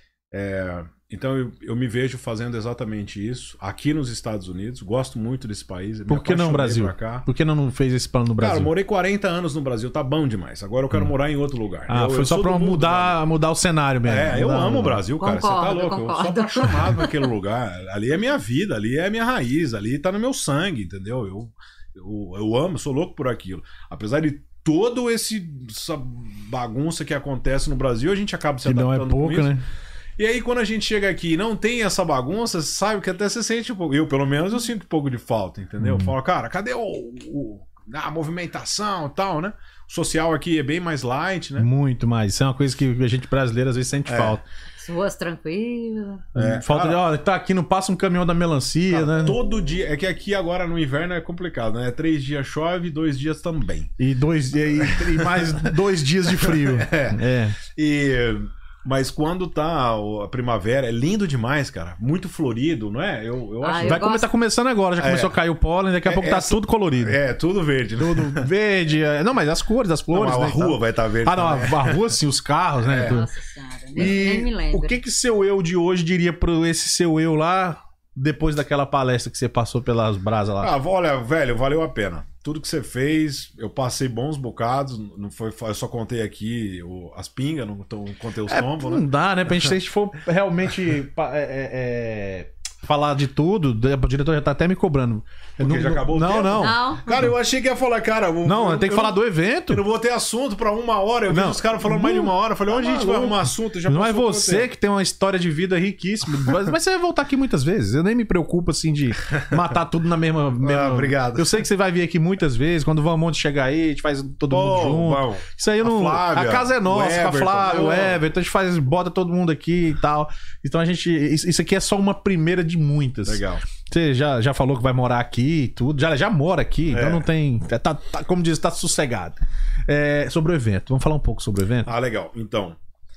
É, então eu, eu me vejo fazendo exatamente isso aqui nos Estados Unidos. Gosto muito desse país. Por que não no Brasil? Por que não fez esse plano no Brasil? Cara, eu morei quarenta anos no Brasil, tá bom demais. Agora eu quero hum. morar em outro lugar. Ah, eu, foi eu só pra mudar, mudar o cenário mesmo. É, eu mudar, amo o Brasil, cara. Concordo, Você tá louco? concordo. Eu sou apaixonado por aquele lugar. Ali é minha vida, ali é minha raiz, ali tá no meu sangue, entendeu? Eu, eu, eu amo, sou louco por aquilo. Apesar de todo esse essa bagunça que acontece no Brasil, a gente acaba se que adaptando não é pouco, com isso. Né? E aí, quando a gente chega aqui e não tem essa bagunça, você sabe que até você sente um pouco. Eu, pelo menos, eu sinto um pouco de falta, entendeu? Hum. Eu falo, cara, cadê o, o, a movimentação e tal, né? O social aqui é bem mais light, né? Muito mais. Isso é uma coisa que a gente brasileiro às vezes sente é. falta. As ruas tranquilas. É. Falta cara, de, ó, tá aqui, não passa um caminhão da melancia, cara, né? Todo dia. É que aqui agora no inverno é complicado, né? Três dias chove, dois dias também. E, dois, e, e mais dois dias de frio. É. é. E... Mas quando tá a primavera, é lindo demais, cara. Muito florido, não é? Eu, eu acho. Ah, eu Vai gosto... como tá começando agora, já começou é. a cair o pólen, daqui a é, pouco tá essa... tudo colorido. É, tudo verde. Né? Tudo verde. É... Não, mas as cores, as flores. Não, né, a rua tá... vai estar tá verde. Ah, não, também. A rua sim, os carros, né? É. Nossa senhora, nem, e nem me lembro. O que que seu eu de hoje diria pro esse seu eu lá, depois daquela palestra que você passou pelas brasas lá? Ah, olha, velho, valeu a pena. Tudo que você fez, eu passei bons bocados. Não foi, eu só contei aqui o, as pingas, não, não contei os é, tombos, né? Não dá, né? Pra gente, se a gente for realmente é, é, falar de tudo, o diretor já tá até me cobrando. Porque não, já acabou não, o tempo? Não, não. Cara, eu achei que ia falar, cara... Eu, não, eu, tem que eu falar não, do evento. Eu não vou ter assunto pra uma hora. Eu não. vejo os caras falando mais de uma hora. Eu falei, onde a gente vai arrumar assunto? Já não é você que tem uma história de vida riquíssima. Mas, mas você vai voltar aqui muitas vezes. Eu nem me preocupo, assim, de matar tudo na mesma... mesma... Ah, obrigado. Eu sei que você vai vir aqui muitas vezes. Quando o Valmonte chegar aí, a gente faz todo Pô, mundo junto. Bom. Isso aí não... A, Flávia, a casa é nossa, Everton, com a Flávia, o é. Everton. A gente faz, bota todo mundo aqui e tal. Então a gente... Isso aqui é só uma primeira de muitas. Legal. Você já, já falou que vai morar aqui e tudo. Já, já mora aqui, então é. não tem... Tá, tá, como diz, tá sossegado. É, sobre o evento. Vamos falar um pouco sobre o evento? Ah, legal. Então...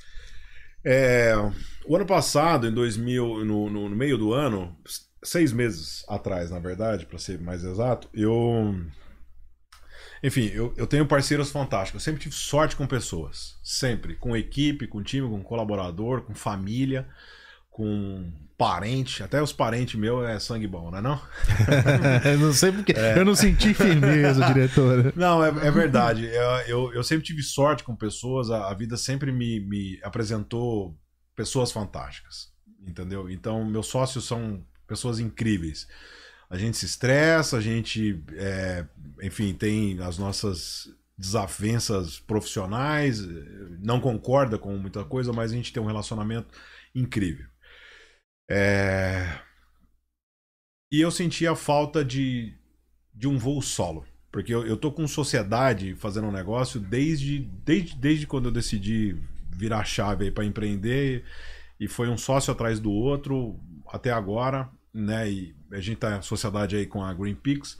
É, o ano passado, em dois mil, no, no, no meio do ano, seis meses atrás, na verdade, para ser mais exato, eu... Enfim, eu, eu tenho parceiros fantásticos. Eu sempre tive sorte com pessoas. Sempre. Com equipe, com time, com colaborador, com família... com parente, até os parentes meus é sangue bom, não é não? Eu não sei porque, é. eu não senti firmeza, diretora. Não, é, é verdade, eu, eu, eu sempre tive sorte com pessoas, a, a vida sempre me, me apresentou pessoas fantásticas, entendeu? Então, meus sócios são pessoas incríveis. A gente se estressa, a gente, é, enfim, tem as nossas desavenças profissionais, não concorda com muita coisa, mas a gente tem um relacionamento incrível. É... E eu senti a falta de, de um voo solo, porque eu, eu tô com sociedade fazendo um negócio desde, desde, desde quando eu decidi virar a chave para empreender, e foi um sócio atrás do outro até agora, né? E a gente tá em sociedade aí com a Green Peaks.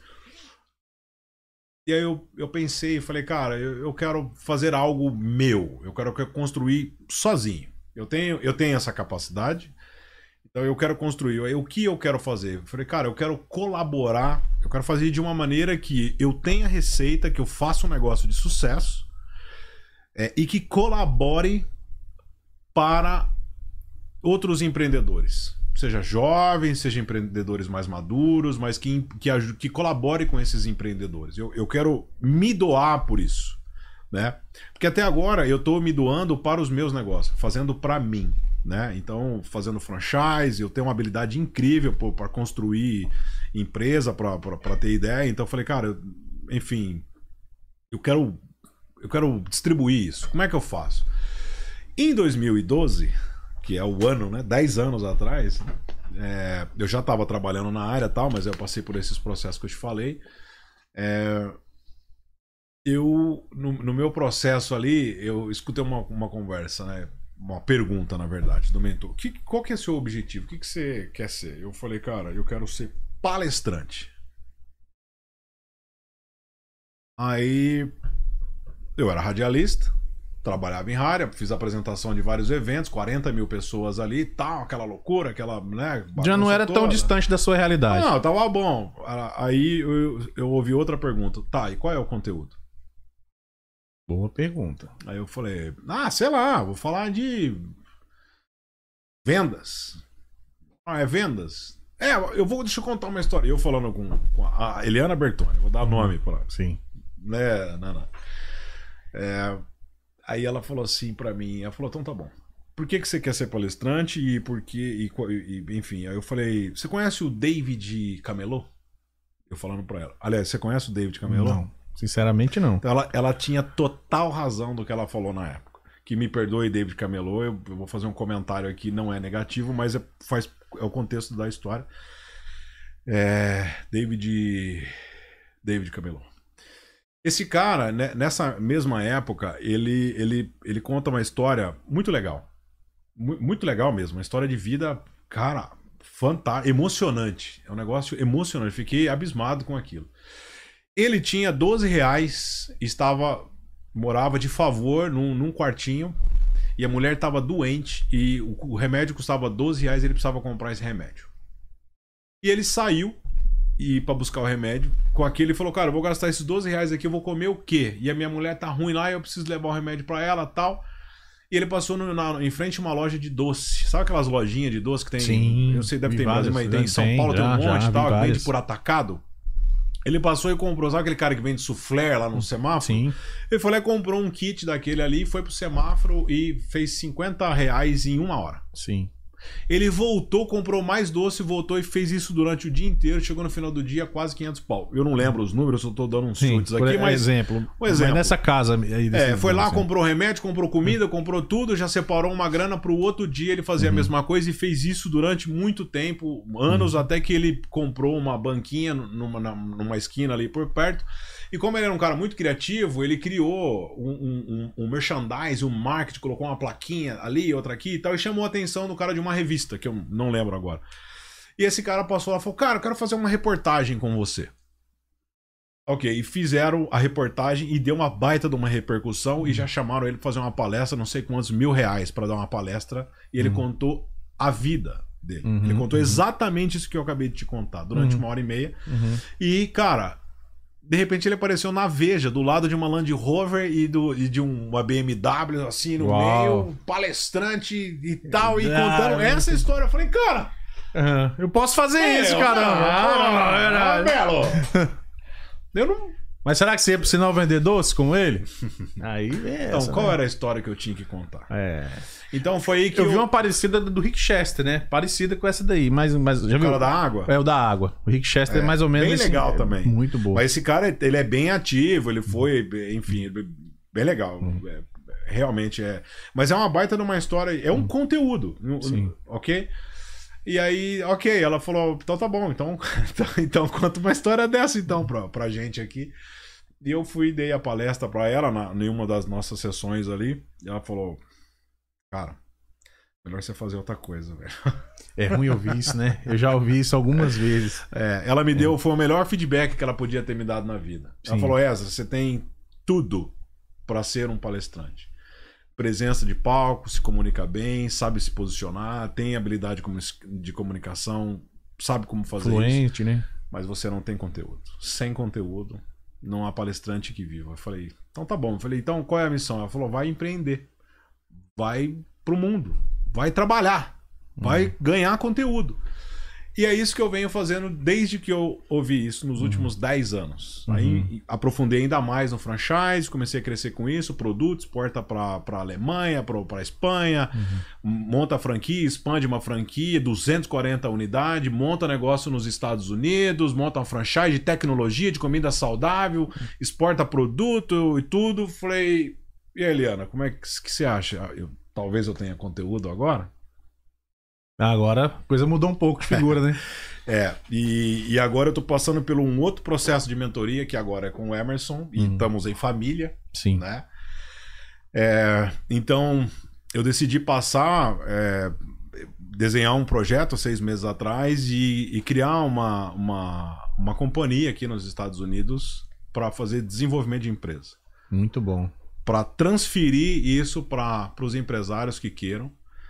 E aí eu, eu pensei, falei, cara, eu, eu quero fazer algo meu, eu quero, eu quero construir sozinho. Eu tenho, eu tenho essa capacidade. Então eu quero construir. Aí, o que eu quero fazer? Eu falei, cara, eu quero colaborar, eu quero fazer de uma maneira que eu tenha receita, que eu faça um negócio de sucesso é, e que colabore para outros empreendedores. Seja jovens, seja empreendedores mais maduros, mas que, que, que colabore com esses empreendedores. Eu, eu quero me doar por isso, né? Porque até agora eu estou me doando para os meus negócios, fazendo para mim. Né? Então, fazendo franchise, eu tenho uma habilidade incrível para construir empresa, para ter ideia. Então, eu falei, cara, eu, enfim, eu quero, eu quero distribuir isso. Como é que eu faço? Em dois mil e doze, que é o ano, né? dez anos atrás, é, eu já estava trabalhando na área, tal, mas eu passei por esses processos que eu te falei. É, eu, no, no meu processo ali, eu escutei uma, uma conversa, né? Uma pergunta, na verdade, do mentor. Que, qual que é o seu objetivo? O que, que você quer ser? Eu falei, cara, eu quero ser palestrante. Aí, eu era radialista, trabalhava em rádio, fiz apresentação de vários eventos, quarenta mil pessoas ali, tal, aquela loucura, aquela, né? Já não era toda. Tão distante da sua realidade. Não, tava bom. Aí eu, eu ouvi outra pergunta. Tá, e qual é o conteúdo? Boa pergunta. Aí eu falei, ah, sei lá, vou falar de vendas. Ah, é vendas? É, eu vou, deixa eu contar uma história. Eu falando com, com a Eliana Bertoni, vou dar nome para ela. Sim. Né, não, não. É, aí ela falou assim para mim, ela falou, então tá bom. Por que que você quer ser palestrante e por que, e, e, enfim, aí eu falei, você conhece o David Camelot? Eu falando para ela. Aliás, você conhece o David Camelot? Não. Sinceramente, não. Então ela, ela tinha total razão do que ela falou na época. Que me perdoe, David Camelot, eu, eu vou fazer um comentário aqui, não é negativo, mas é, faz, é o contexto da história. É, David, David Camelot. Esse cara, né, nessa mesma época, ele, ele, ele conta uma história muito legal. Muito legal mesmo, uma história de vida, cara, fantástica, emocionante. É um negócio emocionante, fiquei abismado com aquilo. Ele tinha doze reais, estava, morava de favor num, num quartinho, e a mulher estava doente, e o, o remédio custava doze reais, e ele precisava comprar esse remédio. E ele saiu e para buscar o remédio, com aquele ele falou, cara, eu vou gastar esses doze reais aqui, eu vou comer o quê? E a minha mulher tá ruim lá, e eu preciso levar o remédio para ela, tal. E ele passou no, na, em frente a uma loja de doce. Sabe aquelas lojinhas de doce que tem? Sim, eu sei, deve ter várias, mais, mas tem em São tem, Paulo, já, tem um monte já, e tal, que várias. vende por atacado. Ele passou e comprou, sabe aquele cara que vende soufflé lá no semáforo? Sim. Ele foi lá e comprou um kit daquele ali, foi pro semáforo e fez cinquenta reais em uma hora. Sim. Ele voltou, comprou mais doce, voltou e fez isso durante o dia inteiro. Chegou no final do dia, quase quinhentos pau. Eu não lembro os números, eu tô dando uns Sim, chutes aqui, mas... exemplo. Um exemplo. Mas nessa casa aí... É, foi lá, assim. comprou remédio, comprou comida, comprou tudo, já separou uma grana pro outro dia ele fazer uhum. a mesma coisa e fez isso durante muito tempo, anos, uhum. até que ele comprou uma banquinha numa, numa esquina ali por perto. E como ele era um cara muito criativo, ele criou um, um, um merchandise, um marketing, colocou uma plaquinha ali, outra aqui e tal, e chamou a atenção do cara de uma revista, que eu não lembro agora. E esse cara passou lá e falou, cara, eu quero fazer uma reportagem com você. Ok, e fizeram a reportagem e deu uma baita de uma repercussão uhum. e já chamaram ele para fazer uma palestra, não sei quantos mil reais para dar uma palestra, e ele uhum. contou a vida dele. Uhum, ele contou uhum. exatamente isso que eu acabei de te contar, durante uhum. uma hora e meia. Uhum. E, cara... De repente ele apareceu na Veja, do lado de uma Land Rover e, do, e de uma B M W, assim, no Uau. meio, palestrante e tal, e Ah, contando essa história. Eu falei, cara... Uhum. Eu posso fazer é, isso, caramba. Ah, Ah, Belo! Eu não... Mas será que você ia pro sinal vender doce com ele? Aí é Então, essa, qual né? era a história que eu tinha que contar? É. Então foi aí que Eu eu... vi uma parecida do Rick Chester, né? Parecida com essa daí, mas, mas já O viu? cara da água? É o da água. O Rick Chester é, É, mais ou menos bem esse- legal é também. Muito bom. Mas esse cara, ele é bem ativo, ele foi, enfim, bem legal. Hum. É, realmente é. Mas é uma baita de uma história, é um conteúdo, Hum. Sim. ok? E aí, ok, ela falou, então tá bom, então, então, então conta uma história dessa então pra, pra gente aqui. E eu fui, dei a palestra pra ela na, em uma das nossas sessões ali, e ela falou, cara, melhor você fazer outra coisa, velho. É ruim ouvir isso, né? Eu já ouvi isso algumas vezes. É, ela me deu, foi o melhor feedback que ela podia ter me dado na vida. Ela Sim. falou, Ezra, você tem tudo pra ser um palestrante. Presença de palco, se comunica bem, sabe se posicionar, tem habilidade comu- de comunicação, sabe como fazer isso, Fluente, né? mas você não tem conteúdo. Sem conteúdo, não há palestrante que viva. Eu falei, então tá bom. Eu falei, então qual é a missão? Ela falou, vai empreender. Vai pro mundo. Vai trabalhar. Vai ganhar conteúdo. E é isso que eu venho fazendo desde que eu ouvi isso nos últimos dez anos. Aí aprofundei ainda mais no franchise, comecei a crescer com isso, produtos, porta para a Alemanha, para a Espanha, monta franquia, expande uma franquia, duzentas e quarenta unidades, monta negócio nos Estados Unidos, monta uma franchise de tecnologia, de comida saudável, exporta produto e tudo. Falei, e aí, Eliana, como é que, que você acha? Eu, talvez eu tenha conteúdo agora? Agora a coisa mudou um pouco de figura, né? É, e, e agora eu tô passando por um outro processo de mentoria, que agora é com o Emerson, e Uhum. estamos em família, Sim. né? É, então, eu decidi passar, é, desenhar um projeto seis meses atrás e, e criar uma, uma, uma companhia aqui nos Estados Unidos para fazer desenvolvimento de empresa. Muito bom. Para transferir isso para os empresários que queiram.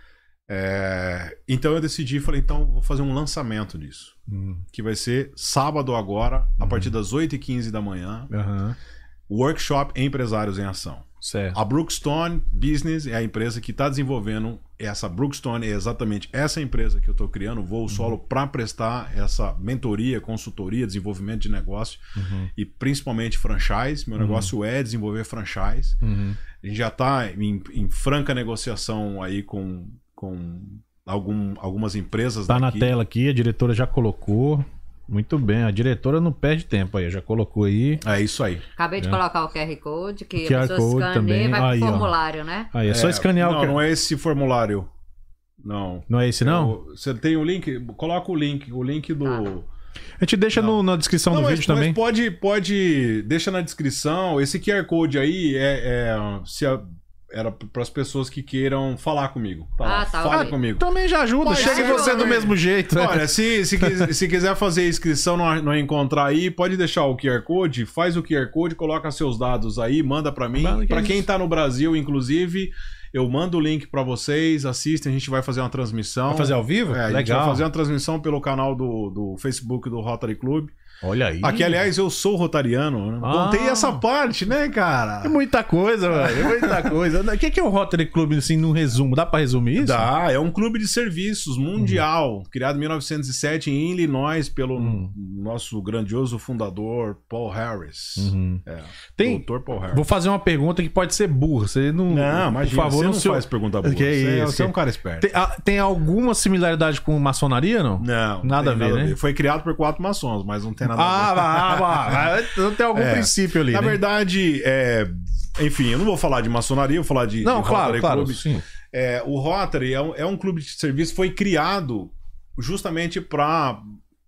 É, então eu decidi, falei, então vou fazer um lançamento disso. Hum. Que vai ser sábado agora, a partir das oito e quinze da manhã. Aham. Workshop Empresários em Ação. Certo. A Brookstone Business é a empresa que está desenvolvendo essa. Brookstone é exatamente essa empresa que eu estou criando, voo solo, para prestar essa mentoria, consultoria, desenvolvimento de negócio Uhum. e principalmente franchise. Meu negócio é desenvolver franchise. Uhum. A gente já está em, em franca negociação aí com, com algum, algumas empresas Tá na daqui. tela aqui, a diretora já colocou. Muito bem, a diretora não perde tempo aí, já colocou aí. É isso aí. Acabei de É. colocar o Q R Code, que Q R a pessoa Code escaneia também. e vai pro Aí, ó. formulário, né? Aí, é só escanear não, o que. Não é esse formulário. Não. Não é esse, não? Eu- Você tem o link? Coloca o link. O link do. Ah. A gente deixa no- na descrição Não, do mas, vídeo também. mas pode, pode. Deixa na descrição. Esse Q R Code aí é. é se a- era para as pessoas que queiram falar comigo. Tá lá, Ah, tá, fala ok. comigo. Também já ajuda, Mas chega em é, você do é. mesmo jeito. né? Olha, se, se, quis- se quiser fazer inscrição, não, não encontrar aí, pode deixar o Q R Code, faz o Q R Code, coloca seus dados aí, manda pra mim. Manda que Pra a quem gente- tá no Brasil, inclusive, eu mando o link pra vocês, assistem, a gente vai fazer uma transmissão. Vai fazer ao vivo? É, a gente Legal. vai fazer uma transmissão pelo canal do, do Facebook do Rotary Club. Olha aí. Aqui, aliás, eu sou rotariano. Né? Ah. Contei essa parte, né, cara? É muita coisa, velho. É muita coisa. O que que é o Rotary Club, assim, num resumo? Dá pra resumir isso? Dá, é um clube de serviços mundial, criado em mil novecentos e sete em Illinois pelo Uhum. nosso grandioso fundador Paul Harris. Uhum. É, Tem- doutor Paul Harris. Vou fazer uma pergunta que pode ser burra. Você não. Não, imagina, por favor, você não, não se- faz pergunta boa. Que é você, é- isso, você é um que- cara esperto. Tem, ah, tem alguma similaridade com maçonaria, não? Não, Nada tem a ver, né? Foi criado por quatro maçons, mas não tem nada Ah, a ver. vá, vá, vá. Não tem algum É. princípio ali, Na né? verdade, é, enfim, eu não vou falar de maçonaria, eu vou falar de, Não, de claro, Rotary claro. Club. Sim. É, o Rotary é um, é um clube de serviço, foi criado justamente para,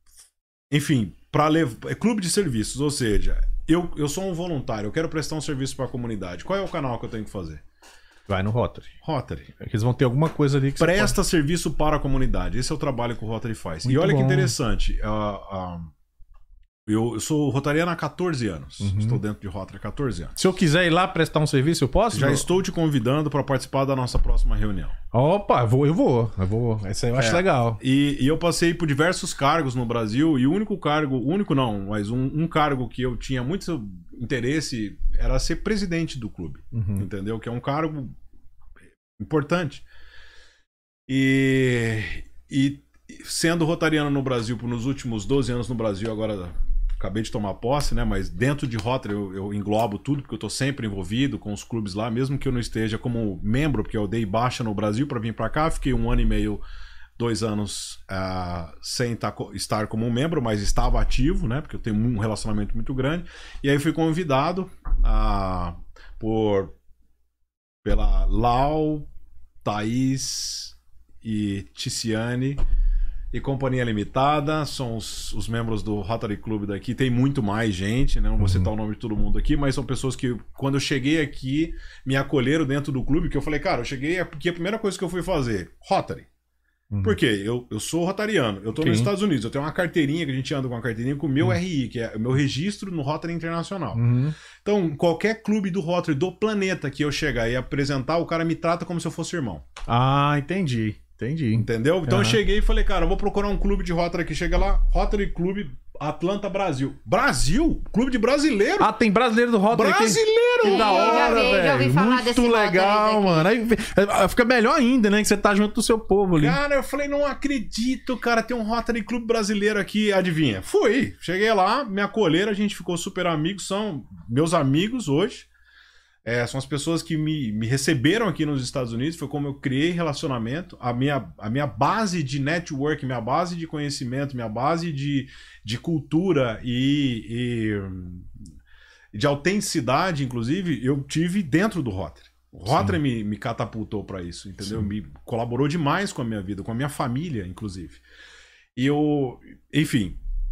enfim, para levar. É clube de serviços, ou seja, eu, eu sou um voluntário, eu quero prestar um serviço para a comunidade. Qual é o canal que eu tenho que fazer? Vai no Rotary. Rotary. É que eles vão ter alguma coisa ali que você Presta serviço para a comunidade. Esse é o trabalho que o Rotary faz. Muito e olha que bom. interessante. ah, ah, Eu, eu sou rotariano há quatorze anos. Uhum. Estou dentro de Rotary há quatorze anos. Se eu quiser ir lá prestar um serviço, eu posso? Já Não? estou te convidando para participar da nossa próxima reunião. Opa, eu vou, eu vou. Eu vou. Essa eu acho É. legal. E, e eu passei por diversos cargos no Brasil, e o único cargo, único não, mas um, um cargo que eu tinha muito interesse era ser presidente do clube. Uhum. Entendeu? Que é um cargo importante. E, e sendo rotariano no Brasil, por nos últimos doze anos no Brasil, agora acabei de tomar posse, né? Mas dentro de Rotary eu, eu englobo tudo, porque eu tô sempre envolvido com os clubes lá, mesmo que eu não esteja como membro, porque eu dei baixa no Brasil para vir para cá, fiquei um ano e meio, dois anos uh, sem tá, estar como um membro, mas estava ativo, né? Porque eu tenho um relacionamento muito grande. E aí fui convidado uh, por pela Lau, Thaís e Ticiane e Companhia Limitada, são os, os membros do Rotary Club daqui. Tem muito mais gente, né? Não vou Uhum. citar o nome de todo mundo aqui, mas são pessoas que, quando eu cheguei aqui, me acolheram dentro do clube, que eu falei, cara, eu cheguei aqui, a primeira coisa que eu fui fazer, Rotary. Uhum. Por quê? Eu, eu sou rotariano, eu tô Sim. nos Estados Unidos, eu tenho uma carteirinha, que a gente anda com uma carteirinha com o meu R I, que é o meu registro no Rotary Internacional. Uhum. Então, qualquer clube do Rotary do planeta que eu chegar e apresentar, o cara me trata como se eu fosse irmão. Ah, entendi. Entendi. Entendeu? Então Aham. eu cheguei e falei, cara, eu vou procurar um clube de Rotary que chega lá, Rotary Clube Atlanta Brasil. Brasil? Clube de brasileiro? Ah, tem brasileiro do Rotary aqui? Brasileiro! Que da Já hora, vi- já ouvi velho. falar Muito desse Rotary legal, daqui. mano. Aí eh, fica melhor ainda, né? Que você tá junto do seu povo ali. Cara, eu falei, não acredito, cara, tem um Rotary Clube brasileiro aqui, adivinha? Fui, cheguei lá, me acolheram, a gente ficou super amigos, são meus amigos hoje. É, são as pessoas que me, me receberam aqui nos Estados Unidos, foi como eu criei relacionamento, a minha, a minha base de network, minha base de conhecimento, minha base de, de cultura e, e de autenticidade, inclusive, eu tive dentro do Rotary. O Rotary me, me catapultou para isso, entendeu? Sim. Me colaborou demais com a minha vida, com a minha família, inclusive. E eu, enfim.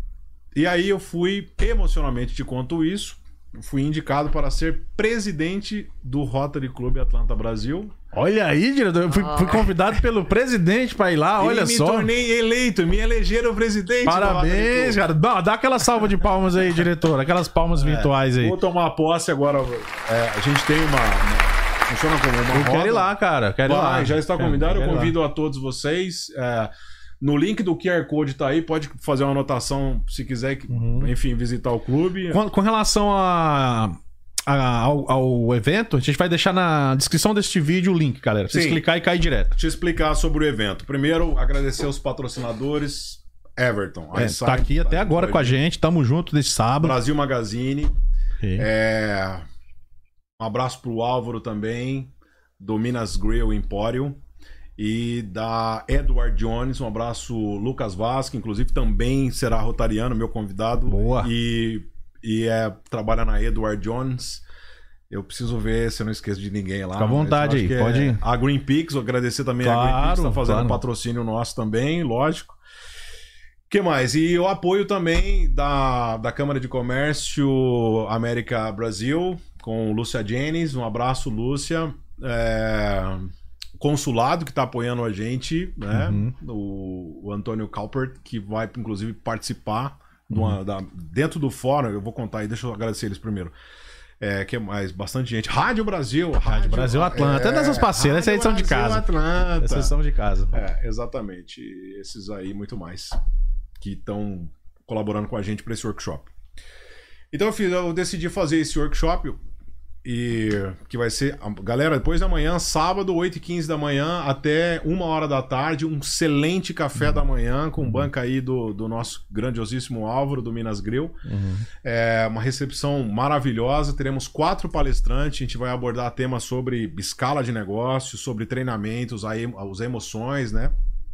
E aí eu fui, emocionalmente te conto isso, fui indicado para ser presidente do Rotary Club Atlanta Brasil. Olha aí, diretor. Eu fui, Ah. fui convidado pelo presidente pra ir lá, olha e me só. tornei eleito, me elegeram presidente do Rotary Parabéns, Club. cara. Dá, dá aquela salva de palmas aí, diretor. Aquelas palmas virtuais aí. Vou tomar posse agora. É, a gente tem uma... uma funciona como uma Eu quero roda. ir lá, cara. Quero ir lá. Vai, já está convidado, Quero eu ir lá. convido a todos vocês. é, no link do Q R Code tá aí, pode fazer uma anotação se quiser, Uhum. enfim, visitar o clube. Com, com relação a, a- ao, ao evento, a gente vai deixar na descrição deste vídeo o link, galera. Pra vocês Sim. clicar e cair direto. Deixa eu explicar sobre o evento. Primeiro, agradecer aos patrocinadores. Everton, É, iSight, tá aqui até agora com a gente. Tamo junto nesse sábado. Brasil Magazine. É. É, um abraço pro Álvaro também, do Minas Grill Emporium. E da Edward Jones, um abraço Lucas Vasque, inclusive também será rotariano, meu convidado. Boa. E, e é, trabalha na Edward Jones. Eu preciso ver se eu não esqueço de ninguém lá. Fica à mas eu vontade acho aí, que pode é ir. a Green Peaks, vou agradecer também a Claro, Green Peaks, tá fazendo claro. um patrocínio nosso também, lógico. O que mais? E o apoio também da, da Câmara de Comércio América Brasil, com Lúcia Jennings. Um abraço, Lúcia. É, consulado que está apoiando a gente, né? Uhum. O, o Antônio Calpert, que vai, inclusive, participar de Uhum. uma- da- dentro do fórum. Eu vou contar aí, deixa eu agradecer eles primeiro. É, que mais? Bastante gente. Rádio Brasil. Rádio, Brasil Atlanta. É dessas parceiras, essas aí são de Rádio casa. Brasil Atlanta. Essas são de casa. É, exatamente. Esses aí, muito mais. Que estão colaborando com a gente para esse workshop. Então eu, fiz, eu decidi fazer esse workshop. E que vai ser. Galera, depois da manhã, sábado, oito e quinze da manhã, até uma hora da tarde, um excelente café da manhã, com banca aí do, do nosso grandiosíssimo Álvaro, do Minas Grill. Uhum. É uma recepção maravilhosa. Teremos quatro palestrantes. A gente vai abordar temas sobre escala de negócio, sobre treinamentos, a em- as emoções, né?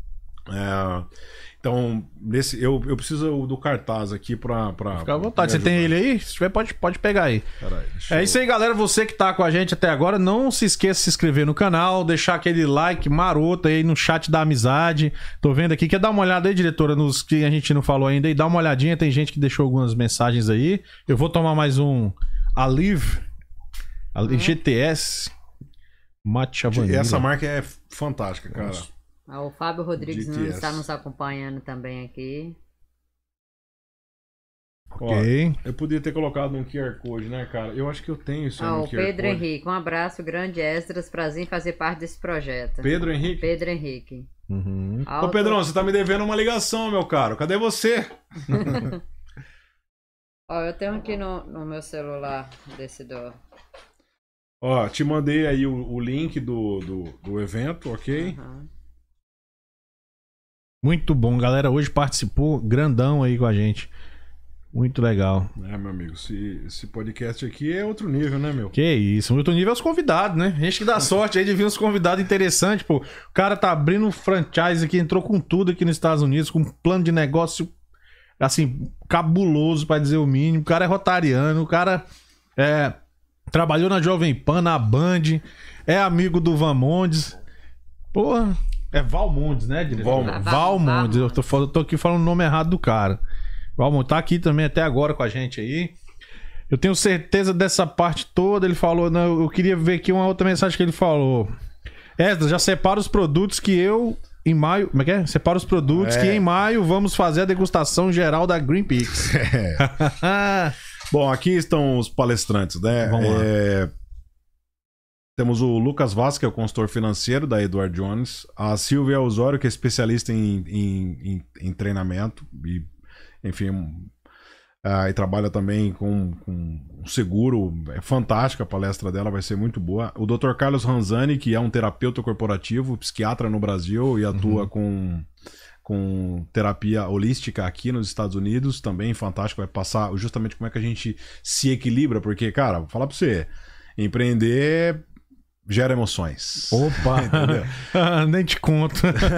É, então, nesse, eu, eu preciso do cartaz aqui pra. pra Fica à vontade. Você tem ele aí? Se tiver, pode, pode pegar aí. Peraí, deixa É eu- isso aí, galera. Você que tá com a gente até agora, não se esqueça de se inscrever no canal, deixar aquele like maroto aí no chat da amizade. Tô vendo aqui. Quer dar uma olhada aí, diretora, nos que a gente não falou ainda? E dá uma olhadinha. Tem gente que deixou algumas mensagens aí. Eu vou tomar mais um Alive. Ali- G T S. Matcha Vanilla. Essa marca é fantástica, cara. Ah, o Fábio Rodrigues G T não S. está nos acompanhando também aqui. Ok. Ó, eu podia ter colocado um Q R Code, né, cara? Eu acho que eu tenho isso aí Ah, no o Q R Pedro Code. Henrique, um abraço grande, Esdras, prazer em fazer parte desse projeto. Pedro Henrique? Pedro Henrique. Uhum. Ô, Pedrão, você tá me devendo uma ligação, meu caro. Cadê você? Ó, eu tenho aqui no, no meu celular desse do... Ó, te mandei aí o, o link do, do, do evento, ok? Uhum. Muito bom, galera. Hoje participou grandão aí com a gente. Muito legal. É, meu amigo, esse, esse podcast aqui é outro nível, né, meu? Que isso, outro nível é os convidados, né? A gente que dá sorte aí de vir uns convidados interessantes, pô. O cara tá abrindo um franchise aqui, entrou com tudo aqui nos Estados Unidos, com um plano de negócio, assim, cabuloso, pra dizer o mínimo. O cara é rotariano, o cara é, trabalhou na Jovem Pan, na Band, é amigo do Van Mondes. Porra, é Valmondes, né, diretor? Valmondes. Valmondes, eu tô, fal- tô aqui falando o nome errado do cara. Valmondes tá aqui também até agora com a gente aí. Eu tenho certeza dessa parte toda. Ele falou, não, eu queria ver aqui uma outra mensagem que ele falou. Esdras, já separa os produtos que eu em maio, como é que é? Separa os produtos É. que em maio vamos fazer a degustação geral da Green Peaks. É. Bom, aqui estão os palestrantes, né? Vamos lá. É, temos o Lucas Vaz, que é o consultor financeiro da Edward Jones. A Silvia Osório, que é especialista em, em, em, em treinamento. E, enfim, um, ah, e trabalha também com, com seguro. É fantástica a palestra dela, vai ser muito boa. O doutor Carlos Ranzani, que é um terapeuta corporativo, psiquiatra no Brasil e atua Uhum. com... com terapia holística aqui nos Estados Unidos, também fantástico, vai passar justamente como é que a gente se equilibra, porque, cara, vou falar pra você, empreender gera emoções. Opa! Entendeu? Nem te conto.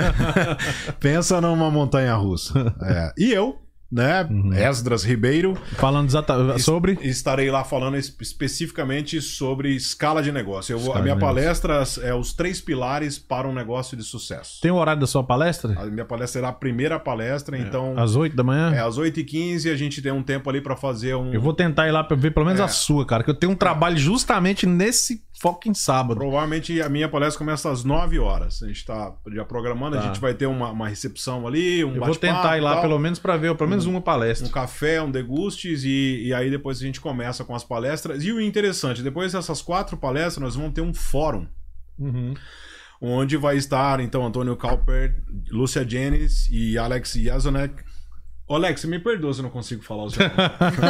Pensa numa montanha russa. É. E eu, né, Uhum. Esdras Ribeiro, Falando exatamente sobre... estarei lá falando es- especificamente sobre escala de negócio. Eu vou- Escala a minha de negócio. palestra é os três pilares para um negócio de sucesso. Tem o horário da sua palestra? A minha palestra será a primeira palestra, então... Às oito da manhã? É, às oito e quinze a gente tem um tempo ali pra fazer um... Eu vou tentar ir lá pra ver pelo menos É. a sua, cara. Que eu tenho um trabalho justamente nesse fucking sábado. Provavelmente a minha palestra começa às nove horas. A gente tá já programando, Tá. a gente vai ter uma, uma recepção ali, um Eu vou bate-papo tentar ir lá tal, pelo menos pra ver pelo menos uma palestra. um café, um degustes e, e aí depois a gente começa com as palestras. E o interessante, depois dessas quatro palestras nós vamos ter um fórum Uhum. onde vai estar então Antônio Kauper, Lúcia Jennings e Alex Yazonek. Ô, Alex, você me perdoa se eu não consigo falar o seu nome.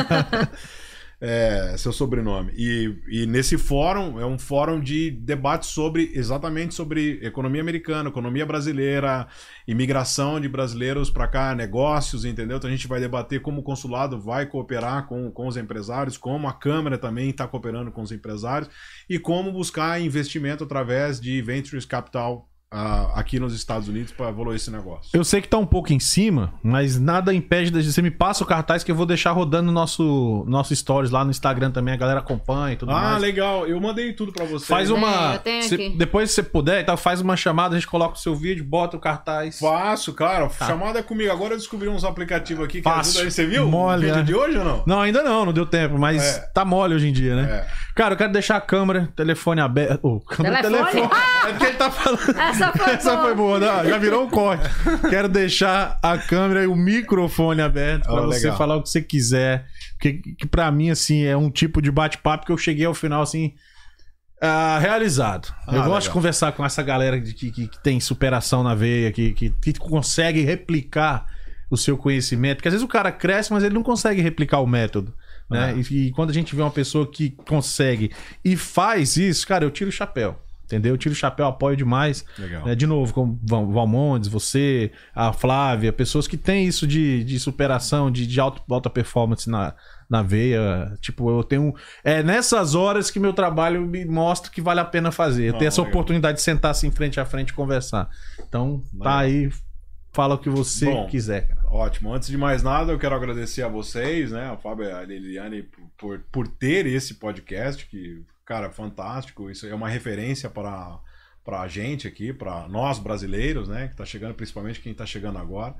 É, seu sobrenome. E, e nesse fórum, é um fórum de debate sobre, exatamente sobre economia americana, economia brasileira, imigração de brasileiros para cá, negócios, entendeu? Então a gente vai debater como o consulado vai cooperar com, com os empresários, como a Câmara também está cooperando com os empresários e como buscar investimento através de Ventures Capital ah, aqui nos Estados Unidos para evoluir esse negócio. Eu sei que tá um pouco em cima, mas nada impede de você me passa o cartaz que eu vou deixar rodando no nosso, nosso stories lá no Instagram também, a galera acompanha e tudo Ah, mais. legal. Eu mandei tudo para você. Faz Tem, uma. eu tenho se- aqui. depois, se você puder, então faz uma chamada, a gente coloca o seu vídeo, bota o cartaz. Faço, cara. Tá. Chamada é comigo. Agora eu descobri uns aplicativos aqui que Fácil. ajudam aí. Você viu Mole, o vídeo né? de hoje ou não? Não, ainda não, não deu tempo, mas É. tá mole hoje em dia, né? É. Cara, eu quero deixar a câmera, telefone aberto. Oh, câmera, Telefone? telefone. É porque ele tá falando. Essa foi Essa boa. foi boa, não, já virou um corte. Quero deixar a câmera e o microfone aberto pra Oh, você legal. falar o que você quiser. Que, que pra mim, assim, é um tipo de bate-papo que eu cheguei ao final, assim, ah, realizado. Ah, eu gosto legal. de conversar com essa galera de- que, que, que tem superação na veia, que, que, que consegue replicar o seu conhecimento. Porque às vezes o cara cresce, mas ele não consegue replicar o método. Né? Ah. E, e quando a gente vê uma pessoa que consegue e faz isso, cara, eu tiro o chapéu. Entendeu? Eu tiro o chapéu, apoio demais. Legal. Né? De novo, como Val- Valmondes, você, a Flávia, pessoas que têm isso de, de superação, de, de alta, alta performance na, na veia. Tipo, eu tenho. É nessas horas que meu trabalho me mostra que vale a pena fazer. Eu Ah, tenho essa legal. oportunidade de sentar assim frente a frente e conversar. Então, tá Legal. aí. Fala o que você Bom. quiser, cara. Ótimo. Antes de mais nada, eu quero agradecer a vocês, né? A Fábio e a Liliane por, por, por ter esse podcast, que, cara, fantástico. Isso é uma referência para, para a gente aqui, para nós brasileiros, né? Que tá chegando, principalmente quem tá chegando agora.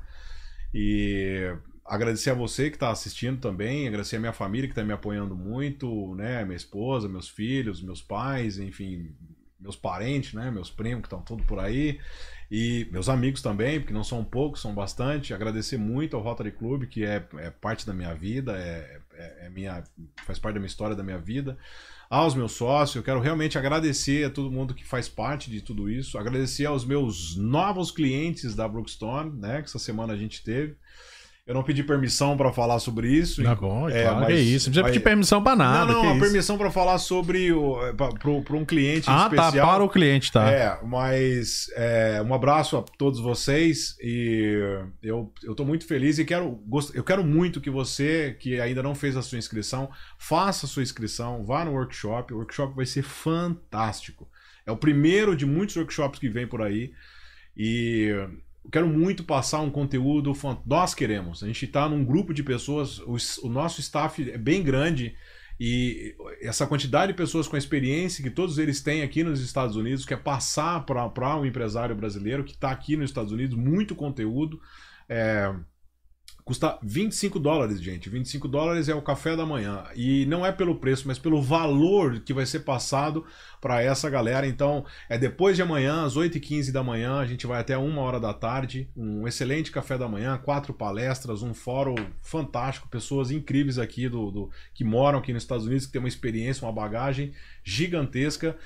E agradecer a você que está assistindo também, agradecer a minha família que está me apoiando muito, né? Minha esposa, meus filhos, meus pais, enfim, meus parentes, né? Meus primos que estão todos por aí. E meus amigos também, porque não são poucos, são bastante. Agradecer muito ao Rotary Club, que é, é parte da minha vida, é, é, é minha, faz parte da minha história, da minha vida. Aos meus sócios, eu quero realmente agradecer a todo mundo que faz parte de tudo isso. Agradecer aos meus novos clientes da Brookstone, né? Que essa semana a gente teve. Eu não pedi permissão para falar sobre isso. Tá bom, é, é claro, que isso. Não precisa mas... pedir permissão para nada. Não, não, a isso? permissão para falar sobre para um cliente ah, especial. Ah, tá, para o cliente, tá. É, mas é, um abraço a todos vocês e eu, eu tô muito feliz e quero, eu quero muito que você, que ainda não fez a sua inscrição, faça a sua inscrição, vá no workshop. O workshop vai ser fantástico. É o primeiro de muitos workshops que vem por aí e... Eu quero muito passar um conteúdo, nós queremos, a gente está num grupo de pessoas, o, o nosso staff é bem grande e essa quantidade de pessoas com a experiência que todos eles têm aqui nos Estados Unidos, quer passar para um empresário brasileiro que está aqui nos Estados Unidos, muito conteúdo, é, custa vinte e cinco dólares, gente, vinte e cinco dólares é o café da manhã e não é pelo preço, mas pelo valor que vai ser passado para essa galera. Então é depois de amanhã, às oito e quinze da manhã, a gente vai até uma hora da tarde, um excelente café da manhã, quatro palestras, um fórum fantástico, pessoas incríveis aqui do, do que moram aqui nos Estados Unidos, que tem uma experiência, uma bagagem gigantesca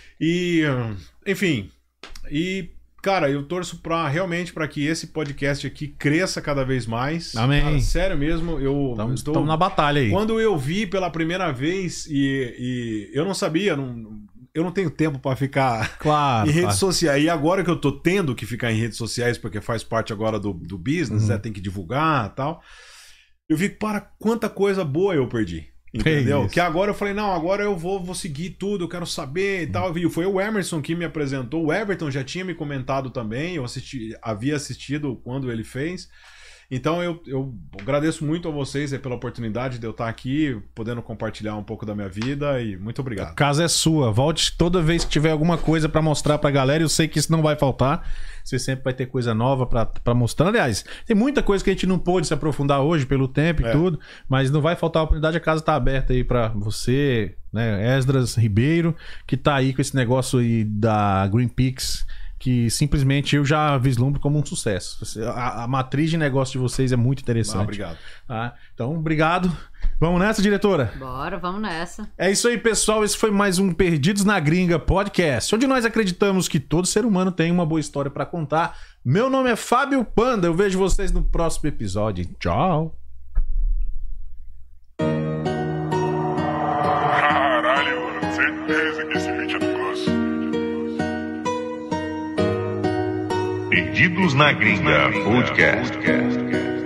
e enfim, e cara, eu torço pra, realmente para que esse podcast aqui cresça cada vez mais. Amém. Cara, sério mesmo, eu Estamos tô... na batalha aí. Quando eu vi pela primeira vez e, e eu não sabia, não, eu não tenho tempo para ficar claro, em redes claro. sociais. E agora que eu tô tendo que ficar em redes sociais, porque faz parte agora do, do business, uhum. né, tem que divulgar e tal. Eu vi, para quanta coisa boa eu perdi. Entendeu? Que, que agora eu falei, não, agora eu vou, vou seguir tudo, eu quero saber e hum. tal. E foi o Emerson que me apresentou. O Everton já tinha me comentado também. Eu assisti, havia assistido quando ele fez. Então eu, eu agradeço muito a vocês aí pela oportunidade de eu estar aqui, podendo compartilhar um pouco da minha vida e muito obrigado. A casa é sua. Volte toda vez que tiver alguma coisa para mostrar pra galera. Eu sei que isso não vai faltar. Você sempre vai ter coisa nova pra, pra mostrar. Aliás, tem muita coisa que a gente não pôde se aprofundar hoje pelo tempo e é. tudo, mas não vai faltar a oportunidade. A casa tá aberta aí pra você, né, Esdras Ribeiro, que tá aí com esse negócio aí da Green Peaks, que simplesmente eu já vislumbro como um sucesso. A, a matriz de negócio de vocês é muito interessante. Ah, obrigado. Tá? Então, obrigado. Vamos nessa, diretora? Bora, vamos nessa. É isso aí, pessoal. Esse foi mais um Perdidos na Gringa podcast, onde nós acreditamos que todo ser humano tem uma boa história para contar. Meu nome é Fábio Panda. Eu vejo vocês no próximo episódio. Tchau. Caralho, mano. Certeza que esse vídeo é do Gus. Perdidos na Gringa Podcast.